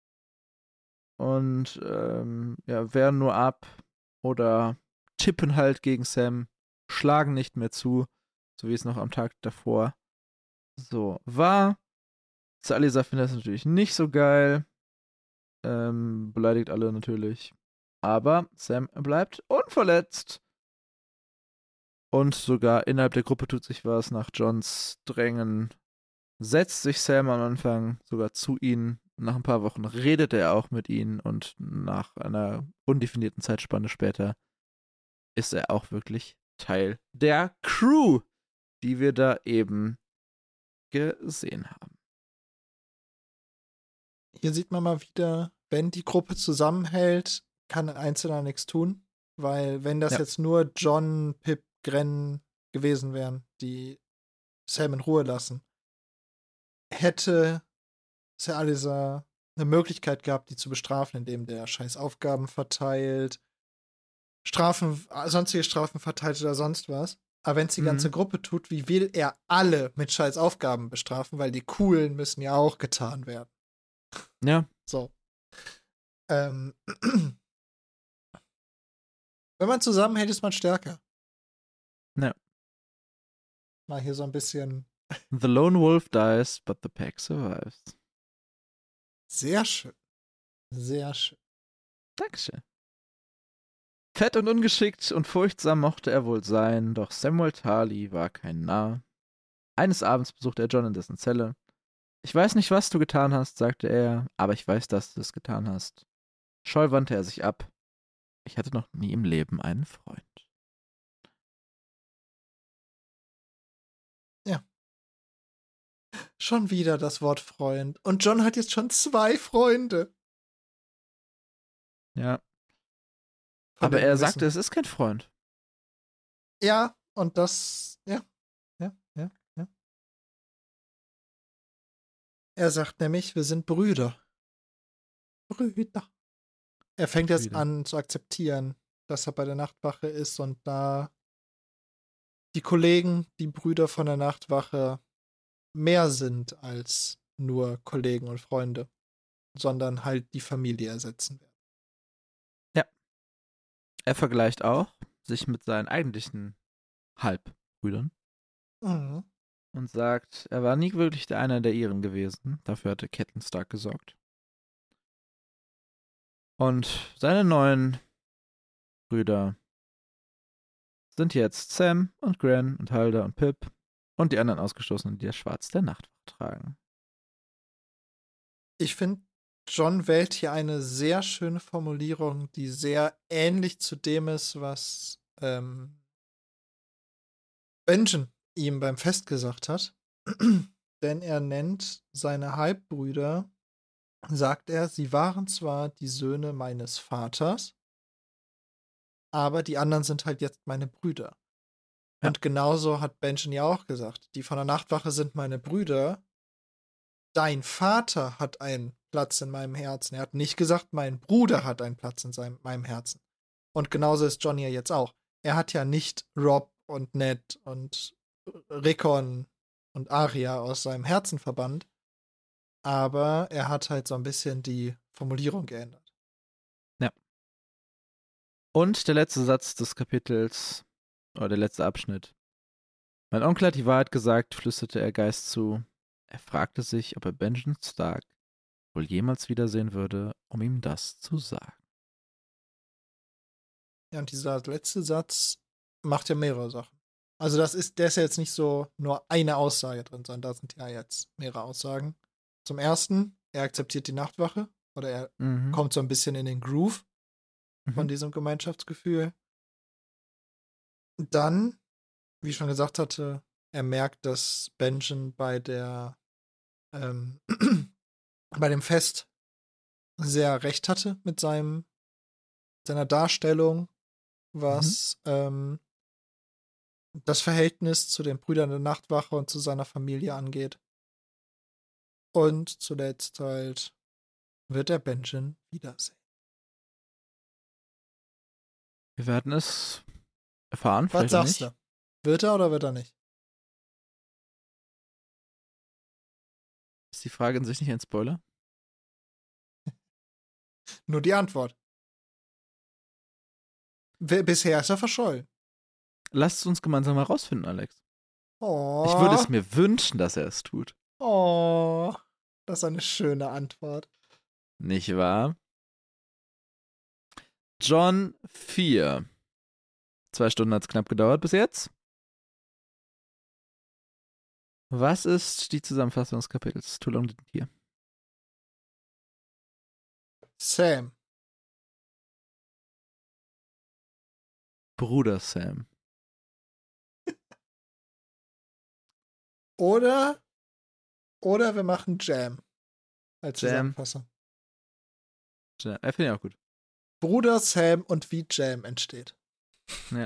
Und wehren nur ab oder tippen halt gegen Sam, schlagen nicht mehr zu, so wie es noch am Tag davor so war. Salisa findet das natürlich nicht so geil. Beleidigt alle natürlich. Aber Sam bleibt unverletzt. Und sogar innerhalb der Gruppe tut sich was. Nach Johns Drängen setzt sich Sam am Anfang sogar zu ihnen. Nach ein paar Wochen redet er auch mit ihnen. Und nach einer undefinierten Zeitspanne später ist er auch wirklich Teil der Crew, die wir da eben gesehen haben. Hier sieht man mal wieder, wenn die Gruppe zusammenhält, kann ein Einzelner nichts tun. Weil wenn das jetzt nur John, Pip, Gren gewesen wären, die Sam in Ruhe lassen, hätte Sir Alisa eine Möglichkeit gehabt, die zu bestrafen, indem der scheiß Aufgaben verteilt, sonstige Strafen verteilt oder sonst was. Aber wenn es die ganze Gruppe tut, wie will er alle mit scheiß Aufgaben bestrafen? Weil die Coolen müssen ja auch getan werden. Ja. So. Wenn man zusammenhält, ist man stärker. Ja. Mal hier so ein bisschen. The lone wolf dies, but the pack survives. Sehr schön. Sehr schön. Dankeschön. Fett und ungeschickt und furchtsam mochte er wohl sein, doch Samwell Tarly war kein Narr. Eines Abends besuchte er John in dessen Zelle. Ich weiß nicht, was du getan hast, sagte er, aber ich weiß, dass du es getan hast. Scheu wandte er sich ab. Ich hatte noch nie im Leben einen Freund. Ja. Schon wieder das Wort Freund. Und John hat jetzt schon 2 Freunde. Ja. Aber er sagte, es ist kein Freund. Ja, und das, ja. Er sagt nämlich, wir sind Brüder. Brüder. Er fängt jetzt an zu akzeptieren, dass er bei der Nachtwache ist und da die Kollegen, die Brüder von der Nachtwache, mehr sind als nur Kollegen und Freunde, sondern halt die Familie ersetzen werden. Er vergleicht auch sich mit seinen eigentlichen Halbbrüdern Mhm. und sagt, er war nie wirklich einer der ihren gewesen. Dafür hatte Catelyn Stark gesorgt. Und seine neuen Brüder sind jetzt Sam und Gran und Halder und Pip und die anderen Ausgestoßenen, die das Schwarz der Nachtwache tragen. Ich finde, John wählt hier eine sehr schöne Formulierung, die sehr ähnlich zu dem ist, was Benjen ihm beim Fest gesagt hat. Denn er nennt seine Halbbrüder, sagt er, sie waren zwar die Söhne meines Vaters, aber die anderen sind halt jetzt meine Brüder. Ja. Und genauso hat Benjen ja auch gesagt, die von der Nachtwache sind meine Brüder. Dein Vater hat einen Platz in meinem Herzen. Er hat nicht gesagt, mein Bruder hat einen Platz in meinem Herzen. Und genauso ist John ja jetzt auch. Er hat ja nicht Rob und Ned und Rickon und Arya aus seinem Herzen verbannt, aber er hat halt so ein bisschen die Formulierung geändert. Ja. Und der letzte Satz des Kapitels, oder der letzte Abschnitt. Mein Onkel hat die Wahrheit gesagt, flüsterte er Geist zu. Er fragte sich, ob er Benjen Stark wohl jemals wiedersehen würde, um ihm das zu sagen. Ja, und dieser letzte Satz macht ja mehrere Sachen. Also der ist ja jetzt nicht so nur eine Aussage drin, sondern da sind ja jetzt mehrere Aussagen. Zum ersten, er akzeptiert die Nachtwache oder er kommt so ein bisschen in den Groove von diesem Gemeinschaftsgefühl. Dann, wie ich schon gesagt hatte, er merkt, dass Benjen bei bei dem Fest sehr recht hatte mit seiner Darstellung, was das Verhältnis zu den Brüdern der Nachtwache und zu seiner Familie angeht. Und zuletzt halt wird er Benjen wiedersehen. Wir werden es erfahren, Was vielleicht auch sagst nicht. du? Wird er oder wird er nicht? Ist die Frage in sich nicht ein Spoiler? Nur die Antwort. Bisher ist er verschollen. Lasst es uns gemeinsam herausfinden, Alex. Oh. Ich würde es mir wünschen, dass er es tut. Oh. Das ist eine schöne Antwort. Nicht wahr? John 4. 2 Stunden hat es knapp gedauert bis jetzt. Was ist die Zusammenfassung des Kapitels? Too long didn't hear. Sam. Bruder Sam. Oder wir machen Jam als Jam. Zusammenfassung. Jam. Finde ich auch gut. Bruder Sam und wie Jam entsteht. Ja.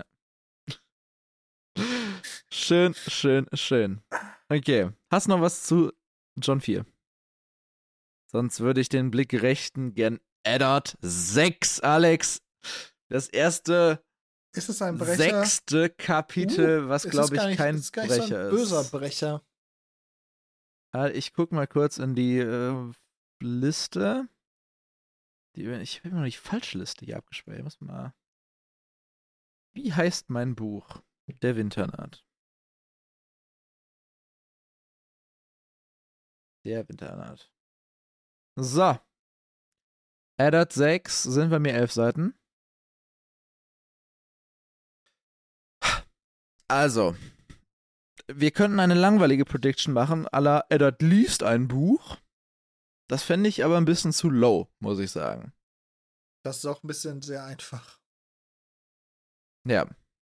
Schön, schön, schön. Okay. Hast du noch was zu John 4? Sonst würde ich den Blick richten gern Eddard 6, Alex. Das erste ist es ein Brecher? 6. Kapitel, was glaube ich kein Brecher ist. So ein böser Brecher. Ich guck mal kurz in die Liste. Ich habe immer noch die falsche Liste hier abgespeichert. Muss mal. Wie heißt mein Buch? Der Winternaht. Der Winternaht. So. Eddard 6 sind bei mir 11 Seiten. Also, wir könnten eine langweilige Prediction machen, à la Eddard liest ein Buch. Das fände ich aber ein bisschen zu low, muss ich sagen. Das ist auch ein bisschen sehr einfach. Ja.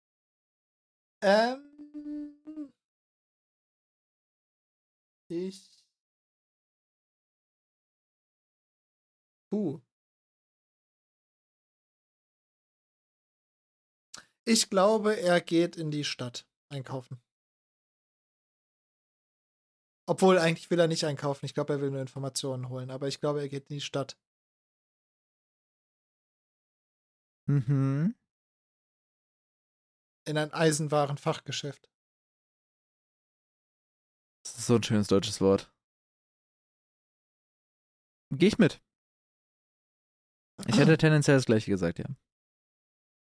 Ich glaube, er geht in die Stadt einkaufen. Obwohl, eigentlich will er nicht einkaufen. Ich glaube, er will nur Informationen holen. Aber ich glaube, er geht in die Stadt. Mhm. In ein Eisenwarenfachgeschäft. Das ist so ein schönes deutsches Wort. Geh ich mit. Ich hätte tendenziell das gleiche gesagt, ja.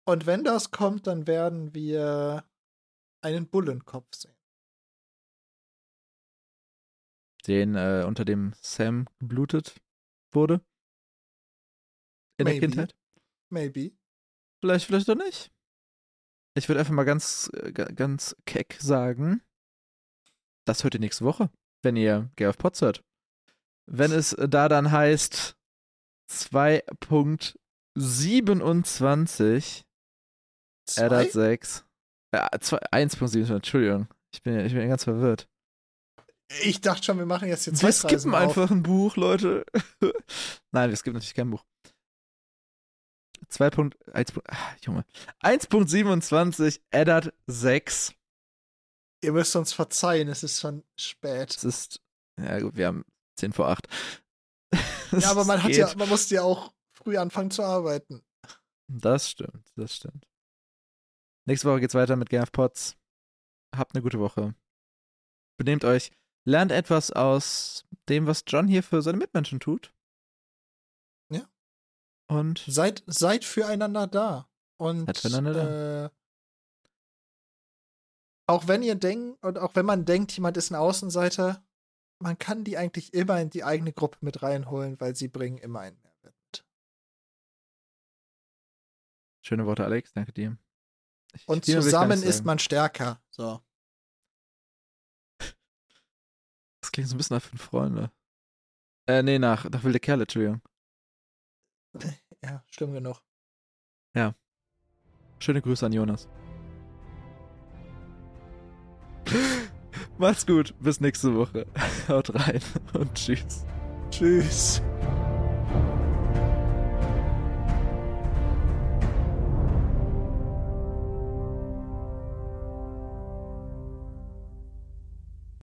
Und wenn das kommt, dann werden wir einen Bullenkopf sehen. Den unter dem Sam geblutet wurde? In der Kindheit? Maybe. Vielleicht doch nicht. Ich würde einfach mal ganz keck sagen, das hört ihr nächste Woche, wenn ihr Gay of Pots hört. Wenn es da dann heißt 2.27 Eddard 6. Ja, 1.27, Entschuldigung. Ich bin ganz verwirrt. Ich dachte schon, wir machen jetzt hier Wir skippen einfach ein Buch, Leute. Nein, wir skippen natürlich kein Buch. 1.27 Eddard 6. Ihr müsst uns verzeihen, es ist schon spät. Es ist, ja gut, wir haben 10 vor 8. Ja, aber man musste ja auch früh anfangen zu arbeiten. Das stimmt. Nächste Woche geht's weiter mit Game of Pots. Habt eine gute Woche. Benehmt euch. Lernt etwas aus dem, was John hier für seine Mitmenschen tut. Ja. Und seid füreinander da. Und seid füreinander da. Auch wenn man denkt, jemand ist ein Außenseiter, man kann die eigentlich immer in die eigene Gruppe mit reinholen, weil sie bringen immer einen Mehrwert mit. Schöne Worte, Alex. Danke dir. Und zusammen ist man stärker. So. Das klingt so ein bisschen nach 5 Freunde. Nee, nach wilde Kerle, Entschuldigung. Ja, stimmt genug. Ja. Schöne Grüße an Jonas. Macht's gut. Bis nächste Woche. Haut rein und tschüss. Tschüss.